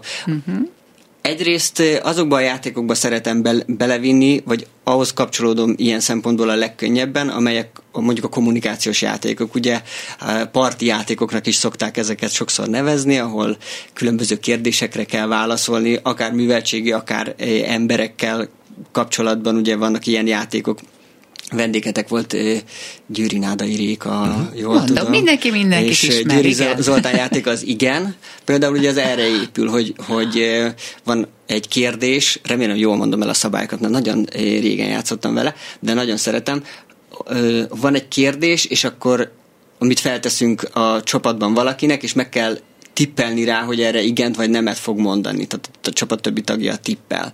[SPEAKER 10] Egyrészt azokban a játékokba szeretem belevinni, vagy ahhoz kapcsolódom ilyen szempontból a legkönnyebben, amelyek mondjuk a kommunikációs játékok. Ugye parti játékoknak is szokták ezeket sokszor nevezni, ahol különböző kérdésekre kell válaszolni, akár műveltségi, akár emberekkel kapcsolatban ugye vannak ilyen játékok. Vendégetek volt Győri Nádai Réka, jól
[SPEAKER 2] mondom,
[SPEAKER 10] tudom.
[SPEAKER 2] Mindenki
[SPEAKER 10] és
[SPEAKER 2] ismer.
[SPEAKER 10] Győri Zoltán játék az igen. Például ugye az erre épül, hogy van egy kérdés, remélem jól mondom el a szabályokat, mert nagyon régen játszottam vele, de nagyon szeretem. Van egy kérdés, és akkor amit felteszünk a csapatban valakinek, és meg kell tippelni rá, hogy erre igent vagy nemet fog mondani. Tehát a csapat többi tagja tippel.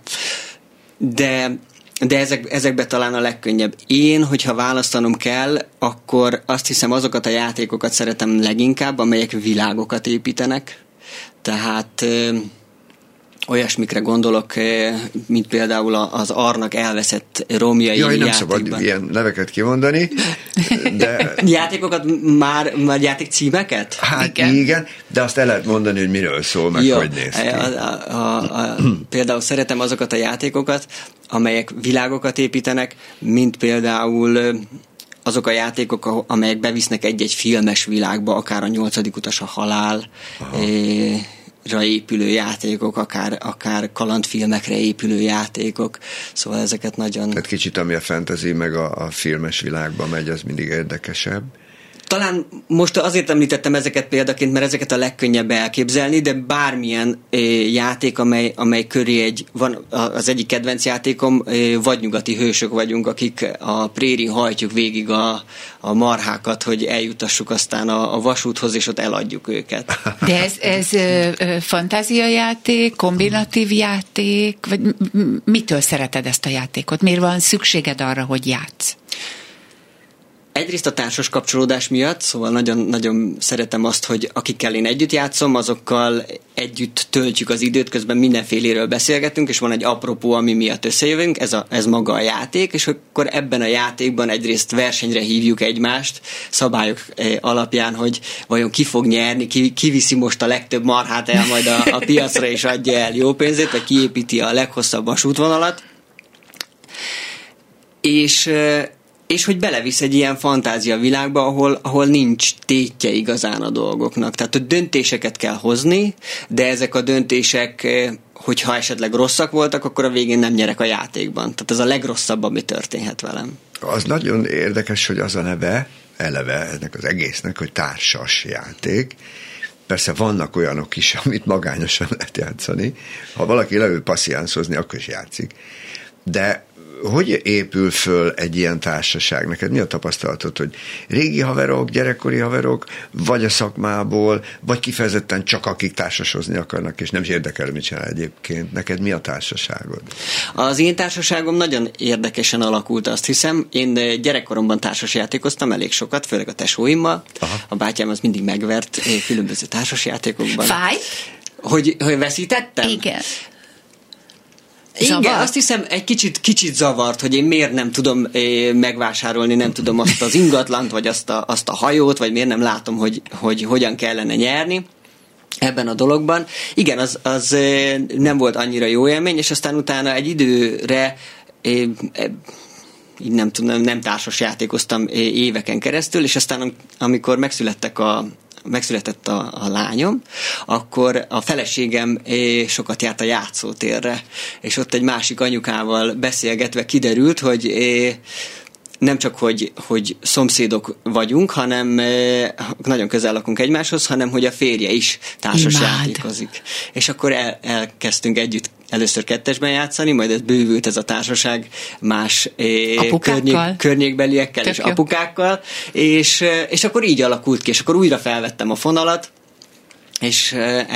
[SPEAKER 10] De ezekben talán a legkönnyebb. Én, hogyha választanom kell, akkor azt hiszem azokat a játékokat szeretem leginkább, amelyek világokat építenek. Tehát olyasmikre gondolok, mint például az Arnak elveszett romjai játékban.
[SPEAKER 3] Nem szabad ilyen neveket kimondani, de...
[SPEAKER 10] Játékokat már játékcímeket?
[SPEAKER 3] Hát igen, de azt el lehet mondani, hogy miről szól, meg hogy néz ki.
[SPEAKER 10] Például szeretem azokat a játékokat, amelyek világokat építenek, mint például azok a játékok, amelyek bevisznek egy-egy filmes világba, akár a 8. utas, a halál, épülő játékok, akár kalandfilmekre épülő játékok, szóval ezeket nagyon...
[SPEAKER 3] Tehát kicsit ami a fantasy meg a filmes világban megy, az mindig érdekesebb.
[SPEAKER 10] Talán most azért említettem ezeket példaként, mert ezeket a legkönnyebb elképzelni, de bármilyen játék, amely köré van az egyik kedvenc játékom, vadnyugati hősök vagyunk, akik a prérin hajtjuk végig a marhákat, hogy eljutassuk aztán a vasúthoz, és ott eladjuk őket.
[SPEAKER 2] De ez fantáziajáték, kombinatív játék, vagy mitől szereted ezt a játékot? Miért van szükséged arra, hogy játsz?
[SPEAKER 10] Egyrészt a társas kapcsolódás miatt, szóval nagyon szeretem azt, hogy akikkel én együtt játszom, azokkal együtt töltjük az időt, közben mindenféléről beszélgetünk, és van egy apropó, ami miatt összejövünk, ez maga a játék, és akkor ebben a játékban egyrészt versenyre hívjuk egymást, szabályok alapján, hogy vajon ki fog nyerni, ki viszi most a legtöbb marhát el majd a piacra, és adja el jó pénzét, vagy kiépíti a leghosszabb vasútvonalat. és hogy belevisz egy ilyen fantázia világba, ahol nincs tétje igazán a dolgoknak. Tehát a döntéseket kell hozni, de ezek a döntések, hogyha esetleg rosszak voltak, akkor a végén nem nyerek a játékban. Tehát ez a legrosszabb, ami történhet velem.
[SPEAKER 3] Az nagyon érdekes, hogy az a neve, eleve ennek az egésznek, hogy társas játék. Persze vannak olyanok is, amit magányosan lehet játszani. Ha valaki leül passziánszozni, akkor is játszik. De hogy épül föl egy ilyen társaság? Neked mi a tapasztalatod, hogy régi haverok, gyerekkori haverok, vagy a szakmából, vagy kifejezetten csak akik társasozni akarnak, és nem is érdekel, mit csinál egyébként? Neked mi a társaságod?
[SPEAKER 10] Az én társaságom nagyon érdekesen alakult, azt hiszem. Én gyerekkoromban társasjátékoztam elég sokat, főleg a tesóimmal. Aha. A bátyám az mindig megvert különböző társasjátékokban.
[SPEAKER 2] Fáj?
[SPEAKER 10] Hogy veszítettem?
[SPEAKER 2] Igen.
[SPEAKER 10] Igen, azt hiszem egy kicsit zavart, hogy én miért nem tudom megvásárolni, nem tudom azt az ingatlant, vagy azt a hajót, vagy miért nem látom, hogy hogyan kellene nyerni ebben a dologban. Igen, az nem volt annyira jó élmény, és aztán utána egy időre így nem tudom, nem társas játékoztam éveken keresztül, és aztán amikor megszületett a lányom, akkor a feleségem sokat járt a játszótérre, és ott egy másik anyukával beszélgetve kiderült, hogy nem csak, hogy szomszédok vagyunk, hanem nagyon közel lakunk egymáshoz, hanem hogy a férje is társas játékozik. És akkor elkezdtünk együtt először kettesben játszani, majd ez bővült ez a társaság más környékbeliekkel és apukákkal, és akkor így alakult ki, és akkor újra felvettem a fonalat, és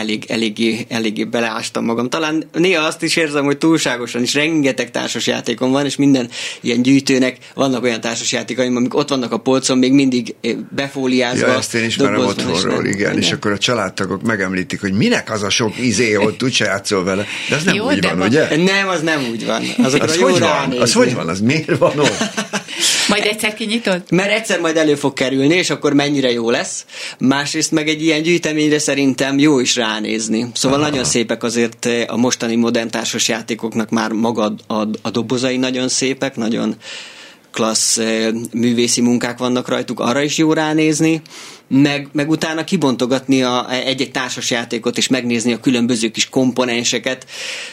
[SPEAKER 10] eléggé beleástam magam. Talán néha azt is érzem, hogy túlságosan is rengeteg társasjátékom van, és minden ilyen gyűjtőnek vannak olyan társasjátékaim, amik ott vannak a polcon, még mindig befóliázva.
[SPEAKER 3] Ja, ezt én ismerem otthonról, igen, és akkor a családtagok megemlítik, hogy minek az a sok hogy úgyse játszol vele. De ez nem jó, úgy van, ugye?
[SPEAKER 10] Nem, az nem úgy van.
[SPEAKER 3] Az hogy van? Az hogy van? Az miért van ott?
[SPEAKER 2] Majd egyszer kinyitod?
[SPEAKER 10] Mert egyszer majd elő fog kerülni, és akkor mennyire jó lesz. Másrészt meg egy ilyen gyűjteményre szerintem jó is ránézni. Szóval nagyon szépek azért a mostani modern társasjátékoknak már maga a dobozai nagyon szépek, nagyon klassz művészi munkák vannak rajtuk, arra is jó ránézni, meg utána kibontogatni egy-egy társasjátékot, és megnézni a különböző kis komponenseket.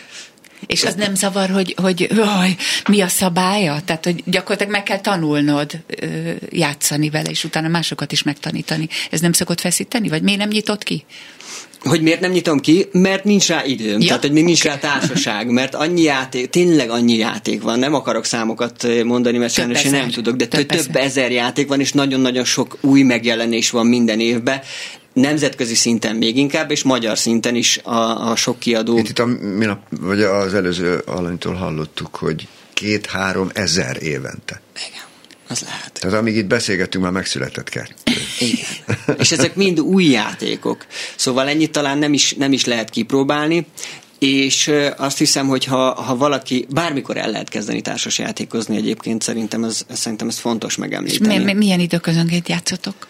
[SPEAKER 2] És az nem zavar, hogy mi a szabálya? Tehát, hogy gyakorlatilag meg kell tanulnod játszani vele, és utána másokat is megtanítani. Ez nem szokott feszíteni? Vagy miért nem nyitott ki?
[SPEAKER 10] Hogy miért nem nyitom ki? Mert nincs rá időm. Ja. Tehát, hogy még nincs rá társaság, mert tényleg annyi játék van. Nem akarok számokat mondani, mert sajnos én nem tudok, de több ezer játék van, és nagyon-nagyon sok új megjelenés van minden évben. Nemzetközi szinten még inkább, és magyar szinten is a sok kiadó.
[SPEAKER 3] Itt vagy az előző alanytól hallottuk, hogy 2-3 ezer évente.
[SPEAKER 10] Igen, az lehet.
[SPEAKER 3] Tehát amíg itt beszélgettünk, már megszületett 2.
[SPEAKER 10] Igen. És ezek mind új játékok. Szóval ennyit talán nem is lehet kipróbálni, és azt hiszem, hogy ha valaki bármikor el lehet kezdeni társasjátékozni egyébként, szerintem ez fontos megemlíteni.
[SPEAKER 2] Milyen időközönként játszotok?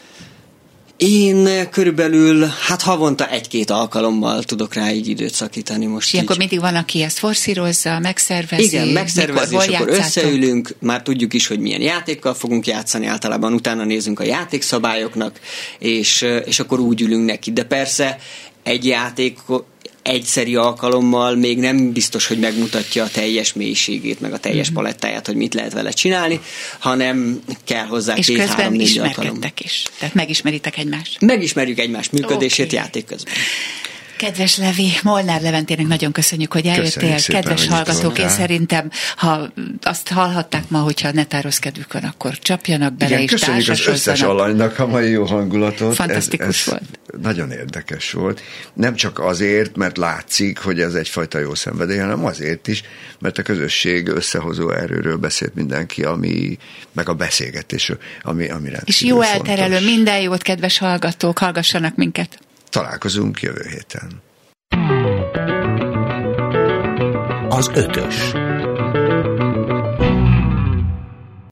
[SPEAKER 10] Én körülbelül, havonta 1-2 alkalommal tudok rá így időt szakítani most.
[SPEAKER 2] Ilyenkor mindig van, aki ezt forszírozza, megszervezi.
[SPEAKER 10] Igen, megszervezi, és akkor összeülünk, már tudjuk is, hogy milyen játékkal fogunk játszani, általában utána nézünk a játékszabályoknak, és akkor úgy ülünk neki. De persze egy játék egyszeri alkalommal még nem biztos, hogy megmutatja a teljes mélységét, meg a teljes palettáját, hogy mit lehet vele csinálni, hanem kell hozzá 2-3-4 alkalom. És közben
[SPEAKER 2] ismerkedtek is. Tehát megismeritek egymást.
[SPEAKER 10] Megismerjük egymás működését játék közben.
[SPEAKER 2] Kedves Levi, Molnár Leventének nagyon köszönjük, hogy eljöttél. Kedves hallgatók, én szerintem, ha azt hallhatták ma, hogyha netározz kedvükön, akkor csapjanak bele,
[SPEAKER 3] igen,
[SPEAKER 2] és
[SPEAKER 3] köszönjük az összes alanynak a mai jó hangulatot.
[SPEAKER 2] Fantasztikus volt.
[SPEAKER 3] Nagyon érdekes volt. Nem csak azért, mert látszik, hogy ez egyfajta jó szenvedély, hanem azért is, mert a közösség összehozó erőről beszélt mindenki, meg a beszélgetésről, ami rendkívül
[SPEAKER 2] és jó elterelő, fontos. Minden jót, kedves hallgatók, hallgassanak minket.
[SPEAKER 3] Találkozunk jövő héten.
[SPEAKER 1] Az 5-ös.